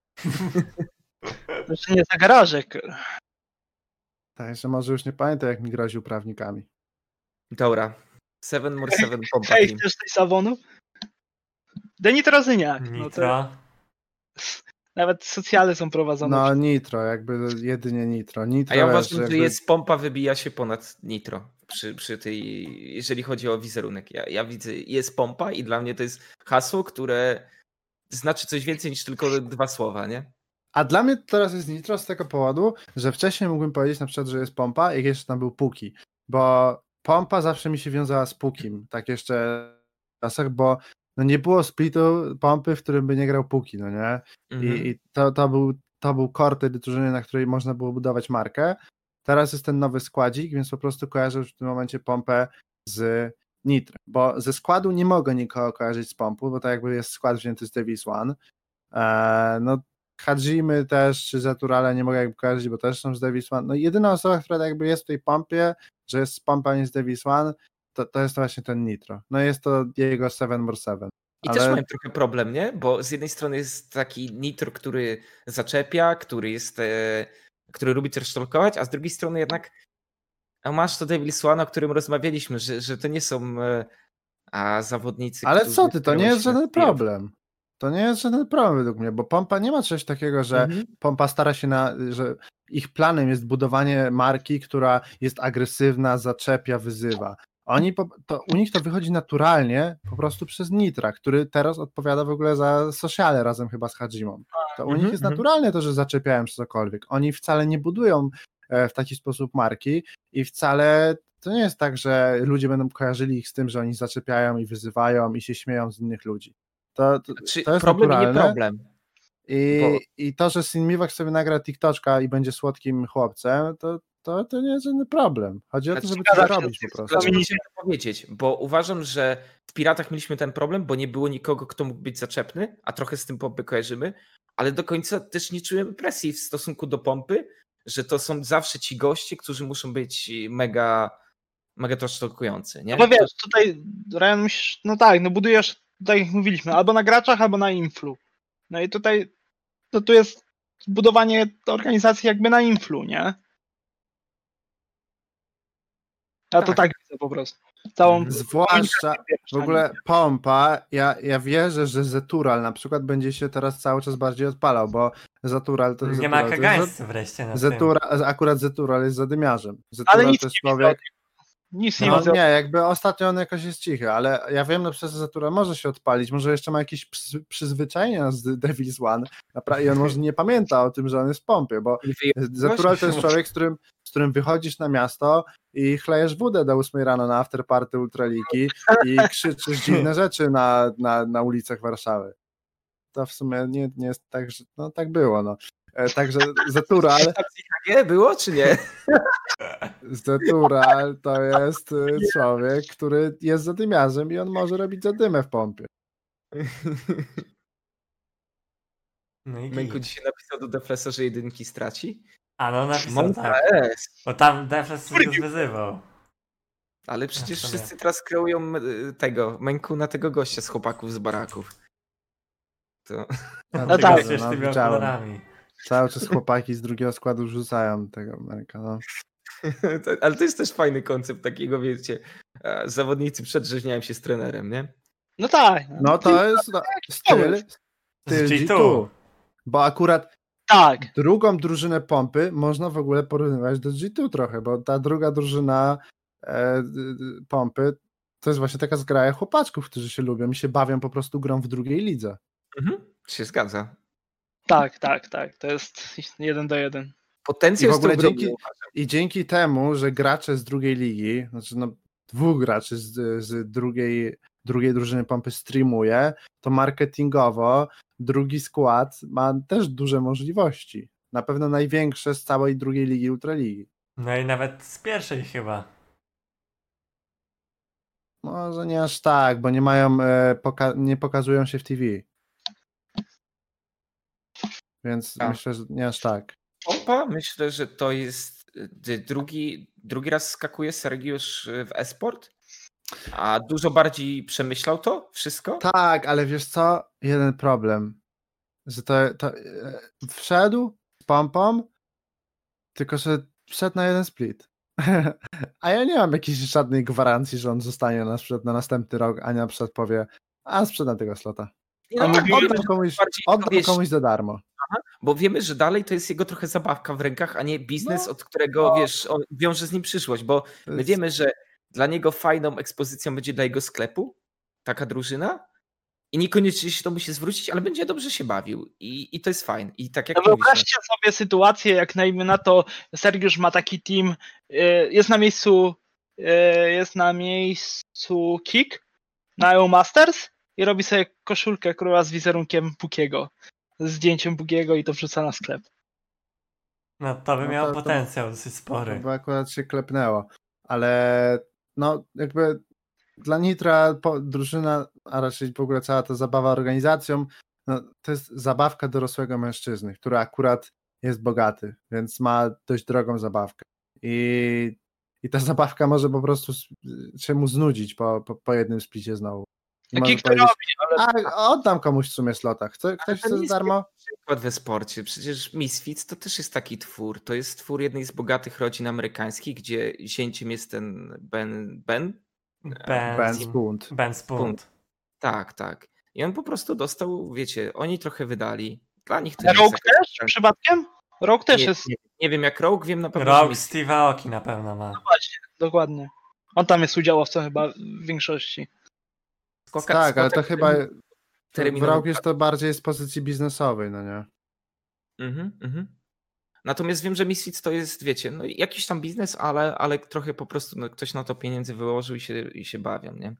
To jeszcze nie za garażek. Tak, jeszcze może już nie pamiętam, jak mi groził prawnikami. Dobra. Seven more seven Pompa Hej, Team. chcesz tej Sawonu? Denitrozyniak. No to Nitro. nawet socjale są prowadzone. No przez- nitro, jakby jedynie nitro. nitro A ja wiesz, uważam, że jakby- jest Pompa wybija się ponad Nitro przy, przy tej, jeżeli chodzi o wizerunek. Ja, ja widzę, jest Pompa i dla mnie to jest hasło, które znaczy coś więcej niż tylko dwa słowa, nie? A dla mnie teraz jest nitro z tego powodu, że wcześniej mógłbym powiedzieć na przykład, że jest Pompa, jak jeszcze tam był Puki, bo Pompa zawsze mi się wiązała z Pukim, tak jeszcze w czasach, bo no nie było splitu Pompy, w którym by nie grał Puki, no nie? Mhm. I, i to, to był to był core tej drużyny, na której można było budować markę. Teraz jest ten nowy składzik, więc po prostu kojarzę już w tym momencie Pompę z Nitro, bo ze składu nie mogę nikogo kojarzyć z Pompą, bo to jakby jest skład wzięty z Davis One. Eee, no Hadzimy też, czy Zaturale nie mogę jakby kojarzyć, bo też są z Davis One. No jedyna osoba, która jakby jest w tej Pompie, że jest z Pompa, a nie z Davis One, to, to jest właśnie ten Nitro. No jest to jego seven more seven. I ale- też mam trochę problem, nie? Bo z jednej strony jest taki Nitro, który zaczepia, który jest, e, który lubi też sztolkować, a z drugiej strony jednak a masz to Devil Swan, o którym rozmawialiśmy, że, że to nie są e, a zawodnicy, Ale którzy co ty, to nie kierują jest się na żaden playoff. problem. To nie jest żaden problem według mnie, bo Pompa nie ma czegoś takiego, że Mhm. Pompa stara się na, że ich planem jest budowanie marki, która jest agresywna, zaczepia, wyzywa. Oni, po, to, u nich to wychodzi naturalnie po prostu przez Nitra, który teraz odpowiada w ogóle za sociale razem chyba z Hadzimą. To u Mhm, nich jest mhm. naturalne to, że zaczepiają czy cokolwiek. Oni wcale nie budują e, w taki sposób marki i wcale to nie jest tak, że ludzie będą kojarzyli ich z tym, że oni zaczepiają i wyzywają i się śmieją z innych ludzi. To, to, Czy to jest problem i nie naturalne. problem. I, Bo- I to, że Sin Miwak sobie nagra TikToczka i będzie słodkim chłopcem, to, to, to nie jest żaden problem. Chodzi o to, Znaczy, żeby to zgadza się, robić po prostu. Dlaczego chciałem to powiedzieć? Bo uważam, że w Piratach mieliśmy ten problem, bo nie było nikogo, kto mógł być zaczepny, a trochę z tym Pompy kojarzymy, ale do końca też nie czułem presji w stosunku do Pompy, że to są zawsze ci goście, którzy muszą być mega, mega to sztokujący, nie? No bo wiesz, tutaj Ryan musisz, no tak, no budujesz, tak jak mówiliśmy, albo na graczach, albo na influ. No i tutaj, to tu jest budowanie organizacji jakby na influ, nie? Ja to Tak. tak widzę po prostu. Całą Mhm. Zwłaszcza w ogóle Pompa, ja, ja wierzę, że Zetural na przykład będzie się teraz cały czas bardziej odpalał, bo Zetural to Nie ma Zetural, to jest, kagańscy wreszcie na tym. Zetural, akurat Zetural jest zadymiarzem. Zetural Ale nic to jest nie człowiek. Nic nie No ma. nie, jakby ostatnio on jakoś jest cichy, ale ja wiem, że przez Zetura może się odpalić, może jeszcze ma jakieś przy, przyzwyczajenia z Devil's One Napra- i on może nie pamięta o tym, że on jest w Pompie, bo Zetural to jest człowiek, z którym, z którym wychodzisz na miasto i chlejesz wódę do ósmej rano na afterparty Ultraliki i krzyczysz dziwne rzeczy na, na, na ulicach Warszawy. To w sumie nie, nie jest tak, że no tak było, no. E, Także Zetural Nie, było czy nie? Zetural to jest y, człowiek, który jest zadymiarzem i on może robić zadymę w Pompie. No i Męku git. dzisiaj napisał do Deflesa, że jedynki straci. A no napisał Monka tak. S. Bo tam Defres go wyzywał. Ale przecież w sumie. wszyscy teraz kreują y, tego, Męku na tego gościa z chłopaków z baraków. To... No, No Ty tak. go wiesz no, tymi widziałem. okularami. Cały czas chłopaki z drugiego składu rzucają tego Merka, no. to, ale to jest też fajny koncept takiego, wiecie, e, zawodnicy przedrzeźniają się z trenerem, nie? No tak. No to jest no, styl, styl Z G G dwa. dwa. Bo akurat Tak. drugą drużynę Pompy można w ogóle porównywać do G dwa trochę, bo ta druga drużyna e, Pompy to jest właśnie taka zgraja chłopaczków, którzy się lubią i się bawią po prostu grą w drugiej lidze. Mhm. Się zgadza. Tak, tak, tak. To jest jeden do jeden. Potencjał I w jest ogóle ogromny. dzięki, I dzięki temu, że gracze z drugiej ligi, znaczy no, dwóch graczy z, z drugiej, drugiej drużyny Pompy streamuje, to marketingowo drugi skład ma też duże możliwości. Na pewno największe z całej drugiej ligi Ultraligi. No i nawet z pierwszej chyba. Może nie aż tak, bo nie mają, e, poka- nie pokazują się w T V. Więc A. myślę, że nie aż tak. Pompa, myślę, że to jest y, drugi, drugi raz skakuje Sergiusz w e-sport, a dużo bardziej przemyślał to wszystko. Tak, ale wiesz co? Jeden problem. Że to, to e, wszedł z pompą, tylko że wszedł na jeden split. A ja nie mam jakiejś żadnej gwarancji, że on zostanie na przykład na następny rok, a na przykład powie, a sprzedam tego slota. Nie, no, A tak, mówiłem, wiemy, Oddam komuś, bardziej, oddam wiesz, komuś za darmo. bo wiemy, że dalej to jest jego trochę zabawka w rękach, a nie biznes, No, od którego wiesz, on wiąże z nim przyszłość, bo To my jest- wiemy, że dla niego fajną ekspozycją będzie dla jego sklepu taka drużyna i niekoniecznie się to musi zwrócić, ale będzie dobrze się bawił i, i to jest fajne. I tak jak No mówisz, no, wyobraźcie sobie sytuację, jak najmniej na to Sergiusz ma taki team, y, jest na miejscu y, jest na miejscu Kick na E U Masters i robi sobie koszulkę króla z wizerunkiem Bukiego, z zdjęciem Bukiego i to wrzuca na sklep. No to by No miał to- to- potencjał dosyć spory. Bo akurat się klepnęło. Ale no jakby dla Nitra po, drużyna, a raczej w ogóle cała ta zabawa organizacją, no, to jest zabawka dorosłego mężczyzny, który akurat jest bogaty, więc ma dość drogą zabawkę. I, i ta zabawka może po prostu s- się mu znudzić po, po, po jednym splicie znowu. I No może Kick to powiedzieć, robi, a oddam komuś w sumie slota. Chce, ktoś to chce nie za jest darmo? przykład we sporcie. Przecież Misfits to też jest taki twór. To jest twór jednej z bogatych rodzin amerykańskich, gdzie zięciem jest ten Ben. Ben? Ben, Ben Spunt. Ben Spunt. Tak, tak. I on po prostu dostał, wiecie, oni trochę wydali. Dla nich to A nie Rogue jest jakaś- też przypadkiem? Rogue też nie, jest, nie, nie wiem jak Rogue, wiem na pewno, że Rogue Misfits. Steve Aoki na pewno ma. właśnie, dokładnie. On tam jest udziałowcem chyba w większości. Skłaka- Tak, ale to skłaka- chyba w terminowy- Rogue jest to bardziej z pozycji biznesowej, no nie? Mhm, mhm. Natomiast wiem, że Misfits to jest, wiecie, no jakiś tam biznes, ale, ale trochę po prostu no, ktoś na to pieniędzy wyłożył i się, i się bawią, nie?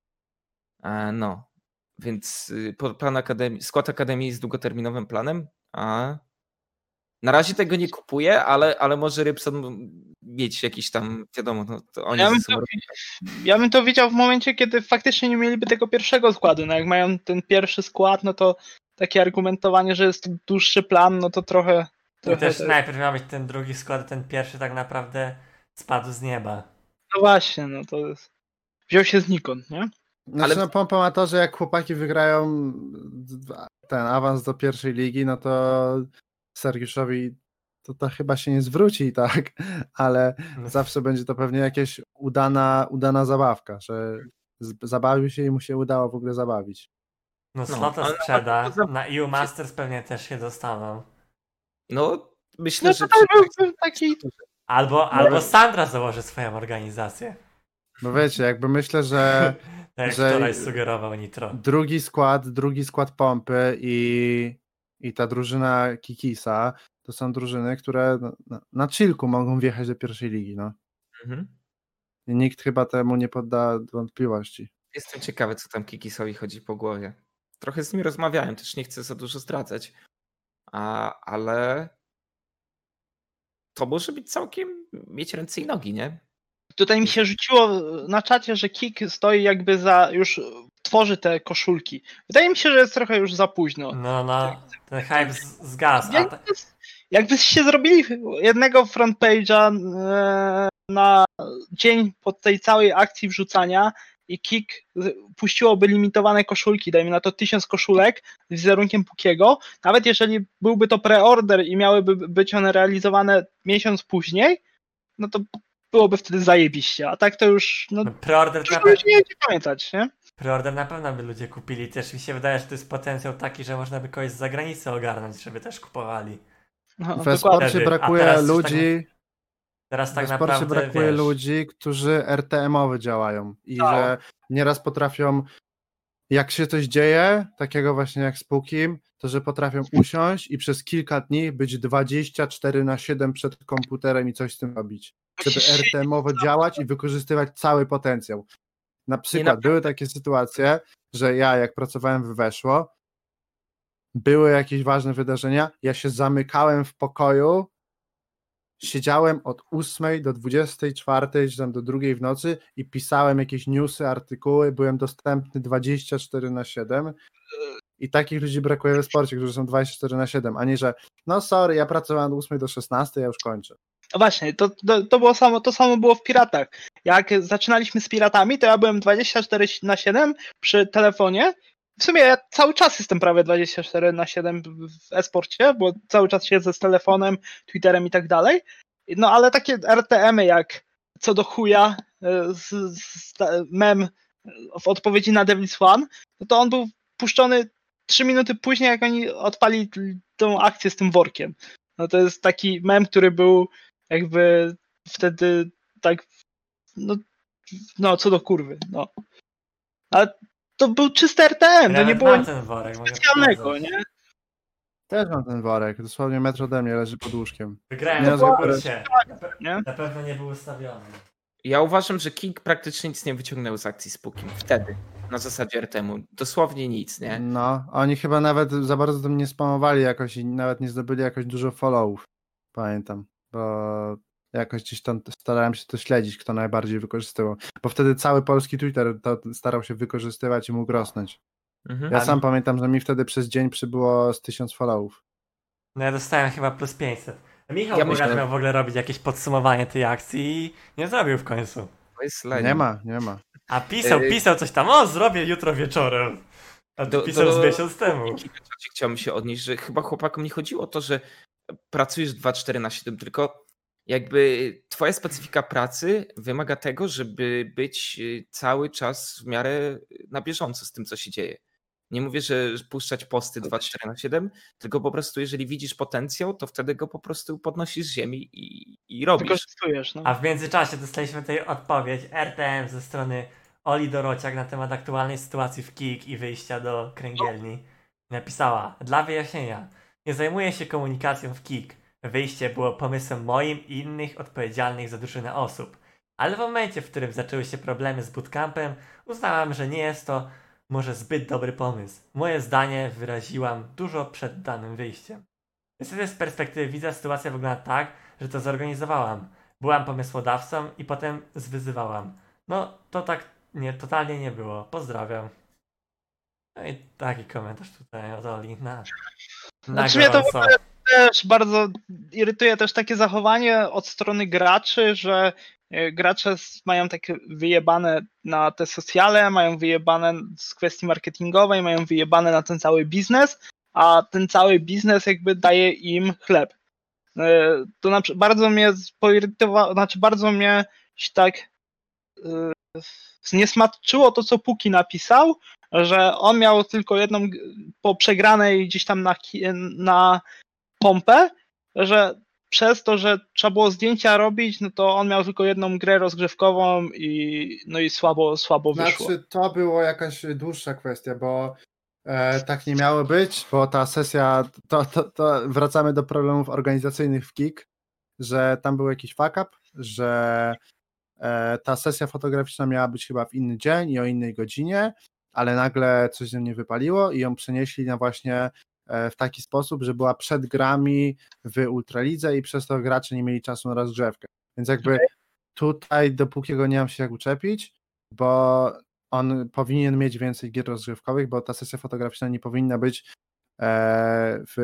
E, no, więc y, po- plan akademii, skład akademii jest długoterminowym planem, a na razie tego nie kupuję, ale, ale może Rybson mieć jakiś tam, wiadomo, no, to oni Ja ze bym, sobą to, ja bym to widział w momencie, kiedy faktycznie nie mieliby tego pierwszego składu. No jak mają ten pierwszy skład, no to takie argumentowanie, że jest to dłuższy plan, no to trochę... I trochę też tak. najpierw miał być ten drugi skład, ten pierwszy tak naprawdę spadł z nieba. No właśnie, no to jest... Wziął się znikąd, nie? Znaczy, Ale- no, pompa ma to, że jak chłopaki wygrają ten awans do pierwszej ligi, no to Sergiuszowi to, to chyba się nie zwróci, tak, ale No. zawsze będzie to pewnie jakaś udana, udana zabawka, że z- zabawił się i mu się udało w ogóle zabawić. No No, slota ale- sprzeda, ale- na E U Masters pewnie też się dostaną. No, myślę, No że to przy- był taki... Albo, albo Sandra założy swoją organizację. No wiecie, jakby myślę, że Tak jak Że- wczoraj sugerował Nitro. drugi skład, drugi skład pompy i, i ta drużyna Kikisa to są drużyny, które no, na, na chillku mogą wjechać do pierwszej ligi, no. Mhm. I nikt chyba temu nie podda wątpliwości. Jestem ciekawy, co tam Kikisowi chodzi po głowie. Trochę z nim rozmawiałem, też nie chcę za dużo zdradzać, a, ale to może być całkiem mieć ręce i nogi, nie? Tutaj mi się rzuciło na czacie, że Kik stoi jakby za... już tworzy te koszulki. Wydaje mi się, że jest trochę już za późno. No, no, ten hype z- zgasł. Ja A nie, ta- jakbyście zrobili jednego frontpage'a e, na dzień po tej całej akcji wrzucania i Kik puściłoby limitowane koszulki, dajmy na to tysiąc koszulek z wizerunkiem Pukiego, nawet jeżeli byłby to preorder i miałyby być one realizowane miesiąc później, no to byłoby wtedy zajebiście, a tak to już, no, No, preorder na już pe- nie będzie pamiętać, nie? preorder na pewno by ludzie kupili. Też mi się wydaje, że to jest potencjał taki, że można by kogoś z zagranicy ogarnąć, żeby też kupowali. No, W dokładnie. e-sporcie Wtedy. A brakuje teraz już ludzi, Teraz w tak e-sporcie naprawdę, brakuje wiesz, ludzi, którzy R T M-owo działają i Tak. że nieraz potrafią, jak się coś dzieje, takiego właśnie jak z Pukim, to że potrafią usiąść i przez kilka dni być dwadzieścia cztery na siedem przed komputerem i coś z tym robić. Żeby R T M-owo działać i wykorzystywać cały potencjał. Na przykład były takie sytuacje, że ja jak pracowałem w Weszło, były jakieś ważne wydarzenia, ja się zamykałem w pokoju, siedziałem od ósmej do dwudziestej czwartej, czy tam do drugiej w nocy i pisałem jakieś newsy, artykuły, byłem dostępny dwadzieścia cztery na siedem i takich ludzi brakuje w sporcie, którzy są dwadzieścia cztery na siedem, a nie, że no sorry, ja pracowałem od ósmej do szesnastej, ja już kończę. No właśnie, to, to, to było samo, to samo było w Piratach. Jak zaczynaliśmy z Piratami, to ja byłem dwadzieścia cztery na siedem przy telefonie. W sumie ja cały czas jestem prawie dwadzieścia cztery na siedem w e-sporcie, bo cały czas siedzę z telefonem, Twitterem i tak dalej. No ale takie R T M-y jak co do chuja, z, z, mem w odpowiedzi na Devil's One, no to on był puszczony trzy minuty później, jak oni odpali tą akcję z tym workiem. No to jest taki mem, który był jakby wtedy tak, no, no co do kurwy, no. Ale to był czysty R T M, to nie było nic ten worek, mogę specjalnego, pokazać. nie? Też mam ten worek, dosłownie metr ode mnie leży pod łóżkiem. Wygrałem Nie, w że- konkursie. nie? Na pewno nie był ustawiony. Ja uważam, że Kik praktycznie nic nie wyciągnął z akcji z Pukim. Wtedy. Na zasadzie R T M-u. Dosłownie nic, nie? No, oni chyba nawet za bardzo tym nie spamowali jakoś i nawet nie zdobyli jakoś dużo followów. Pamiętam, bo jakoś gdzieś tam starałem się to śledzić, kto najbardziej wykorzystywał. Bo wtedy cały polski Twitter to starał się wykorzystywać i mógł rosnąć. Mhm. Ja A sam mi- pamiętam, że mi wtedy przez dzień przybyło z tysiąc followów. No ja dostałem chyba plus pięćset. Michał Ja ja myślę- miał w ogóle robić jakieś podsumowanie tej akcji i nie zrobił w końcu. To jest lenią. Nie ma, nie ma. A pisał, Yy. pisał coś tam, o zrobię jutro wieczorem. A Do- pisał do- z miesiąc temu. Chciałbym się odnieść, że chyba chłopakom nie chodziło o to, że pracujesz dwadzieścia cztery na siedem, tylko jakby twoja specyfika pracy wymaga tego, żeby być y, cały czas w miarę na bieżąco z tym, co się dzieje. Nie mówię, że puszczać posty dwadzieścia cztery na siedem, tylko po prostu jeżeli widzisz potencjał, to wtedy go po prostu podnosisz z ziemi i, i robisz. Wykorzystujesz, no. A w międzyczasie dostaliśmy tutaj odpowiedź R T M ze strony Oli Dorociak na temat aktualnej sytuacji w Kik i wyjścia do kręgielni. Napisała, dla wyjaśnienia, nie zajmuję się komunikacją w Kik. Wyjście było pomysłem moim i innych odpowiedzialnych za drużynę osób. Ale w momencie, w którym zaczęły się problemy z bootcampem, uznałam, że nie jest to może zbyt dobry pomysł. Moje zdanie wyraziłam dużo przed danym wyjściem. Niestety z perspektywy widza sytuacja wygląda tak, że to zorganizowałam. Byłam pomysłodawcą i potem zwyzywałam. No, to tak nie, totalnie nie było. Pozdrawiam. No i taki komentarz tutaj od Oli na, na Znaczy mnie to w gorąco. ogóle też bardzo irytuje też takie zachowanie od strony graczy, że e, gracze s- mają takie wyjebane na te socjale, mają wyjebane z kwestii marketingowej, mają wyjebane na ten cały biznes, a ten cały biznes jakby daje im chleb. E, To na przykład bardzo mnie poirytowało, znaczy bardzo mnie się tak e, zniesmaczyło to, co Puki napisał, że on miał tylko jedną g- po przegranej gdzieś tam na, ki- na pompę, że przez to, że trzeba było zdjęcia robić, no to on miał tylko jedną grę rozgrzewkową i no i słabo, słabo wyszło. Znaczy, to było jakaś dłuższa kwestia, bo e, tak nie miało być, bo ta sesja, to, to, to wracamy do problemów organizacyjnych w Kik, że tam był jakiś fuck up, że e, ta sesja fotograficzna miała być chyba w inny dzień i o innej godzinie, ale nagle coś z nią nie wypaliło i ją przenieśli na właśnie e, w taki sposób, że była przed grami w Ultralidze i przez to gracze nie mieli czasu na rozgrzewkę. Więc jakby tutaj dopóki go nie mam się jak uczepić, bo on powinien mieć więcej gier rozgrzewkowych, bo ta sesja fotograficzna nie powinna być e, w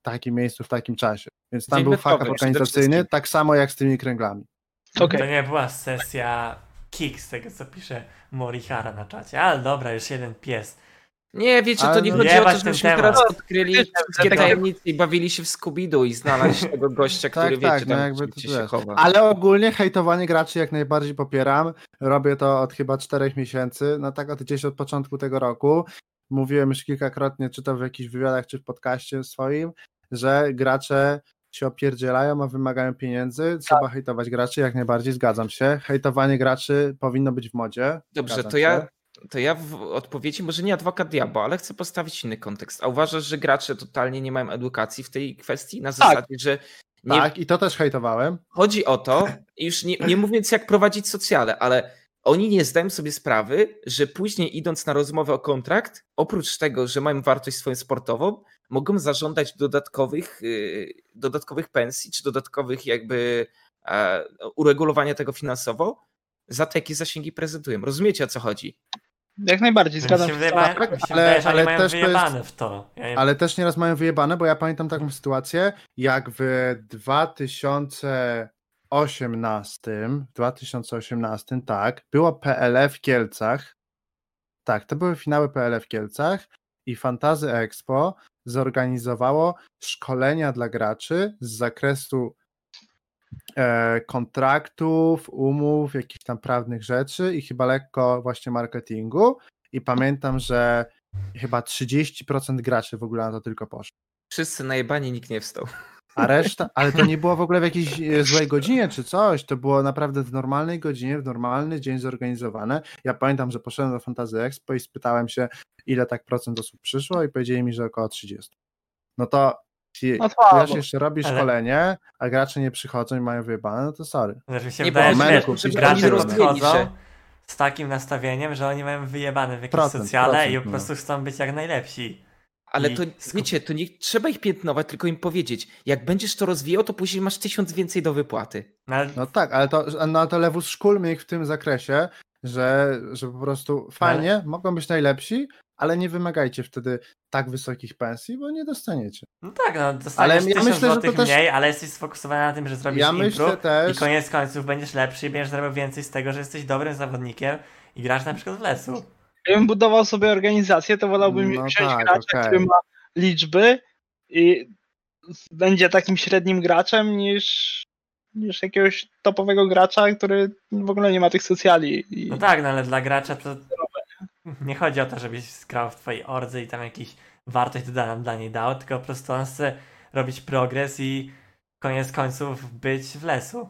takim miejscu, w takim czasie. Więc tam Dzień był metrowy fuck up przede organizacyjny, wszystkim. tak samo jak z tymi kręglami. Okej. To nie była sesja kick z tego, co pisze Morihara na czacie, ale dobra, już jeden pies. Nie, wiecie, to Ale nie no- chodzi o to, Jebać ten żebyśmy temat. teraz odkryli Wiecie, wszystkie tak- tajemnice i bawili się w Scooby-Doo i znaleźć tego gościa, który Tak, wiecie, tak, no tam jakby to gdzie się wiesz. chowa. Ale ogólnie hejtowanie graczy jak najbardziej popieram. Robię to od chyba czterech miesięcy, no tak od gdzieś od początku tego roku. Mówiłem już kilkakrotnie, czy to w jakichś wywiadach, czy w podcaście swoim, że gracze się opierdzielają, a wymagają pieniędzy. Trzeba hejtować graczy, jak najbardziej, zgadzam się. Hejtowanie graczy powinno być w modzie. Dobrze, zgadzam to się. ja, to ja w odpowiedzi, może nie adwokat diabła, ale chcę postawić inny kontekst. A uważasz, że gracze totalnie nie mają edukacji w tej kwestii? Na zasadzie, że nie Tak, i to też hejtowałem. chodzi o to, już nie, nie mówiąc jak prowadzić socjale, ale oni nie zdają sobie sprawy, że później idąc na rozmowę o kontrakt, oprócz tego, że mają wartość swoją sportową, mogą zażądać dodatkowych, yy, dodatkowych pensji, czy dodatkowych jakby e, uregulowania tego finansowo za te, jakie zasięgi prezentują. Rozumiecie, o co chodzi? Jak najbardziej, Mi zgadzam się się. wydaje, tak, mi się ale- wydaje że ale oni mają też to jest- wyjebane w to. Ja nie... Ale też nieraz mają wyjebane, bo ja pamiętam taką sytuację, jak w dwa tysiące osiemnastym, w dwa tysiące osiemnastym, tak, było P L F w Kielcach. Tak, to były finały P L F w Kielcach i Fantasy Expo zorganizowało szkolenia dla graczy z zakresu e, kontraktów, umów, jakichś tam prawnych rzeczy i chyba lekko właśnie marketingu. I pamiętam, że chyba trzydzieści procent graczy w ogóle na to tylko poszło. Wszyscy najebani, nikt nie wstał. A reszta, ale to nie było w ogóle w jakiejś e, złej godzinie czy coś, to było naprawdę w normalnej godzinie, w normalny dzień zorganizowane. Ja pamiętam, że poszedłem do Fantasy Expo i spytałem się, ile tak procent osób przyszło i powiedzieli mi, że około trzydzieści. No to jeśli No słabo. ktoś jeszcze robi Ale- szkolenie, a gracze nie przychodzą i mają wyjebane, no to sorry. Znaczy mi się Nie, wydaje, bo że wiesz, Melku, żeby gracze oni zrozumieli, podchodzą że- z takim nastawieniem, że oni mają wyjebane w jakieś Procent, socjale procent, i po no. prostu chcą być jak najlepsi. Ale I to, skup- wiecie, to nie trzeba ich piętnować, tylko im powiedzieć, jak będziesz to rozwijał, to później masz tysiąc więcej do wypłaty. No, ale No tak, ale to, no to lewus szkulmy ich w tym zakresie, że, że po prostu fajnie, mogą być najlepsi, ale nie wymagajcie wtedy tak wysokich pensji, bo nie dostaniecie. No tak, no dostaniesz Ale ja tysiąc myślę, że to złotych też- mniej, ale jesteś sfokusowany na tym, że zrobisz Ja improve myślę też- i koniec końców będziesz lepszy i będziesz zarabiał więcej z tego, że jesteś dobrym zawodnikiem i grasz na przykład w lesu. Gdybym budował sobie organizację, to wolałbym No wziąć tak, gracza, okej. który ma liczby i będzie takim średnim graczem niż, niż jakiegoś topowego gracza, który w ogóle nie ma tych socjali. I... No tak, no ale dla gracza to nie chodzi o to, żebyś grał w twojej ordze i tam jakiś wartość dodaną dla niej dał, tylko po prostu on chce robić progres i koniec końców być w lesu.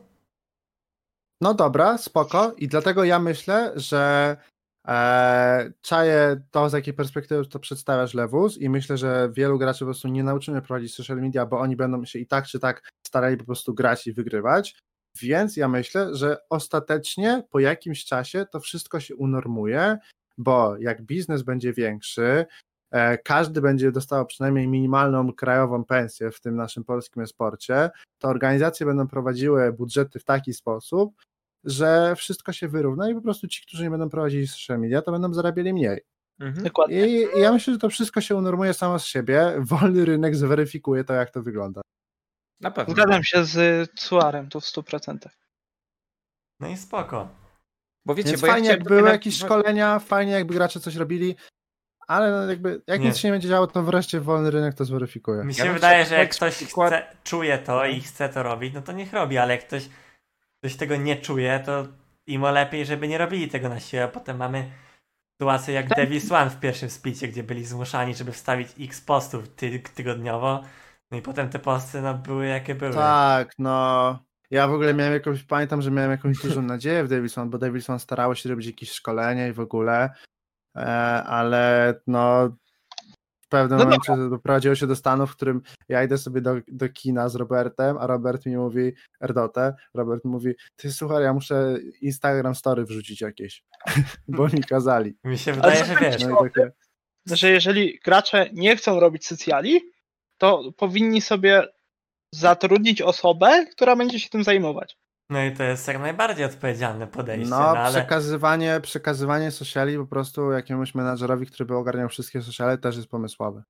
No dobra, spoko. I dlatego ja myślę, że e, czaję to, z jakiej perspektywy to przedstawiasz, Lewus, i myślę, że wielu graczy po prostu nie nauczymy prowadzić social media, bo oni będą się i tak czy tak starali po prostu grać i wygrywać. Więc ja myślę, że ostatecznie po jakimś czasie to wszystko się unormuje, bo jak biznes będzie większy, e, każdy będzie dostawał przynajmniej minimalną krajową pensję w tym naszym polskim e-sporcie, to organizacje będą prowadziły budżety w taki sposób, że wszystko się wyrówna i po prostu ci, którzy nie będą prowadzili social media, to będą zarabiali mniej. Mhm. Dokładnie. I, I ja myślę, że to wszystko się unormuje samo z siebie. Wolny rynek zweryfikuje to, jak to wygląda. Na pewno. Zgadzam się z Cuarem tu w stu procentach. No i spoko. Bo wiecie, Więc bo ja fajnie, chciałem jak tutaj były na- jakieś szkolenia, fajnie, jakby gracze coś robili, ale no jakby, jak Nie. nic się nie będzie działo, to wreszcie wolny rynek to zweryfikuje. Mi się bym wydaje, chciał że jak podać ktoś przykład- chce, czuje to i chce to robić, no to niech robi, ale jak ktoś, ktoś tego nie czuje, to im o lepiej, żeby nie robili tego na siłę. Potem mamy sytuację jak Devil's One w pierwszym splicie, gdzie byli zmuszani, żeby wstawić x postów ty tygodniowo, no i potem te posty no, były jakie były. Tak, no. Ja w ogóle miałem jakąś, pamiętam, że miałem jakąś dużą nadzieję w Devil's One, bo Devil's One starało się robić jakieś szkolenia i w ogóle, e, ale no w pewnym No momencie doprowadziło się do stanu, w którym ja idę sobie do, do kina z Robertem, a Robert mi mówi, Erdotę, Robert mi mówi, ty słuchaj, ja muszę Instagram story wrzucić jakieś, bo mi kazali. Mi się wydaje, co że tam wiesz, No i takie, Że jeżeli gracze nie chcą robić socjali, to powinni sobie zatrudnić osobę, która będzie się tym zajmować. no i to jest jak najbardziej odpowiedzialne podejście, no, no, ale przekazywanie, przekazywanie sociali po prostu jakiemuś menadżerowi, który by ogarniał wszystkie sociale, też jest pomysłowe.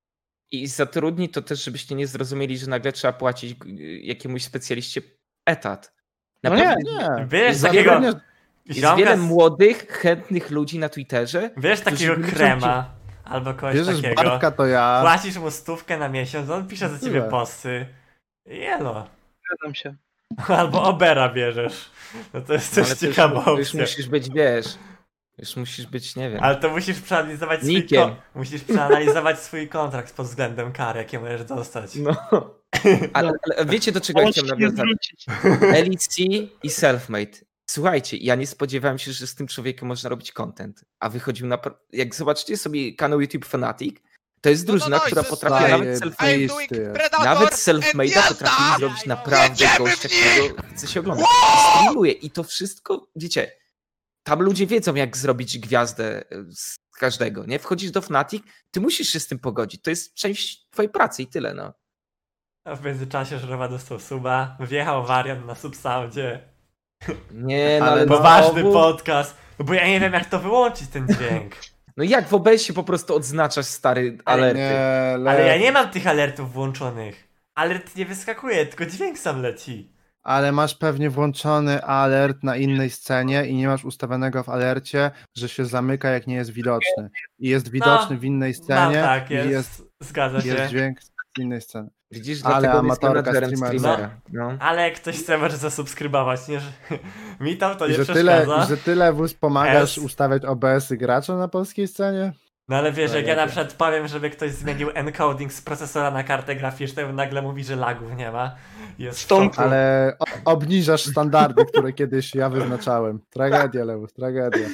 I zatrudni to też, żebyście nie zrozumieli, że nagle trzeba płacić jakiemuś specjaliście etat. No nie, Nie. Wiesz Za- takiego nie- Jest ziomka wiele z- młodych, chętnych ludzi na Twitterze. Wiesz takiego którzy- krema albo kogoś Bierzesz takiego. Bartka, to ja. Płacisz mu stówkę na miesiąc, on pisze za ciebie Tyle. posty. Jelo. zgadzam się. Albo Obera bierzesz. No to jest Ale też to już- ciekawa to Już opcja. musisz być, wiesz, już musisz być, nie wiem. Ale to musisz przeanalizować swój Nikiem. ko- musisz przeanalizować swój kontrakt pod względem kar, jakie możesz dostać. No. Ale, ale wiecie, do czego ja Możesz chciałem się nawiązać? zwrócić. L E C i Selfmade. Słuchajcie, ja nie spodziewałem się, że z tym człowiekiem można robić content. A wychodził na... pro- Jak zobaczycie sobie kanał YouTube Fanatic, to jest No, no, drużyna, no, która it's potrafi fine. nawet I'm self I'm Jest, doing jest. Predator Nawet and self-made'a jazda! potrafi zrobić naprawdę Jedziemy gościa, w nich! którego chce się oglądać. Streamuje i to wszystko, wiecie, tam ludzie wiedzą, jak zrobić gwiazdę z każdego, nie? Wchodzisz do Fnatic, ty musisz się z tym pogodzić. To jest część twojej pracy i tyle, no. A w międzyczasie Żerowa dostał suba, wjechał wariant na subsoundzie. Nie, no Ale ale Poważny znowu- podcast. No bo ja nie wiem jak to wyłączyć ten dźwięk. No jak w O B S-ie po prostu odznaczasz stary alerty. Nie, le... Ale ja nie mam tych alertów włączonych. Alert nie wyskakuje, tylko dźwięk sam leci. Ale masz pewnie włączony alert na innej scenie i nie masz ustawionego w alercie, że się zamyka, jak nie jest widoczny. I jest widoczny w innej Mam scenie tak, i jest, jest, zgadza się. jest dźwięk z innej sceny. Widzisz, Ale dlatego on jest amatorka menadżerem streamera. streamera. No. Ale jak ktoś chce, może zasubskrybować, nie? Że mi tam to I nie że tyle, przeszkadza. i że tyle wóz pomagasz S. ustawiać O B S-y gracza na polskiej scenie? No ale wiesz, No jak nie ja na wiem. przykład powiem, żeby ktoś zmienił encoding z procesora na kartę graficzną, to nagle mówi, że lagów nie ma. Jest w Stąd- szoku. Ale o- obniżasz standardy, które kiedyś ja wyznaczałem. Tragedia, Lewus, tragedia.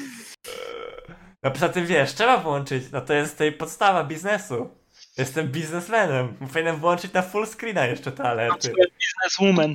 No poza tym wiesz, trzeba włączyć, no to jest tej podstawa biznesu. Jestem biznesmenem, powinienem włączyć na full screena jeszcze te alerty. Businesswoman.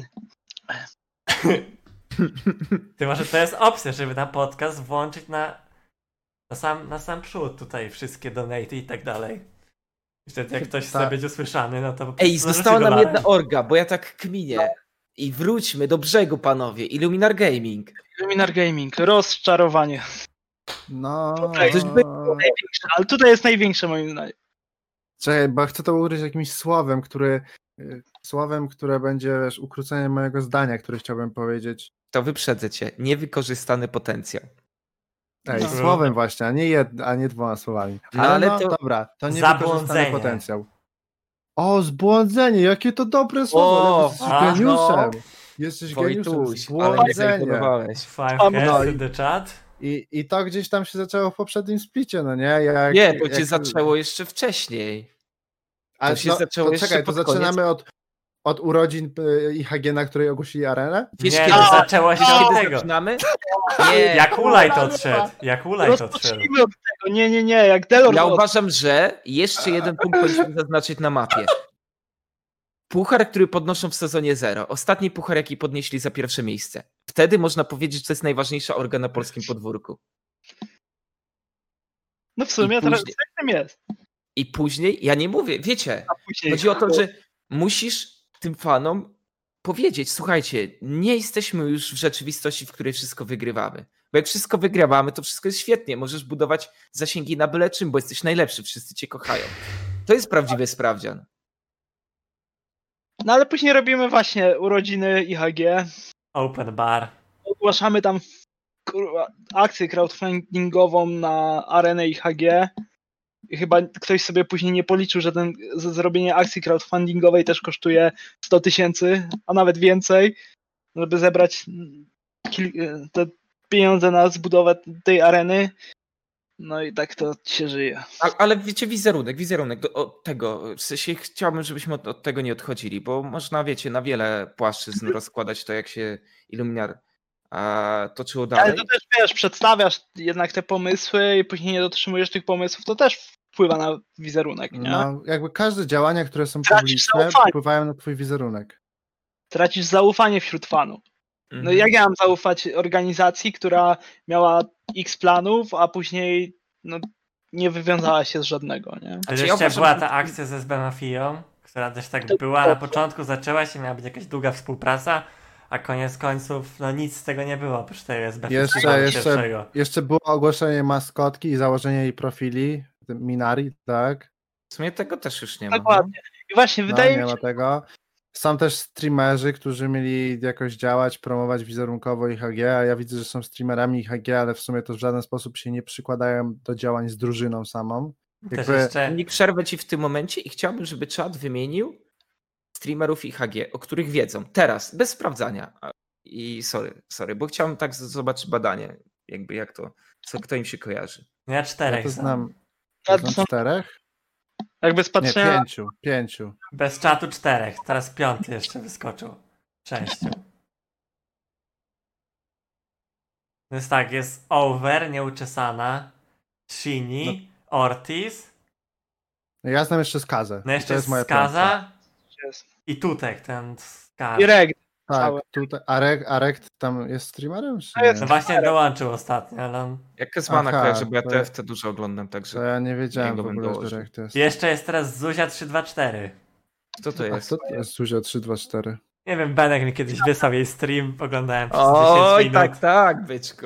Ty może to jest opcja, żeby na podcast włączyć na, na, sam, na sam przód tutaj wszystkie donaty i tak dalej. I wtedy jak ktoś chce Tak. być usłyszany, no to po Ej, prostu została narzuci nam dolarem. jedna orga, bo ja tak kminię. I wróćmy do brzegu, panowie. Illuminar Gaming. Luminar Gaming. Rozczarowanie. No. Tutaj już by- Ale tutaj jest największe moim zdaniem. Czekaj, bo chcę to ugryźć jakimś słowem, który. y, Słowem, które będzie wiesz, ukróceniem mojego zdania, które chciałbym powiedzieć. To wyprzedzę cię. Niewykorzystany potencjał. Ej, No. słowem właśnie, a nie, jed, a nie dwoma słowami. No, Ale, ale no, to- dobra, to nie Zabłądzenie. wykorzystany potencjał. O, zbłądzenie, jakie to dobre słowo, O, ale jesteś a, geniuszem. Jesteś geniuszem, Wojtuś, ale mnie zbłądzenie. zaimponowałeś. Five No heads i- in the chat. I, I to gdzieś tam się zaczęło w poprzednim splicie, no nie? Jak, Nie, to jak, cię zaczęło jeszcze wcześniej. Ale to się no, zaczęło to jeszcze czekaj, to pod koniec. zaczynamy od, od urodzin y, I H G, na której ogłosili arenę? Wiesz, Nie, kiedy, to zaczęło się wiesz, od kiedy tego. zaczynamy? Nie. Jak Ulaj to odszedł. Jak Ulaj to odszedł. Rozpocznijmy od tego. Nie, nie, nie. Jak Delor Ja od... uważam, że jeszcze jeden punkt powinniśmy zaznaczyć na mapie. Puchar, który podnoszą w sezonie zero. Ostatni puchar, jaki podnieśli za pierwsze miejsce. Wtedy można powiedzieć, że to jest najważniejsza orga na polskim podwórku. No w sumie I teraz później- tak tym jest. I później, ja nie mówię, wiecie, A później... chodzi o to, że musisz tym fanom powiedzieć, słuchajcie, nie jesteśmy już w rzeczywistości, w której wszystko wygrywamy. Bo jak wszystko wygrywamy, to wszystko jest świetnie. Możesz budować zasięgi na byle czym, bo jesteś najlepszy, wszyscy cię kochają. To jest prawdziwy sprawdzian. No ale później robimy właśnie urodziny I H G. Open bar. Ogłaszamy tam kurwa, akcję crowdfundingową na arenę I H G. I chyba ktoś sobie później nie policzył, że ten, z- zrobienie akcji crowdfundingowej też kosztuje sto tysięcy, a nawet więcej, żeby zebrać kil- te pieniądze na zbudowę tej areny. No i tak to się żyje. A, ale wiecie, wizerunek, wizerunek do, od tego, w sensie chciałbym, żebyśmy od, od tego nie odchodzili, bo można, wiecie, na wiele płaszczyzn rozkładać to, jak się Illuminar a, toczyło dalej. Ale to też wiesz, przedstawiasz jednak te pomysły i później nie dotrzymujesz tych pomysłów, to też wpływa na wizerunek, nie? No, jakby każde działania, które są Tracisz publiczne, zaufanie. wpływają na twój wizerunek. Tracisz zaufanie wśród fanów. No Mhm. jak ja mam zaufać organizacji, która miała X planów, a później no, nie wywiązała się z żadnego, nie? Ale Znaczy, ja jeszcze uważam, była że- ta akcja ze S B Mafią, która też tak była na początku, zaczęła się, miała być jakaś długa współpraca, a koniec końców, no nic z tego nie było, oprócz tego S B Jeszcze, festiwalu jeszcze, pierwszego. jeszcze było ogłoszenie maskotki i założenie jej profili, Minari, tak? W sumie tego też już nie ma. Dokładnie. I właśnie, No, wydaje nie mi się, ma tego. Są też streamerzy, którzy mieli jakoś działać, promować wizerunkowo I H G, a ja widzę, że są streamerami I H G, ale w sumie to w żaden sposób się nie przykładają do działań z drużyną samą. Też Jakby, jeszcze... Nie przerwę ci w tym momencie i chciałbym, żeby czat wymienił streamerów I H G, o których wiedzą. Teraz, bez sprawdzania. I sorry, sorry, bo chciałem tak z- zobaczyć badanie, jakby jak to, co kto im się kojarzy. Ja ja czterech to znam. znam, Ja ja to znam są- czterech? tak bez Nie, patrzenia, pięciu, pięciu. Bez czatu czterech. Teraz piąty jeszcze wyskoczył. Sześciu. Więc tak, jest Over, nieuczesana, Shini, Ortiz, No ja znam jeszcze Skazę. no I jeszcze to jest jest moja piątka. Skaza jest. i Tutek, ten Skaz. I Reg. Tak, całe. tutaj, Arek, Arek tam jest streamerem? Czy A nie? jest. No właśnie dołączył ostatnio, ale on... Jak Kezmana Aha, kojarzę, bo ja to- T F T dużo oglądam, To także ja nie wiedziałem Niego w bym ogóle, dołożył. że Arek to jest. Jeszcze jest teraz Zuzia trzy dwa cztery. kto to A jest? kto to jest Zuzia trzy dwa cztery? Nie wiem, Benek mi kiedyś wysłał jej stream, oglądałem przez Oj, dziesięć minut. tak, tak, byczku.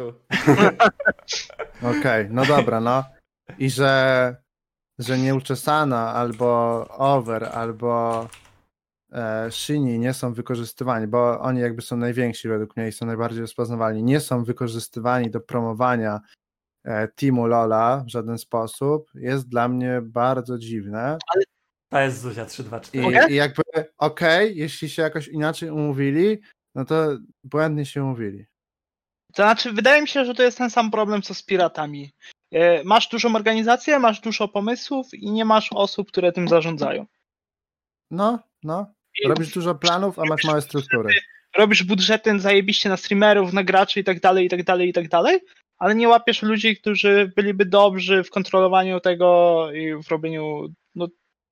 Okej, no dobra, no. I że, że nieuczesana albo Over, albo e, Shini nie są wykorzystywani, bo oni jakby są najwięksi według mnie i są najbardziej rozpoznawalni, nie są wykorzystywani do promowania e, teamu Lola w żaden sposób, jest dla mnie bardzo dziwne. To jest Zuzia trzy dwa I, cztery. Mogę? i jakby okej, jeśli się jakoś inaczej umówili, no to błędnie się umówili. To znaczy, wydaje mi się, że to jest ten sam problem, co z piratami. E, Masz dużą organizację, masz dużo pomysłów i nie masz osób, które tym zarządzają. No, no. I Robisz dużo planów, a masz małe struktury. robisz budżety zajebiście na streamerów, na graczy i tak dalej, i tak dalej, i tak dalej, ale nie łapiesz ludzi, którzy byliby dobrzy w kontrolowaniu tego i w robieniu no,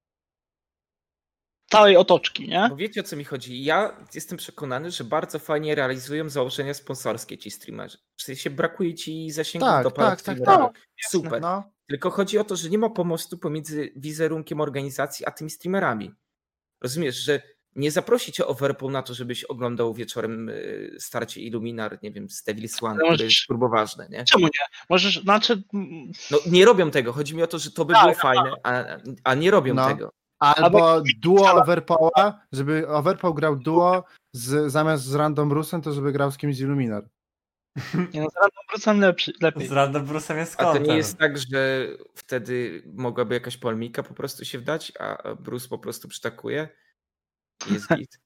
całej otoczki, nie? Bo wiecie, o co mi chodzi? Ja jestem przekonany, że bardzo fajnie realizują założenia sponsorskie ci streamerzy. W sensie brakuje ci zasięgu Tak, do paru tak, tak, streamerów. tak. Super. No, Tylko chodzi o to, że nie ma pomostu pomiędzy wizerunkiem organizacji a tymi streamerami. Rozumiesz, że nie zaprosi cię Overpool na to, żebyś oglądał wieczorem y, starcie Illuminar, nie wiem, z Devil's One, Ale które możesz- jest turboważne, nie? Czemu nie? Możesz, znaczy, mm, No nie robią tego. Chodzi mi o to, że to by Tak, było fajne, a, a nie robią No. tego. albo duo Overpoła, żeby Overpool grał duo z, zamiast z Random Rusem, to żeby grał z kimś z Illuminar. nie no, z Random Bruce'em lepszy, lepiej. Z Random Bruce'em jest A to content. nie jest tak, że wtedy mogłaby jakaś polemika po prostu się wdać, a Bruce po prostu przytakuje i jest git.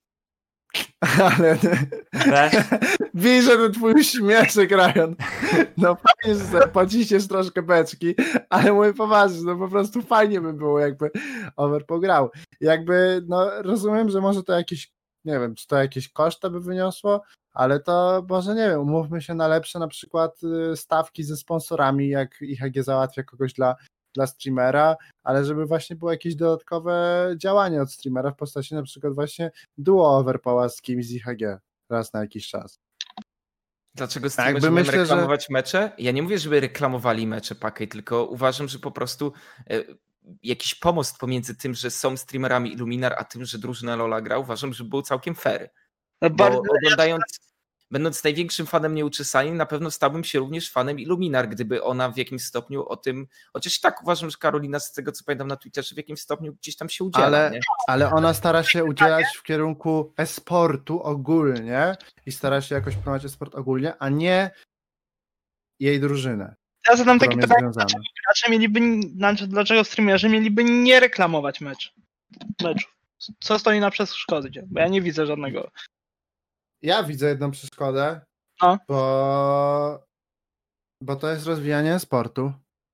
Ale Wiesz? widzę ten twój śmieszek, Ryan. No fajnie, że sobie pociśniesz troszkę beczki, ale mówię poważnie, no po prostu fajnie by było, jakby Overpool grał. Jakby, no rozumiem, że może to jakieś, nie wiem, czy to jakieś koszta by wyniosło, ale to może, nie wiem, umówmy się na lepsze na przykład y, stawki ze sponsorami, jak I H G załatwia kogoś dla, dla streamera, ale żeby właśnie było jakieś dodatkowe działanie od streamera w postaci na przykład właśnie duo Overpoła z kimś z I H G raz na jakiś czas. Dlaczego Jakby streamerzy mają myślę, że- reklamować mecze? Ja nie mówię, żeby reklamowali mecze Package, tylko uważam, że po prostu e, jakiś pomost pomiędzy tym, że są streamerami Illuminar, a tym, że drużyna Lola gra, uważam, że był całkiem fair. No, Bo bardzo, oglądając, będąc największym fanem Nieuczesanej, na pewno stałbym się również fanem Illuminar, gdyby ona w jakimś stopniu o tym, chociaż i tak uważam, że Karolina, z tego co pamiętam na Twitterze, w jakimś stopniu gdzieś tam się udziela. Ale, nie? ale ona stara się udzielać w kierunku e-sportu ogólnie i stara się jakoś promować e-sport ogólnie, a nie jej drużynę, ja zadam którą takie jest pytanie, związana. gracze mieliby, znaczy, dlaczego streamerzy mieliby nie reklamować mecz, meczów? Co stoi na przeszkodzie? Bo ja nie widzę żadnego. Ja widzę jedną przeszkodę, No. bo, bo to jest rozwijanie sportu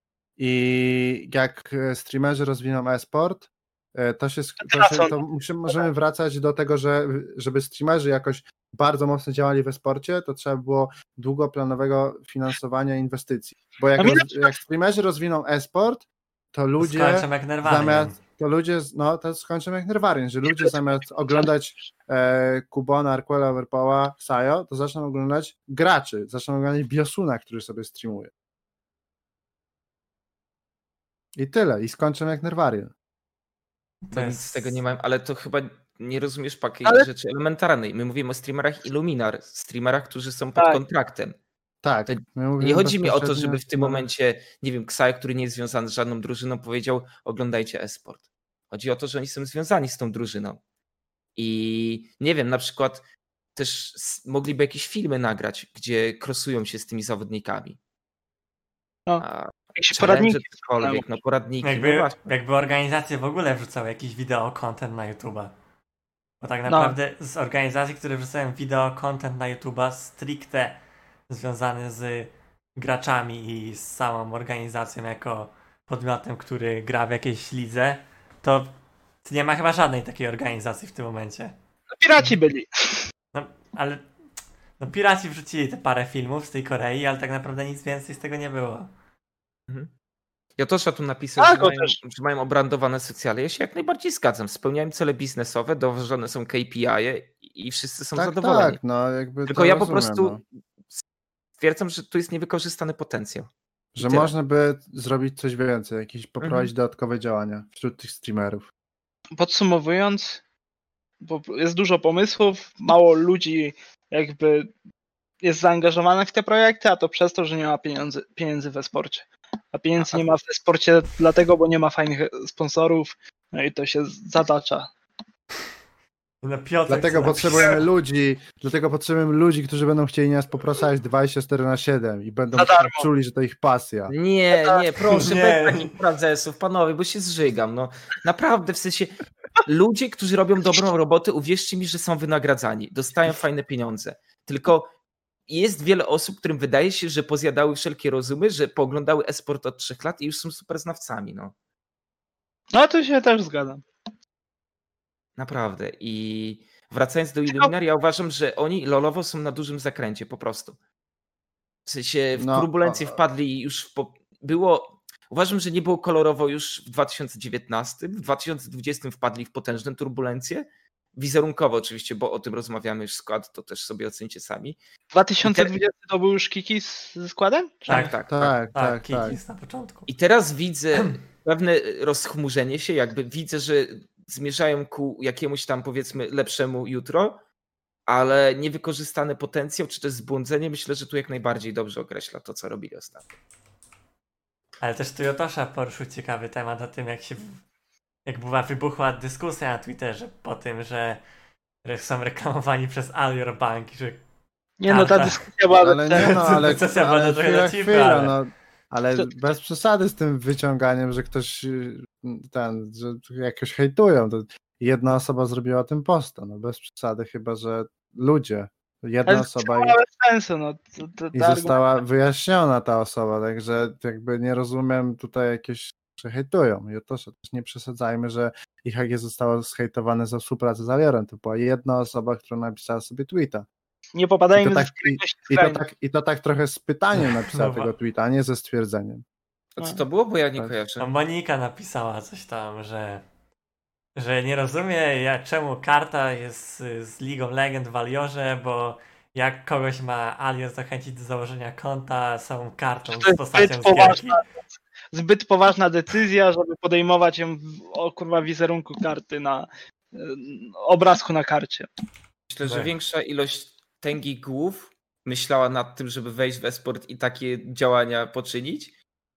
i jak streamerzy rozwiną e-sport, to się, to się to musimy, możemy wracać do tego, że żeby streamerzy jakoś bardzo mocno działali w e-sporcie, to trzeba było długoplanowego finansowania inwestycji. Bo jak, A mi na roz, jak streamerzy rozwiną e-sport, to ludzie Skończą jak Nerwarium. zamiast, to ludzie, no to skończą jak Nerwarium, że ludzie zamiast oglądać e, Kubona, Arquela, Overpoła, Sayo, to zaczną oglądać graczy, zaczną oglądać Biosuna, który sobie streamuje. I tyle, i skończą jak Nerwarium. To No jest... nic z tego nie mam, ale to chyba nie rozumiesz pakiet Ale- rzeczy elementarnej. My mówimy o streamerach Illuminar, streamerach, którzy są pod Tak. kontraktem. Tak. To my mówimy Nie chodzi mi o to, bezpośrednio- żeby w tym momencie, nie wiem, Ksaj, który nie jest związany z żadną drużyną, powiedział: oglądajcie e-sport. Chodzi o to, że oni są związani z tą drużyną. I nie wiem, na przykład też s- mogliby jakieś filmy nagrać, gdzie krosują się z tymi zawodnikami. No, A Jakieś challenge, poradniki. cokolwiek, no poradniki, no Jakby, właśnie. jakby organizacje w ogóle wrzucały jakiś wideo content na YouTube'a. Bo tak No. naprawdę z organizacji, które wrzucają wideo content na YouTube'a stricte związany z graczami i z całą organizacją jako podmiotem, który gra w jakiejś lidze, to nie ma chyba żadnej takiej organizacji w tym momencie. No, piraci byli. No, ale no, piraci wrzucili te parę filmów z tej Korei, ale tak naprawdę nic więcej z tego nie było. Mhm. Jotosza tu napisał, Tak, że, o mają, też. że mają obrandowane socjale. Ja się jak najbardziej zgadzam. Spełniają cele biznesowe, dowożone są K P I i wszyscy są Tak, zadowoleni. tak, no jakby Tylko to ja po rozumiem, prostu no. stwierdzam, że tu jest niewykorzystany potencjał. I Że tyle. można by zrobić coś więcej, jakieś poprowadzić Mhm. dodatkowe działania wśród tych streamerów. Podsumowując, bo jest dużo pomysłów, mało ludzi jakby jest zaangażowanych w te projekty, a to przez to, że nie ma pieniędzy, pieniędzy we sporcie. A pieniędzy A- nie ma w sporcie dlatego, bo nie ma fajnych sponsorów, no i to się zatacza. No Piotr Dlatego co potrzebujemy ludzi, dlatego potrzebujemy ludzi, którzy będą chcieli nas popraszać dwadzieścia cztery na siedem i będą Za darmo. czuli, że to ich pasja. Nie, nie, proszę, Nie. bez takich frazesów, panowie, bo się zżygam. No. Naprawdę, w sensie, ludzie, którzy robią dobrą robotę, uwierzcie mi, że są wynagradzani, dostają fajne pieniądze. Tylko jest wiele osób, którym wydaje się, że pozjadały wszelkie rozumy, że pooglądały e-sport od trzech lat i już są super znawcami. No. No to się też zgadzam. Naprawdę. I wracając do Illuminar, ja uważam, że oni lolowo są na dużym zakręcie, po prostu. W sensie w No, turbulencje o- wpadli już w... Po... Było... Uważam, że nie było kolorowo już w dwa tysiące dziewiętnastym. W dwa tysiące dwudziestym wpadli w potężne turbulencje. Wizerunkowo oczywiście, bo o tym rozmawiamy już skład, to też sobie ocencie sami. dwa tysiące dwudziesty to był już Kiki z, ze składem? Czy Tak, nie? Tak, Tak, Tak, tak, tak. Kikis na początku. I teraz widzę pewne rozchmurzenie się, jakby widzę, że zmierzają ku jakiemuś tam powiedzmy lepszemu jutro, ale niewykorzystany potencjał, czy też zbłądzenie, myślę, że tu jak najbardziej dobrze określa to, co robili ostatnio. Ale też tu Jotosza poruszył ciekawy temat o tym, jak się jak była wybuchła dyskusja na Twitterze po tym, że, że są reklamowani przez Alior Bank i że Nie no, ta Tak, dyskusja była Ale nie no, ale, Sesja była ale trochę chwila, na cipy, chwila, ale- no. Ale To- bez przesady z tym wyciąganiem, że ktoś y, ten, że jakoś hejtują. To jedna osoba zrobiła o tym posta, no bez przesady, chyba że ludzie. Jedna Ale osoba to i, ma bez sensu, no. To, to, i ta została wyjaśniona ta osoba, także jakby nie rozumiem tutaj jakieś, że hejtują. I to też nie przesadzajmy, że I H G zostało zhejtowane za współpracę z Aliorem. To była jedna osoba, która napisała sobie tweeta. Nie I popadajmy to, tak, ze i, jakiegoś i, to skrajnych. tak, I to tak trochę z pytaniem napisała No tego wa- tweeta, a nie ze stwierdzeniem. A co to było? Bo ja nie Tak. no kojarzę. Monika napisała coś tam, że że nie rozumie jak, czemu karta jest y, z League of Legends w Aliorze, bo jak kogoś ma Alior zachęcić do założenia konta samą kartą To z jest postacią zbyt z gierki. poważna, zbyt poważna decyzja, żeby podejmować ją w o kurwa wizerunku karty na y, obrazku na karcie. Myślę, że Tak. większa ilość tęgich głów myślała nad tym, żeby wejść w e-sport i takie działania poczynić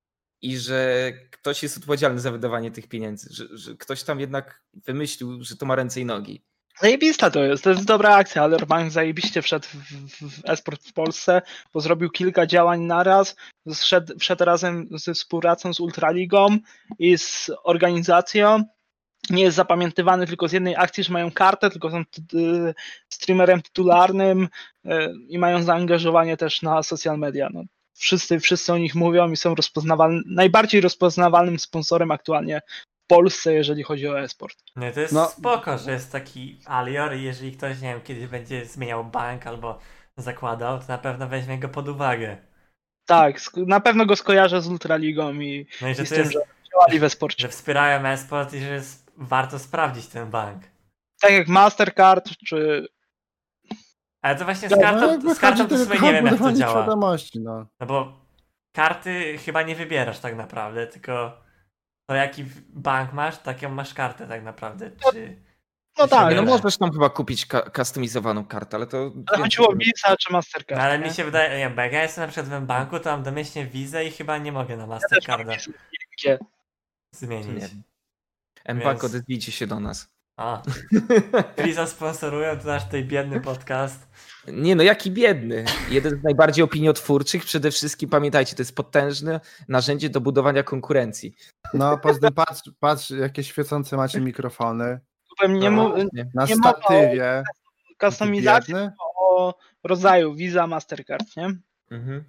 i że ktoś jest odpowiedzialny za wydawanie tych pieniędzy, że, że ktoś tam jednak wymyślił, że to ma ręce i nogi. Zajebista to jest, to jest dobra akcja. Alior Bank zajebiście wszedł w, w, w e-sport w Polsce, bo zrobił kilka działań naraz, wszedł, wszedł razem ze współpracą z Ultraligą i z organizacją. Nie jest zapamiętywany tylko z jednej akcji, że mają kartę, tylko są ty, y, streamerem tytularnym y, i mają zaangażowanie też na social media. No, wszyscy, wszyscy o nich mówią i są rozpoznawalnym, najbardziej rozpoznawalnym sponsorem aktualnie w Polsce, jeżeli chodzi o e-sport. No i to jest No. spoko, że jest taki Alior i jeżeli ktoś, nie wiem, kiedyś będzie zmieniał bank albo zakładał, to na pewno weźmie go pod uwagę. Tak, sk- na pewno go skojarzę z Ultraligą i, No i że i z to tym, jest, że działali we sporcie. że wspierają e-sport i że jest warto sprawdzić ten bank. Tak jak Mastercard, czy Ale to właśnie z Tak, kartą, jakby z kartą chodzi to w tylko sumie nie wiem o jak to budowanie działa. świadomości, no. No bo karty chyba nie wybierasz tak naprawdę, tylko to jaki bank masz, taką masz kartę tak naprawdę. Czy... No tak, No Dobra. możesz tam chyba kupić ka- customizowaną kartę, ale to... ale chodziło o Visa czy Mastercard. No ale nie? mi się wydaje, nie, bo jak ja jestem na przykład w banku, to mam domyślnie wizę i chyba nie mogę na Ja też mam Mastercarda Visa G. zmienić. Nie. M-Bank, Więc- odezwijcie się do nas. A, Visa sponsorują, to nasz tutaj biedny podcast. Nie no, jaki biedny. Jeden z najbardziej opiniotwórczych. Przede wszystkim pamiętajcie, to jest potężne narzędzie do budowania konkurencji. No, poza tym patrz, patrz, jakie świecące macie mikrofony. Powiem, nie, No, mu, Nie. Na Nie mowa o statywie. kustomizacji Biedny. o rodzaju Visa, Mastercard, nie? Mhm.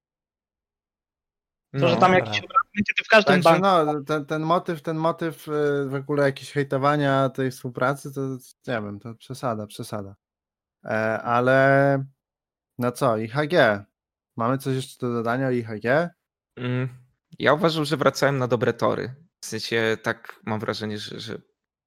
To, że tam dobra. jakiś obraz będzie to w każdym Także banku. no, ten, ten motyw, ten motyw y, w ogóle jakieś hejtowania tej współpracy, to nie wiem, to przesada, przesada. E, ale no co, I H G. Mamy coś jeszcze do dodania o I H G? Mm, Ja uważam, że wracałem na dobre tory. W sensie tak mam wrażenie, że, że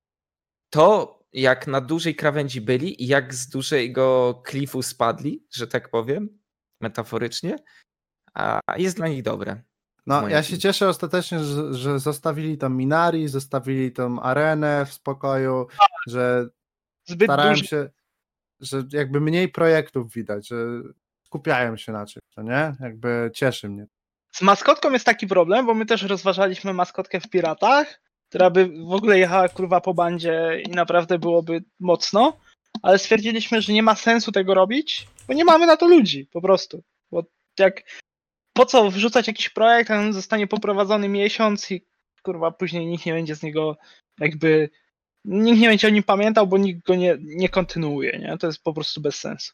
to jak na dużej krawędzi byli i jak z dużego klifu spadli, że tak powiem, metaforycznie, a jest dla nich dobre. No, Moja ja się opinia. cieszę ostatecznie, że, że zostawili tą Minari, zostawili tą arenę w spokoju, że Zbyt starałem duży. się, że jakby mniej projektów widać, że skupiają się na czymś, to nie? Jakby cieszy mnie. Z maskotką jest taki problem, bo my też rozważaliśmy maskotkę w Piratach, która by w ogóle jechała kurwa po bandzie i naprawdę byłoby mocno, ale stwierdziliśmy, że nie ma sensu tego robić, bo nie mamy na to ludzi, po prostu. Bo jak po co wrzucać jakiś projekt, a on zostanie poprowadzony miesiąc i kurwa później nikt nie będzie z niego jakby, nikt nie będzie o nim pamiętał, bo nikt go nie, nie kontynuuje, nie? To jest po prostu bez sensu.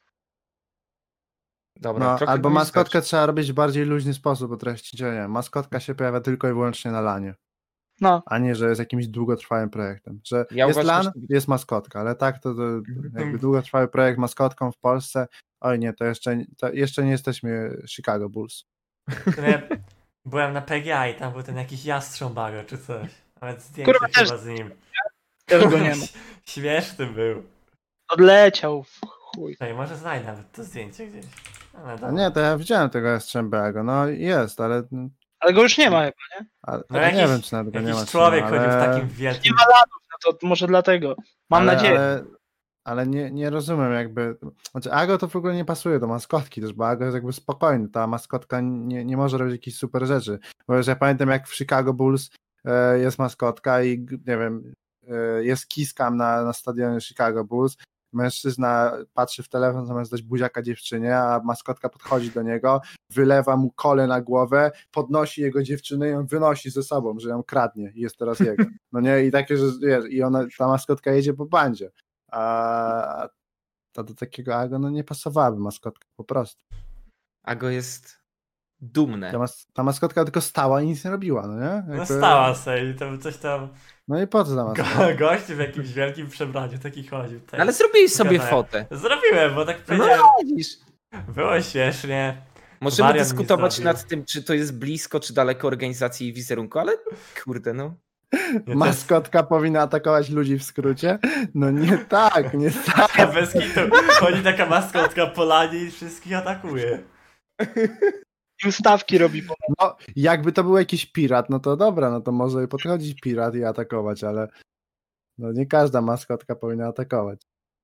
Dobra, No, trochę albo mi maskotkę starczy. trzeba robić w bardziej luźny sposób, bo treści nie. Maskotka się pojawia tylko i wyłącznie na lanie, No, a nie, że jest jakimś długotrwałym projektem. Że Ja jest uważam, lan, że- jest maskotka, ale tak to, to jakby długotrwały projekt maskotką w Polsce, oj nie, to jeszcze, to jeszcze nie jesteśmy Chicago Bulls. W sumie byłem na P G A i tam był ten jakiś jastrząbago czy coś. Nawet zdjęcie Kurwa, chyba też- z nim. też go nie ma. Śmieszny był. Odleciał w chuj. Ej, może znajdę nawet to zdjęcie gdzieś. Ale A dobra. nie, to ja widziałem tego Jastrzębiego, no jest, ale, Ale go już nie ma chyba. ale No ale nie jakiś- wiem, czy nawet go nie Jakiś ma. czy człowiek nie, chodził w ale- takim wielkim... Nie ma latów, no to może dlatego. Mam ale, nadzieję. Ale, ale nie, nie rozumiem jakby, znaczy Ago to w ogóle nie pasuje do maskotki też, bo Ago jest jakby spokojny, ta maskotka nie, nie może robić jakichś super rzeczy, bo już ja pamiętam jak w Chicago Bulls e, jest maskotka i g- nie wiem, e, jest kiss cam na, na stadionie Chicago Bulls, mężczyzna patrzy w telefon zamiast dać buziaka dziewczynie, a maskotka podchodzi do niego, wylewa mu kole na głowę, podnosi jego dziewczynę i ją wynosi ze sobą, że ją kradnie i jest teraz jego. No nie, i takie, że wiesz, i ona, ta maskotka jedzie po bandzie. A to do takiego Ago no nie pasowałaby maskotka po prostu. Ago jest dumne. Ta, mas ta maskotka tylko stała i nic nie robiła, no nie? No Jakby- stała sobie i to coś tam... No i po co ta maskotka? Go, gościu w jakimś wielkim przebraniu taki chodził. Tak. Ale zrobiłeś sobie Pokazałem. fotę. Zrobiłem, bo tak No powiedziałem. widzisz. Było śmiesznie. Możemy Wariant mi dyskutować zrobił. nad tym, czy to jest blisko, czy daleko organizacji i wizerunku, ale kurde, no. Nie, to jest Maskotka powinna atakować ludzi w skrócie? No nie tak, nie tak. bez kitu. Chodzi taka maskotka po lanie i wszystkich atakuje. I ustawki robi. po- No, jakby to był jakiś pirat, no to dobra, no to może podchodzić pirat i atakować, ale no nie każda maskotka powinna atakować.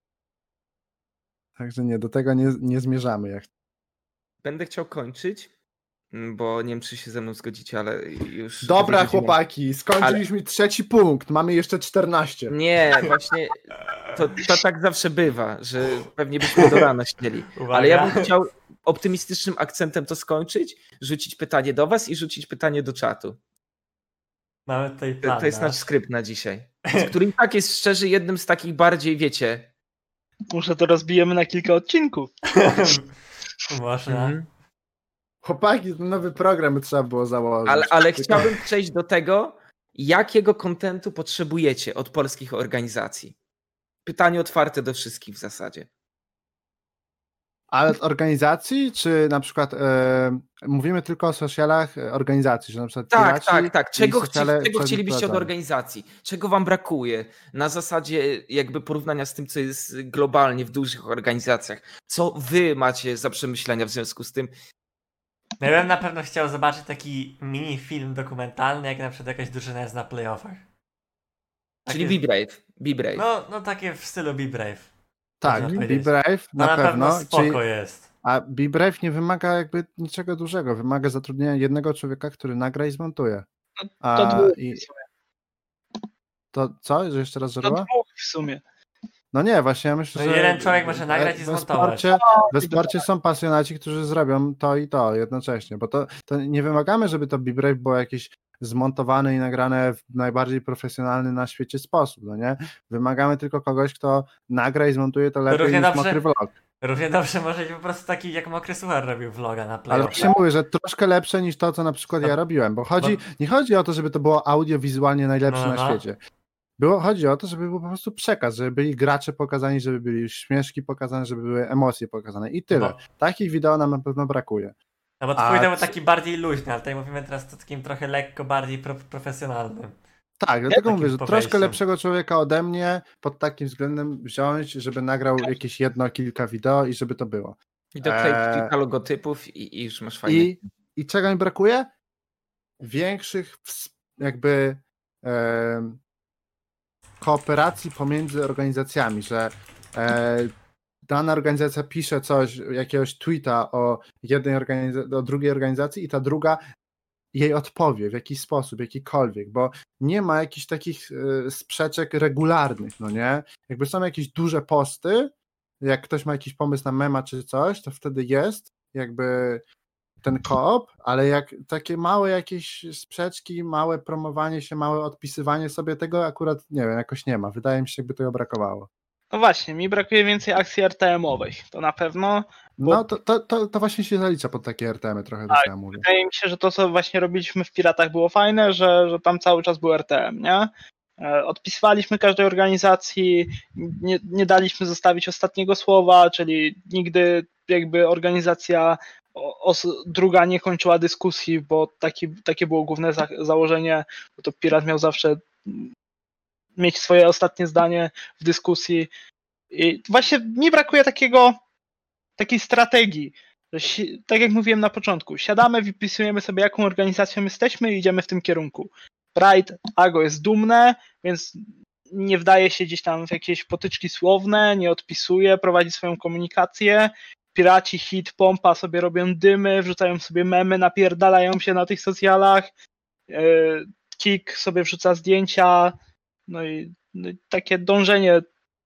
Także nie, do tego nie, nie zmierzamy. Jak... Będę chciał kończyć, m, bo nie wiem, czy się ze mną zgodzicie, ale już... Dobra dowiedzieliśmy- chłopaki, skończyliśmy trzeci punkt, mamy jeszcze czternaście. Nie, właśnie to, to tak zawsze bywa, że pewnie byśmy do rana śmieli. Uwaga. Ale ja bym chciał optymistycznym akcentem to skończyć, rzucić pytanie do was i rzucić pytanie do czatu. Mamy tutaj To, plan. to jest nasz nasz. skrypt na dzisiaj. Z którym i tak jest szczerze jednym z takich bardziej, wiecie... Może to rozbijemy na kilka odcinków. Można. Mhm. Chłopaki, ten nowy program by trzeba było założyć. Ale, ale Tylko- chciałbym przejść do tego, jakiego kontentu potrzebujecie od polskich organizacji. Pytanie otwarte do wszystkich w zasadzie. Ale od organizacji, czy na przykład e, mówimy tylko o socialach e, organizacji, że na przykład Tak, piraci tak, tak. i Czego, chci, sociale czego przez chcielibyście od wprowadzane. organizacji? Czego wam brakuje? Na zasadzie jakby porównania z tym, co jest globalnie w dużych organizacjach. Co wy macie za przemyślenia w związku z tym? No ja bym na pewno chciał zobaczyć taki mini film dokumentalny, jak na przykład jakaś drużyna jest na playoffach. Czyli Takie- Be Brave. Be Brave. No, no takie w stylu Be Brave. Tak, można Be powiedzieć. Brave No na, na pewno pewno. spoko Czyli, jest. a Be Brave nie wymaga jakby niczego dużego. Wymaga zatrudnienia jednego człowieka, który nagra i zmontuje. A, To dwóch i, w sumie. to co? Że jeszcze raz To żarła? dwóch w sumie. No nie, właśnie ja myślę, No że jeden człowiek może nagrać i we zmontować. wsparcie, we wsparcie są pasjonaci, którzy zrobią to i to jednocześnie, bo to, to nie wymagamy, żeby to Be Brave było jakieś zmontowane i nagrane w najbardziej profesjonalny na świecie sposób, no nie? Wymagamy tylko kogoś, kto nagra i zmontuje to lepiej równie niż dobrze- mokry vlog. Równie dobrze może być po prostu taki, jak Mokry Suchar robił vloga na Ale playoff. właśnie mówię, że troszkę lepsze niż to, co na przykład No. ja robiłem, bo chodzi, Bo- nie chodzi o to, żeby to było audiowizualnie najlepsze No, na no. świecie. Było, chodzi o to, żeby był po prostu przekaz, żeby byli gracze pokazani, żeby byli śmieszki pokazane, żeby były emocje pokazane i tyle. Bo- Takich wideo nam na pewno brakuje. No bo A twój to był c- taki bardziej luźny, ale tutaj mówimy teraz o takim trochę lekko bardziej pro, profesjonalnym. Tak, dlatego takim mówię, że podejściem. troszkę lepszego człowieka ode mnie pod takim względem wziąć, żeby nagrał jakieś jedno, kilka wideo i żeby to było. I doklej Eee. kilka logotypów i, i już masz fajnie. I, I czego mi brakuje? Większych ws- jakby em, kooperacji pomiędzy organizacjami, że e, dana organizacja pisze coś, jakiegoś tweeta o jednej organizacji, o drugiej organizacji i ta druga jej odpowie w jakiś sposób, jakikolwiek, bo nie ma jakichś takich e, sprzeczek regularnych, no nie? Jakby są jakieś duże posty, jak ktoś ma jakiś pomysł na mema czy coś, to wtedy jest jakby ten koop, ale jak takie małe jakieś sprzeczki, małe promowanie się, małe odpisywanie sobie, tego akurat, nie wiem, jakoś nie ma. Wydaje mi się, jakby tego brakowało. No właśnie, mi brakuje więcej akcji R T M-owych, to na pewno. No to, to, to, to właśnie się zalicza pod takie R T M-y trochę, to Tak, co ja mówię. Wydaje mi się, że to, co właśnie robiliśmy w Piratach, było fajne, że, że tam cały czas był R T M, nie? E, Odpisywaliśmy każdej organizacji, nie, nie daliśmy zostawić ostatniego słowa, czyli nigdy jakby organizacja o, os, druga nie kończyła dyskusji, bo taki, takie było główne za, założenie, bo to Pirat miał zawsze mieć swoje ostatnie zdanie w dyskusji. I właśnie mi brakuje takiego takiej strategii. Że si- tak jak mówiłem na początku, siadamy, wypisujemy sobie, jaką organizacją jesteśmy i idziemy w tym kierunku. Pride, Ago jest dumne, więc nie wdaje się gdzieś tam w jakieś potyczki słowne, nie odpisuje, prowadzi swoją komunikację. Piraci, Hit, Pompa sobie robią dymy, wrzucają sobie memy, napierdalają się na tych socjalach. Yy, Kik sobie wrzuca zdjęcia. No i, no i takie dążenie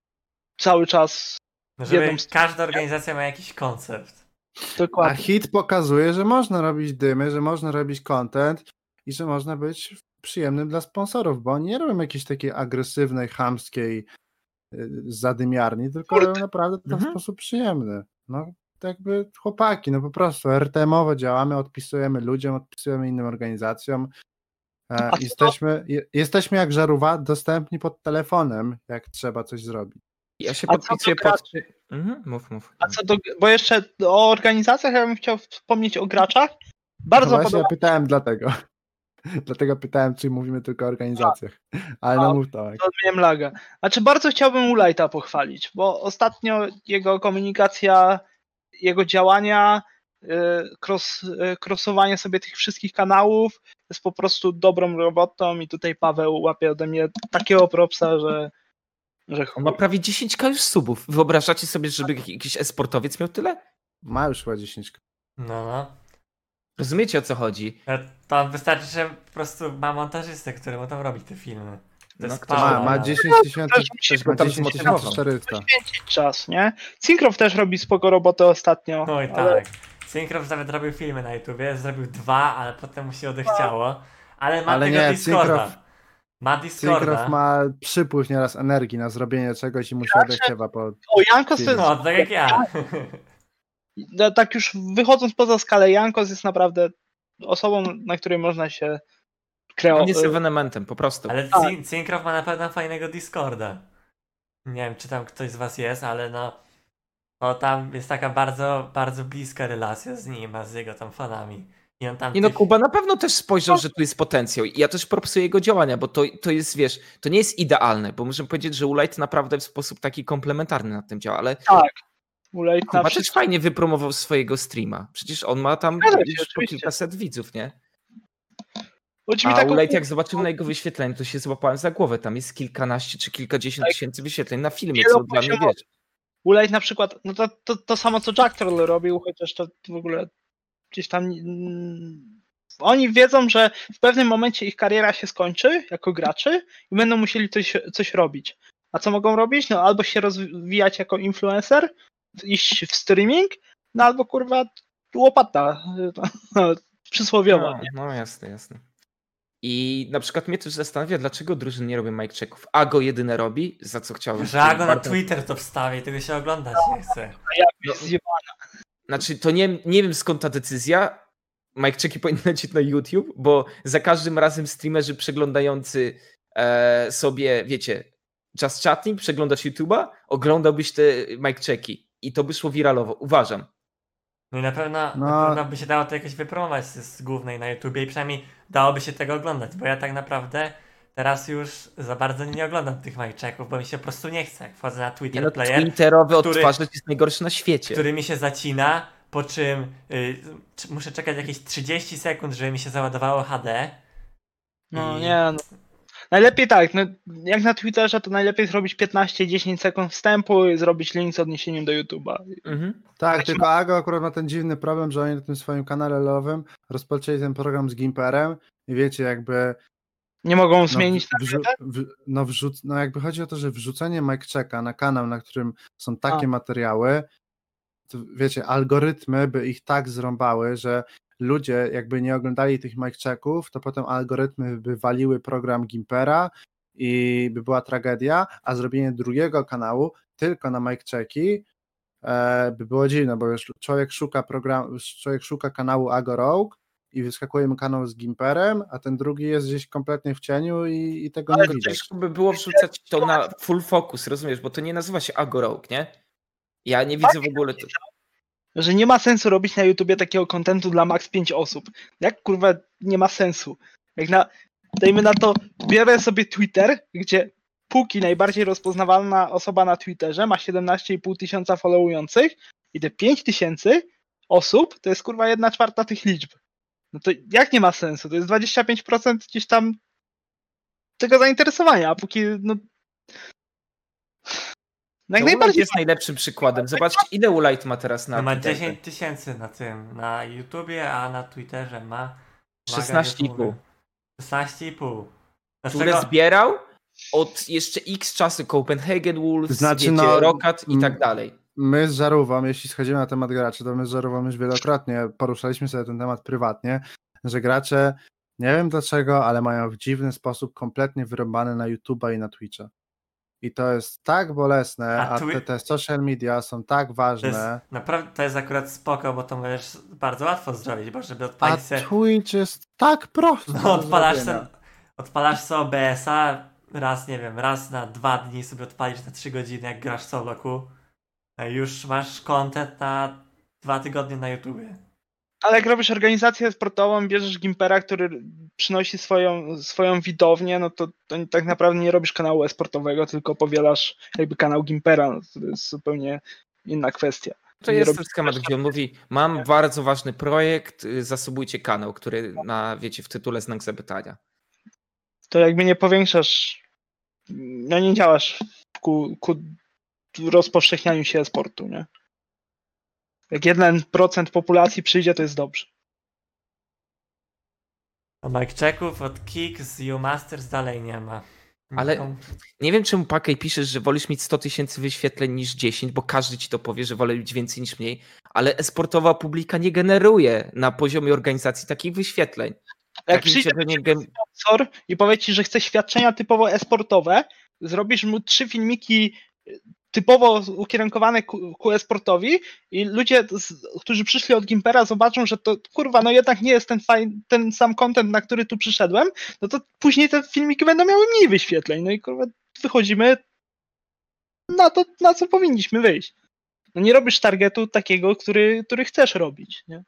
cały czas No żeby jedną z- każda organizacja ma jakiś koncept. A dokładnie. hit pokazuje, że można robić dymy, że można robić content i że można być przyjemnym dla sponsorów, bo oni nie robią jakiejś takiej agresywnej, chamskiej y, zadymiarni, tylko Kurde. robią naprawdę to w Mhm. sposób przyjemny. No to jakby chłopaki, no po prostu R T M-owo działamy, odpisujemy ludziom, odpisujemy innym organizacjom. E, A co jesteśmy, je, jesteśmy jak żarówa, dostępni pod telefonem, jak trzeba coś zrobić. Ja się A co podpisuję do pod... graczy? Mhm, mów, mów. A co do, bo jeszcze o organizacjach ja bym chciał wspomnieć o graczach. Bardzo No właśnie podoba ja pytałem dlatego. Dlatego pytałem, czy mówimy tylko o organizacjach. Ale no A, mów tak. to miałem laga. Znaczy bardzo chciałbym Ulajta pochwalić, bo ostatnio jego komunikacja, jego działania, y, cross, y, crossowanie sobie tych wszystkich kanałów jest po prostu dobrą robotą i tutaj Paweł łapie ode mnie takiego propsa, że że On chuj. ma prawie dziesięć tysięcy już subów. Wyobrażacie sobie, żeby jakiś esportowiec miał tyle? Ma już chyba dziesięć. No, no. Rozumiecie, o co chodzi? E, To wystarczy, że po prostu ma montażystę, który mu tam robi te filmy. To No, jest kto Paweł, Ma, ma ale- dziesięć tysięcy Też musi ma go tam dziesięć tysięcy zmotywował. czterysta. Poświęcić czas, nie? Syncrof też robi spoko robotę ostatnio. No i ale- tak. Syncrof nawet robił filmy na YouTubie, zrobił dwa, ale potem mu się odechciało. Ale ma Ale tego nie, Discorda. Syncrof- Ma Discorda. Syncrof ma przypływ nieraz energii na zrobienie czegoś i mu się odechciewa po... O, Jankos to jest, No, tak jak ja. no, tak już wychodząc poza skalę, Jankos jest naprawdę osobą, na której można się kreować. On jest ewenementem, po prostu. Ale Tak. Syn- Syncrof ma na pewno fajnego Discorda. Nie wiem, czy tam ktoś z was jest, ale no... No tam jest taka bardzo, bardzo bliska relacja z nim, a z jego tam fanami. I on tam I no tych- Kuba na pewno też spojrzał, że tu jest potencjał. I ja też propsuję jego działania, bo to, to jest, wiesz, to nie jest idealne, bo możemy powiedzieć, że Ulight naprawdę w sposób taki komplementarny nad tym działa, ale Tak. Ulejt na Kuba też wszystko. fajnie wypromował swojego streama. Przecież on ma tam Zgadza się, już po oczywiście. kilkaset widzów, nie? Chodzi mi A tak o- Ulejt, jak zobaczyłem na jego wyświetlenie, to się złapałem za głowę. Tam jest kilkanaście czy kilkadziesiąt Tak. tysięcy wyświetleń na filmie, co dla mnie Wielopoziomowy. wiesz. Ulejt na przykład, no to, to, to samo co Jack Troll robił, chociaż to w ogóle gdzieś tam... mm, Oni wiedzą, że w pewnym momencie ich kariera się skończy jako graczy i będą musieli coś, coś robić. A co mogą robić? No albo się rozwijać jako influencer, iść w streaming, no albo kurwa łopata przysłowiowa. No, nie? no jasne, jasne. I na przykład mnie też zastanawia, dlaczego drużyny nie robią mic checków. Ago jedyne robi, za co chciałbym... Że Ago na bardzo- Twitter to wstawi, tego się oglądać nie chce. A jak No. zjebana. Znaczy, to nie, nie wiem skąd ta decyzja. Mic checki powinny lecieć na YouTube, bo za każdym razem streamerzy przeglądający e, sobie, wiecie, Just Chatting, przeglądasz YouTube'a, oglądałbyś te mic checki i to by szło wiralowo, uważam. No i na pewno, No. na pewno by się dało to jakoś wypromować z, z głównej na YouTubie i przynajmniej dałoby się tego oglądać, bo ja tak naprawdę teraz już za bardzo nie oglądam tych majczeków, bo mi się po prostu nie chce. Jak wchodzę na Nie Twitter no, Player, Twitterowy który- odtwarzacz jest najgorszy na świecie. który mi się zacina, po czym y, c- muszę czekać jakieś trzydzieści sekund, żeby mi się załadowało H D. No I- nie no. Najlepiej tak, no, jak na Twitterze to najlepiej zrobić piętnaście dziesięć sekund wstępu i zrobić link z odniesieniem do YouTube'a. Mhm. Tak, tylko Ago akurat ma ten dziwny problem, że oni na tym swoim kanale lowym rozpoczęli ten program z Gimperem i wiecie, jakby Nie mogą no, zmienić na wrzu- w, no, wrzuc- no jakby chodzi o to, że wrzucenie mic checka na kanał, na którym są takie A. materiały, to wiecie, algorytmy by ich tak zrąbały, że ludzie jakby nie oglądali tych mic checków, to potem algorytmy by waliły program Gimpera i by była tragedia, a zrobienie drugiego kanału tylko na mic checki e, by było dziwne, bo już człowiek szuka program, człowiek szuka kanału Ago Rogue i wyskakuje mu kanał z Gimperem, a ten drugi jest gdzieś kompletnie w cieniu i, i tego nie widać. Ciężko by było wrzucać to na full focus, rozumiesz, bo to nie nazywa się Ago Rogue, nie? Ja nie widzę w ogóle... To... że nie ma sensu robić na YouTubie takiego kontentu dla max pięć osób. Jak kurwa nie ma sensu? Jak na, dajmy na to, biorę sobie Twitter, gdzie póki najbardziej rozpoznawalna osoba na Twitterze ma siedemnaście i pół tysiąca followujących i te pięć tysięcy osób to jest kurwa jedna czwarta tych liczb. No to jak nie ma sensu? To jest dwadzieścia pięć procent gdzieś tam tego zainteresowania, a póki no... no jak To Ulejt najbardziej jest najlepszym przykładem. Zobaczcie, ile Ulejt ma teraz na No ma Twitterze. dziesięć tysięcy na tym, na YouTubie, a na Twitterze ma... szesnaście i pół. szesnaście i pół. No z Które czego- zbierał od jeszcze x czasu Copenhagen Wolves, Znaczy, wiecie, no, Rokat i mm, tak dalej. My z Żarówą, jeśli schodzimy na temat graczy, to my z Żarówą już wielokrotnie poruszaliśmy sobie ten temat prywatnie, że gracze, nie wiem dlaczego, ale mają w dziwny sposób kompletnie wyrąbane na YouTube'a i na Twitcha. I to jest tak bolesne, A a twi- te, te social media są tak To ważne. jest, naprawdę, to jest akurat spoko, bo to możesz bardzo łatwo zrobić, bo żeby A odpalić se, Twitch jest tak prosty. no, do odpalasz zrobienia. se, odpalasz sobie O B S-a, raz, nie wiem, raz na dwa dni sobie odpalisz na trzy godziny, jak grasz solo ku. Już masz content na dwa tygodnie na YouTubie. Ale jak robisz organizację sportową, bierzesz Gimpera, który przynosi swoją, swoją widownię, no to, to tak naprawdę nie robisz kanału e-sportowego, tylko powielasz jakby kanał Gimpera. No to jest zupełnie inna kwestia. To Nie jest robi- ten schemat, gdzie on mówi, mam bardzo ważny projekt, y, zasobujcie kanał, który na, wiecie, w tytule znak zapytania. To jakby nie powiększasz, no nie działasz ku, ku rozpowszechnianiu się e-sportu, nie? Jak jeden procent populacji przyjdzie, to jest dobrze. A Mike Checków od Kick z U Masters dalej nie ma. Ale- No, Nie wiem, czemu Pakej piszesz, że wolisz mieć sto tysięcy wyświetleń niż dziesięć, bo każdy ci to powie, że wolę mieć więcej niż mniej, ale esportowa publika nie generuje na poziomie organizacji takich wyświetleń. Jak Takim przyjdzie średnim gen- sponsor i powie ci, że chce świadczenia typowo e-sportowe, zrobisz mu trzy filmiki typowo ukierunkowane ku, ku e-sportowi i ludzie, z, którzy przyszli od Gimpera, zobaczą, że to kurwa, no jednak nie jest ten, fajn, ten sam content, na który tu przyszedłem, no to później te filmiki będą miały mniej wyświetleń. No i kurwa, wychodzimy na to, na co powinniśmy wyjść. No nie robisz targetu takiego, który, który chcesz robić, nie?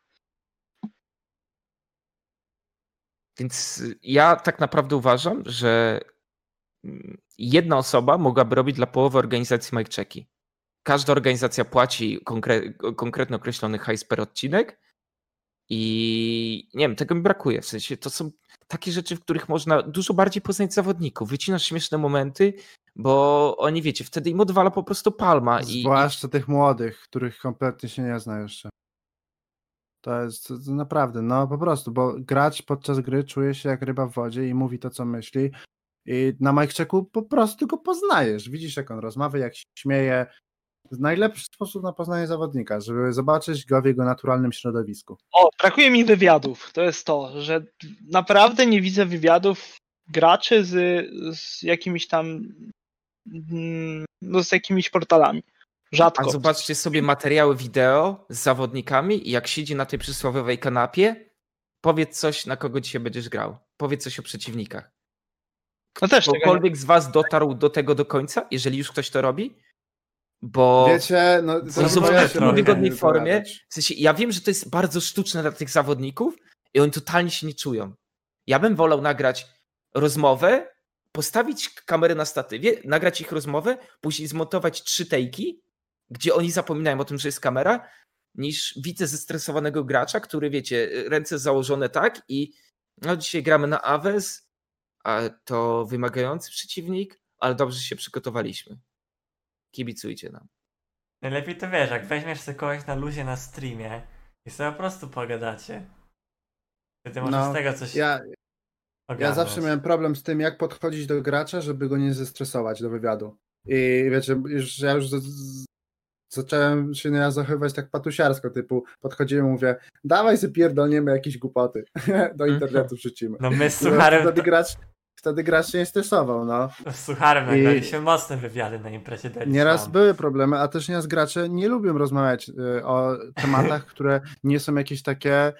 Więc ja tak naprawdę uważam, że jedna osoba mogłaby robić dla połowy organizacji mic checki. Każda organizacja płaci konkre- konkretnie określony hajs per odcinek I nie wiem, tego mi brakuje. W sensie to są takie rzeczy, w których można dużo bardziej poznać zawodników. Wycinasz śmieszne momenty, bo oni, wiecie, wtedy im odwala po prostu palma. I, Zwłaszcza tych młodych, których kompletnie się nie zna jeszcze. To jest to naprawdę, no po prostu, bo gracz podczas gry czuje się jak ryba w wodzie i mówi to, co myśli. I na Mike'czeku po prostu go poznajesz. Widzisz, jak on rozmawia, jak się śmieje. To jest najlepszy sposób na poznanie zawodnika, żeby zobaczyć go w jego naturalnym środowisku. O, brakuje mi wywiadów. To jest to, że naprawdę nie widzę wywiadów graczy z, z jakimiś tam mm, no, z jakimiś portalami. Rzadko. A zobaczcie sobie materiały wideo z zawodnikami i jak siedzi na tej przysłowiowej kanapie, powiedz coś, na kogo dzisiaj będziesz grał. Powiedz coś o przeciwnikach. No też tego Ktokolwiek z was dotarł do tego do końca, jeżeli już ktoś to robi? Bo Wiecie, no oni to są w boję takiej się trochę niewygodnej nie formie. wypowiadać. W sensie, ja wiem, że to jest bardzo sztuczne dla tych zawodników i oni totalnie się nie czują. Ja bym wolał nagrać rozmowę, postawić kamerę na statywie, nagrać ich rozmowę, później zmontować trzy tejki, gdzie oni zapominają o tym, że jest kamera, niż widzę zestresowanego gracza, który, wiecie, ręce założone tak i no dzisiaj gramy na Aves, a to wymagający przeciwnik, ale dobrze się przygotowaliśmy. Kibicujcie nam. Najlepiej to wiesz, jak weźmiesz sobie kogoś na luzie na streamie i sobie po prostu pogadacie. Wtedy możesz No, z tego coś Ja, ogarnąć. ja zawsze miałem problem z tym, jak podchodzić do gracza, żeby go nie zestresować do wywiadu. I wiecie, już ja już z, z, zacząłem się nieraz zachowywać tak patusiarsko, typu podchodzimy i mówię, dawaj sobie pierdolniemy jakieś głupoty, do internetu wrzucimy. No my z I Sucharem, Wtedy to, gracz, wtedy gracz się nie stresował, no. z Sucharem I- nagraliśmy mocne wywiady na imprezie Delis Nieraz One. były problemy, a też nieraz gracze nie lubią rozmawiać y, o tematach, które nie są jakieś takie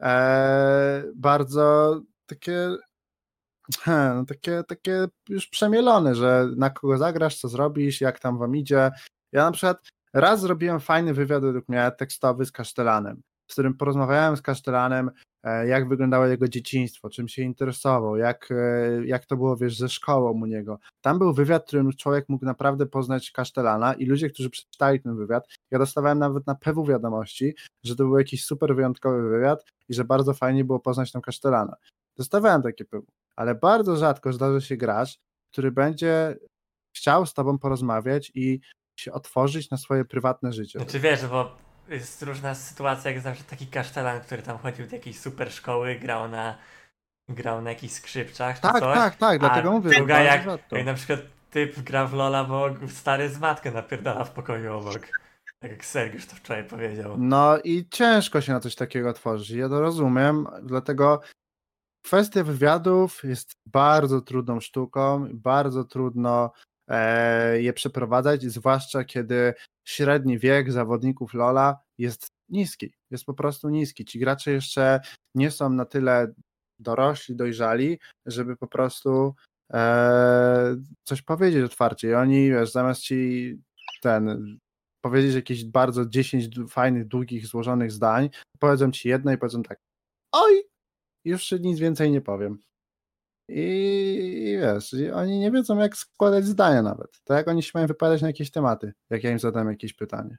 e, bardzo takie, he, no takie takie już przemielone, że na kogo zagrasz, co zrobisz, jak tam wam idzie. Ja na przykład raz zrobiłem fajny wywiad według mnie tekstowy z Kasztelanem, z którym porozmawiałem z Kasztelanem, e, jak wyglądało jego dzieciństwo, czym się interesował, jak, e, jak to było, wiesz, ze szkołą u niego. Tam był wywiad, w którym człowiek mógł naprawdę poznać Kasztelana i ludzie, którzy przeczytali ten wywiad, ja dostawałem nawet na P W wiadomości, że to był jakiś super wyjątkowy wywiad i że bardzo fajnie było poznać tam Kasztelana. Dostawałem takie P W, ale bardzo rzadko zdarzy się gracz, który będzie chciał z tobą porozmawiać i się otworzyć na swoje prywatne życie. Znaczy wiesz, bo jest różna sytuacja, jak zawsze taki kasztelan, który tam chodził do jakiejś super szkoły, grał na grał na jakichś skrzypczach czy Tak, coś. tak, tak, dlatego a mówię, że druga bardzo jak, rzadko. jak na przykład typ gra w Lola, bo stary z matkę napierdala w pokoju obok. Tak jak Sergiusz to wczoraj powiedział. No i ciężko się na coś takiego otworzyć. Ja to rozumiem, dlatego kwestia wywiadów jest bardzo trudną sztuką, bardzo trudno e, je przeprowadzać, zwłaszcza kiedy średni wiek zawodników Lola jest niski, jest po prostu niski. Ci gracze jeszcze nie są na tyle dorośli, dojrzali, żeby po prostu e, coś powiedzieć otwarcie. I oni, wiesz, zamiast ci ten powiedzieć jakieś bardzo dziesięć du- fajnych, długich, złożonych zdań, powiedzą ci jedno i powiedzą tak, oj, już nic więcej nie powiem. I, i wiesz, i oni nie wiedzą, jak składać zdania nawet. To jak oni się mają wypowiadać na jakieś tematy, jak ja im zadam jakieś pytanie.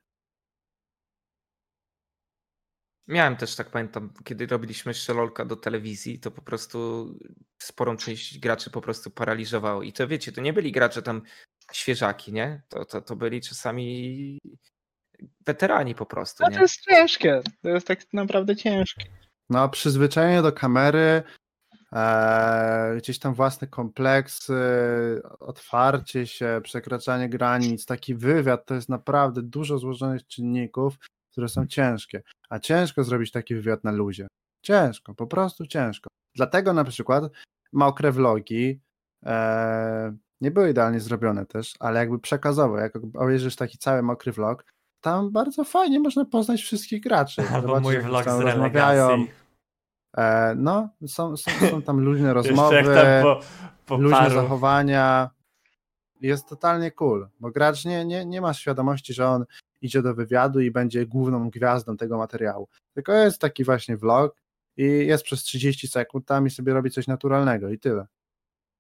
Miałem też, tak pamiętam, kiedy robiliśmy jeszcze lolka do telewizji, to po prostu sporą część graczy po prostu paraliżowało. I to wiecie, to nie byli gracze tam świeżaki, nie? To, to, to byli czasami weterani po prostu, No nie? to jest ciężkie. To jest tak naprawdę ciężkie. No, przyzwyczajenie do kamery, e, gdzieś tam własne kompleksy, otwarcie się, przekraczanie granic, taki wywiad, to jest naprawdę dużo złożonych czynników, które są ciężkie. A ciężko zrobić taki wywiad na luzie. Ciężko, po prostu ciężko. Dlatego na przykład mokre vlogi e, nie były idealnie zrobione też, ale jakby przekazowo, jak obejrzysz taki cały mokry vlog, tam bardzo fajnie można poznać wszystkich graczy. Albo Zobaczyć, mój jak vlog tam z rozmawiają. relegacji. E, no, są, są, są tam luźne Jeszcze rozmowy, jak tam po, po luźne paru... zachowania. Jest totalnie cool, bo gracz nie, nie, nie ma świadomości, że on idzie do wywiadu i będzie główną gwiazdą tego materiału. Tylko jest taki właśnie vlog i jest przez trzydzieści sekund tam i sobie robi coś naturalnego i tyle.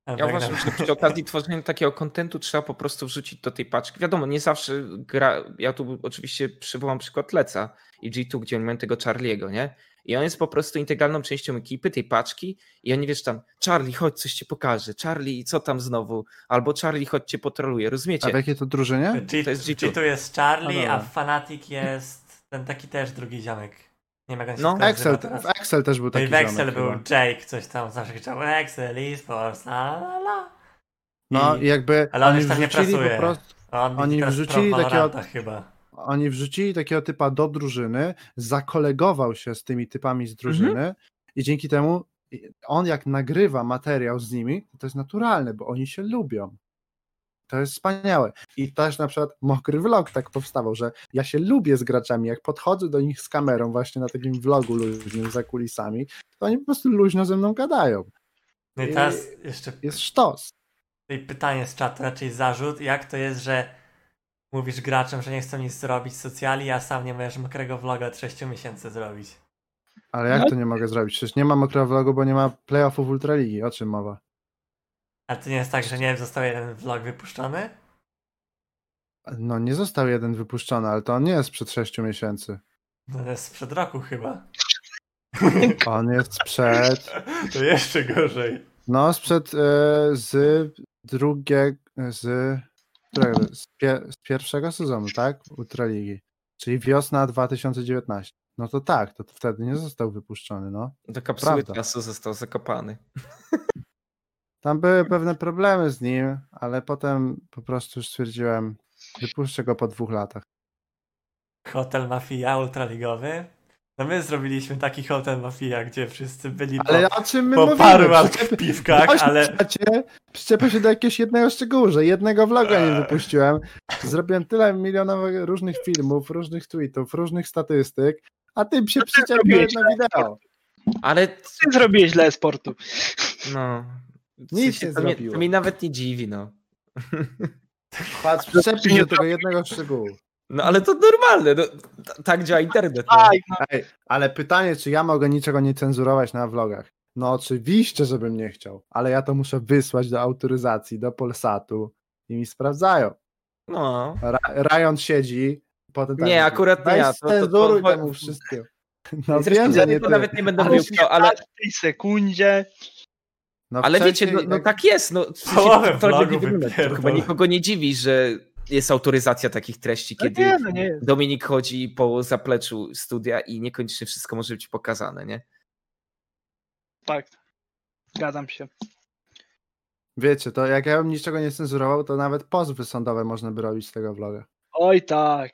A Ja tak uważam, na- że przy okazji tworzenia takiego kontentu trzeba po prostu wrzucić do tej paczki. Wiadomo, nie zawsze gra. Ja tu oczywiście przywołam przykład Leca i G dwa, gdzie oni mają tego Charlie'ego, nie? I on jest po prostu integralną częścią ekipy, tej paczki i oni wiesz tam, Charlie, chodź, coś ci pokażę. Charlie, co tam znowu? Albo Charlie, chodź cię potroluję, A rozumiecie? w jakiej to drużynie? G- To jest G dwa. G dwa jest Charlie, A a dobra. w Fnatic jest ten taki też drugi ziomek. Nie wiem jak on się No, nazywa Excel, teraz. w Excel też był No i taki w Excel ziomek był chyba. Jake, coś tam zawsze krzyczał Excel, eSports, la la la. No I- i jakby ale on oni już tam nie wrzucili pracuje. po prostu, On Oni teraz wrzucili pro takiego- Valoranta chyba. oni wrzucili takiego typa do drużyny, zakolegował się z tymi typami z drużyny Mhm. i dzięki temu on jak nagrywa materiał z nimi, to jest naturalne, bo oni się lubią. To jest wspaniałe. I też na przykład mokry vlog tak powstawał, że ja się lubię z graczami, jak podchodzę do nich z kamerą właśnie na takim vlogu luźnym za kulisami, to oni po prostu luźno ze mną gadają. No i I- teraz jeszcze Jest sztos. tutaj pytanie z czatu, raczej zarzut. Jak to jest, że mówisz graczom, że nie chcą nic zrobić z socjali, a sam nie możesz mokrego vloga od sześciu miesięcy zrobić? Ale jak No. to nie mogę zrobić? Przecież nie ma mokrego vlogu, bo nie ma playoffów Ultraligi. O czym mowa? A to nie jest tak, że nie wiem, został jeden vlog wypuszczony? No nie został jeden wypuszczony, ale to on nie jest sprzed sześciu miesięcy. No to jest sprzed roku chyba. On jest sprzed... To jeszcze gorzej. No sprzed e, z drugiego... z... którego? Z, pie, z pierwszego sezonu, tak? Ultraligi. Czyli wiosna dwa tysiące dziewiętnasty. No to tak, to wtedy nie został wypuszczony, no. Do kapsuły Prawda. czasu został zakopany. Tam były pewne problemy z nim, ale potem po prostu już stwierdziłem, wypuszczę go po dwóch latach. Hotel Mafia ultraligowy. No my zrobiliśmy taki Hotel Mafia, gdzie wszyscy byli Ale po, o czym my po mówimy? paru lat Przyczep- w piwkach, Gość, ale... słuchajcie, przyczepię się do jakiegoś jednego szczegółu, że jednego vloga nie wypuściłem. Zrobiłem tyle milionowych różnych filmów, różnych tweetów, różnych statystyk, a ty się przyczepił zrobiłeś jedno wideo. Ale Ty zrobiłeś dla e-sportu. no. w Nic sensie nie to, mnie, zrobiło. to mnie nawet nie dziwi, no. Patrz, przyczepił się do tego jednego szczegółu. No ale to normalne, no, t- tak działa internet. No. Aj, no. Ej, ale pytanie, czy ja mogę niczego nie cenzurować na vlogach? No oczywiście, żebym nie chciał, ale ja to muszę wysłać do autoryzacji, do Polsatu i mi sprawdzają. no. Ra- Riot siedzi, potem tak Nie, mówi, akurat nie weź ja, to- to- to- cenzuruj to- temu wszystkim. No Zresztą wiem, ja że nie to ty. nawet nie będę Ale mówił kto, ale, w tej sekundzie. No ale wiecie, wcześniej no, no jak- tak jest. No, w sensie, Połowę to- to vlogu będzie wyglądać. To chyba wypierdol. nikogo nie dziwi, że jest autoryzacja takich treści, No kiedy nie, no nie jest. Dominik chodzi po zapleczu studia i niekoniecznie wszystko może być pokazane, nie? Tak. Zgadzam się. Wiecie, to jak ja bym niczego nie cenzurował, to nawet pozwy sądowe można by robić z tego vloga. Oj tak.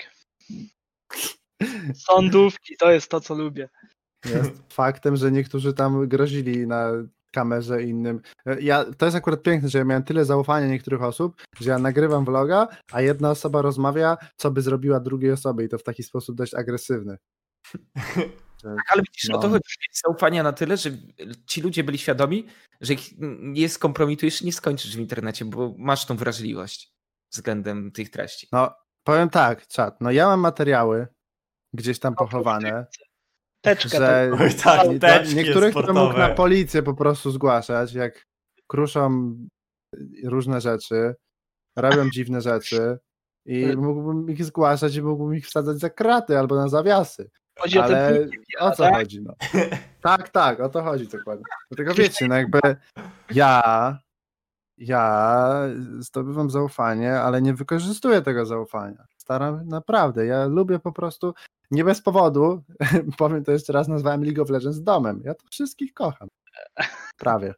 Sądówki, to jest to, co lubię. Jest faktem, że niektórzy tam grozili na kamerze innym. Ja, to jest akurat piękne, że ja miałem tyle zaufania niektórych osób, że ja nagrywam vloga, a jedna osoba rozmawia, co by zrobiła drugiej osobie i to w taki sposób dość agresywny. Że, Ale widzisz, no. o to chodzi. Zaufania na tyle, że ci ludzie byli świadomi, że ich nie skompromitujesz i nie skończysz w internecie, bo masz tą wrażliwość względem tych treści. No, powiem tak, czat, no ja mam materiały gdzieś tam pochowane, Teczka że Oj tak, nie- teczki niektórych to mógł sportowe. na policję po prostu zgłaszać, jak kruszą różne rzeczy, robią dziwne rzeczy i mógłbym ich zgłaszać i mógłbym ich wsadzać za kraty albo na zawiasy. to. Chodzi o ten Ale punkt, o co tak? chodzi? No? Tak, tak, o to chodzi dokładnie. Dlatego wiecie, no jakby ja ja zdobywam zaufanie, ale nie wykorzystuję tego zaufania. Staram naprawdę, ja lubię po prostu, nie bez powodu, powiem to jeszcze raz, nazwałem League of Legends domem. Ja to wszystkich kocham. Prawie.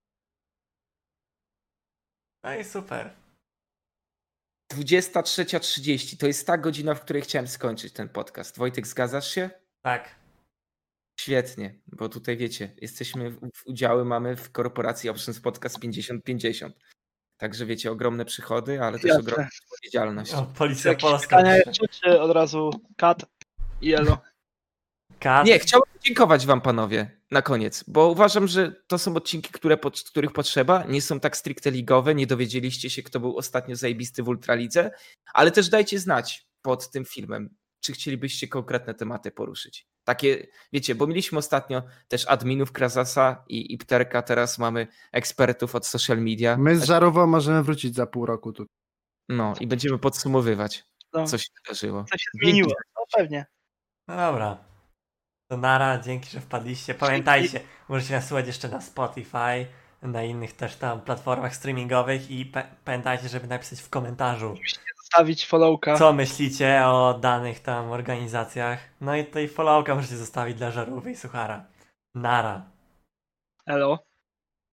No i super. dwudziesta trzecia trzydzieści to jest ta godzina, w której chciałem skończyć ten podcast. Wojtek, zgadzasz się? Tak. Świetnie, bo tutaj wiecie, jesteśmy w, w udziały mamy w korporacji Options Podcast pięćdziesiąt pięćdziesiąt. Także wiecie, ogromne przychody, ale też Jasne. ogromna odpowiedzialność. O, policja Jakieś polska. pytania jeszcze, czy od razu kat i elo? Kat. Nie, chciałbym podziękować wam panowie na koniec, bo uważam, że to są odcinki, które, pod, których potrzeba, nie są tak stricte ligowe, nie dowiedzieliście się, kto był ostatnio zajebisty w Ultralidze, ale też dajcie znać pod tym filmem, czy chcielibyście konkretne tematy poruszyć. Takie, wiecie, bo mieliśmy ostatnio też adminów Krazasa i, i Pterka, teraz mamy ekspertów od social media. My z Żarową możemy wrócić za pół roku tu. No i będziemy podsumowywać, No, co się wydarzyło. co się zmieniło? Dzięki. No pewnie. No dobra. To nara, dzięki, że wpadliście. Pamiętajcie, możecie nas słuchać jeszcze na Spotify, na innych też tam platformach streamingowych i pe- pamiętajcie, żeby napisać w komentarzu, Zostawić followka. co myślicie o danych tam organizacjach. No i tutaj followka możecie zostawić dla Żarówy i Suchara. Nara. Elo.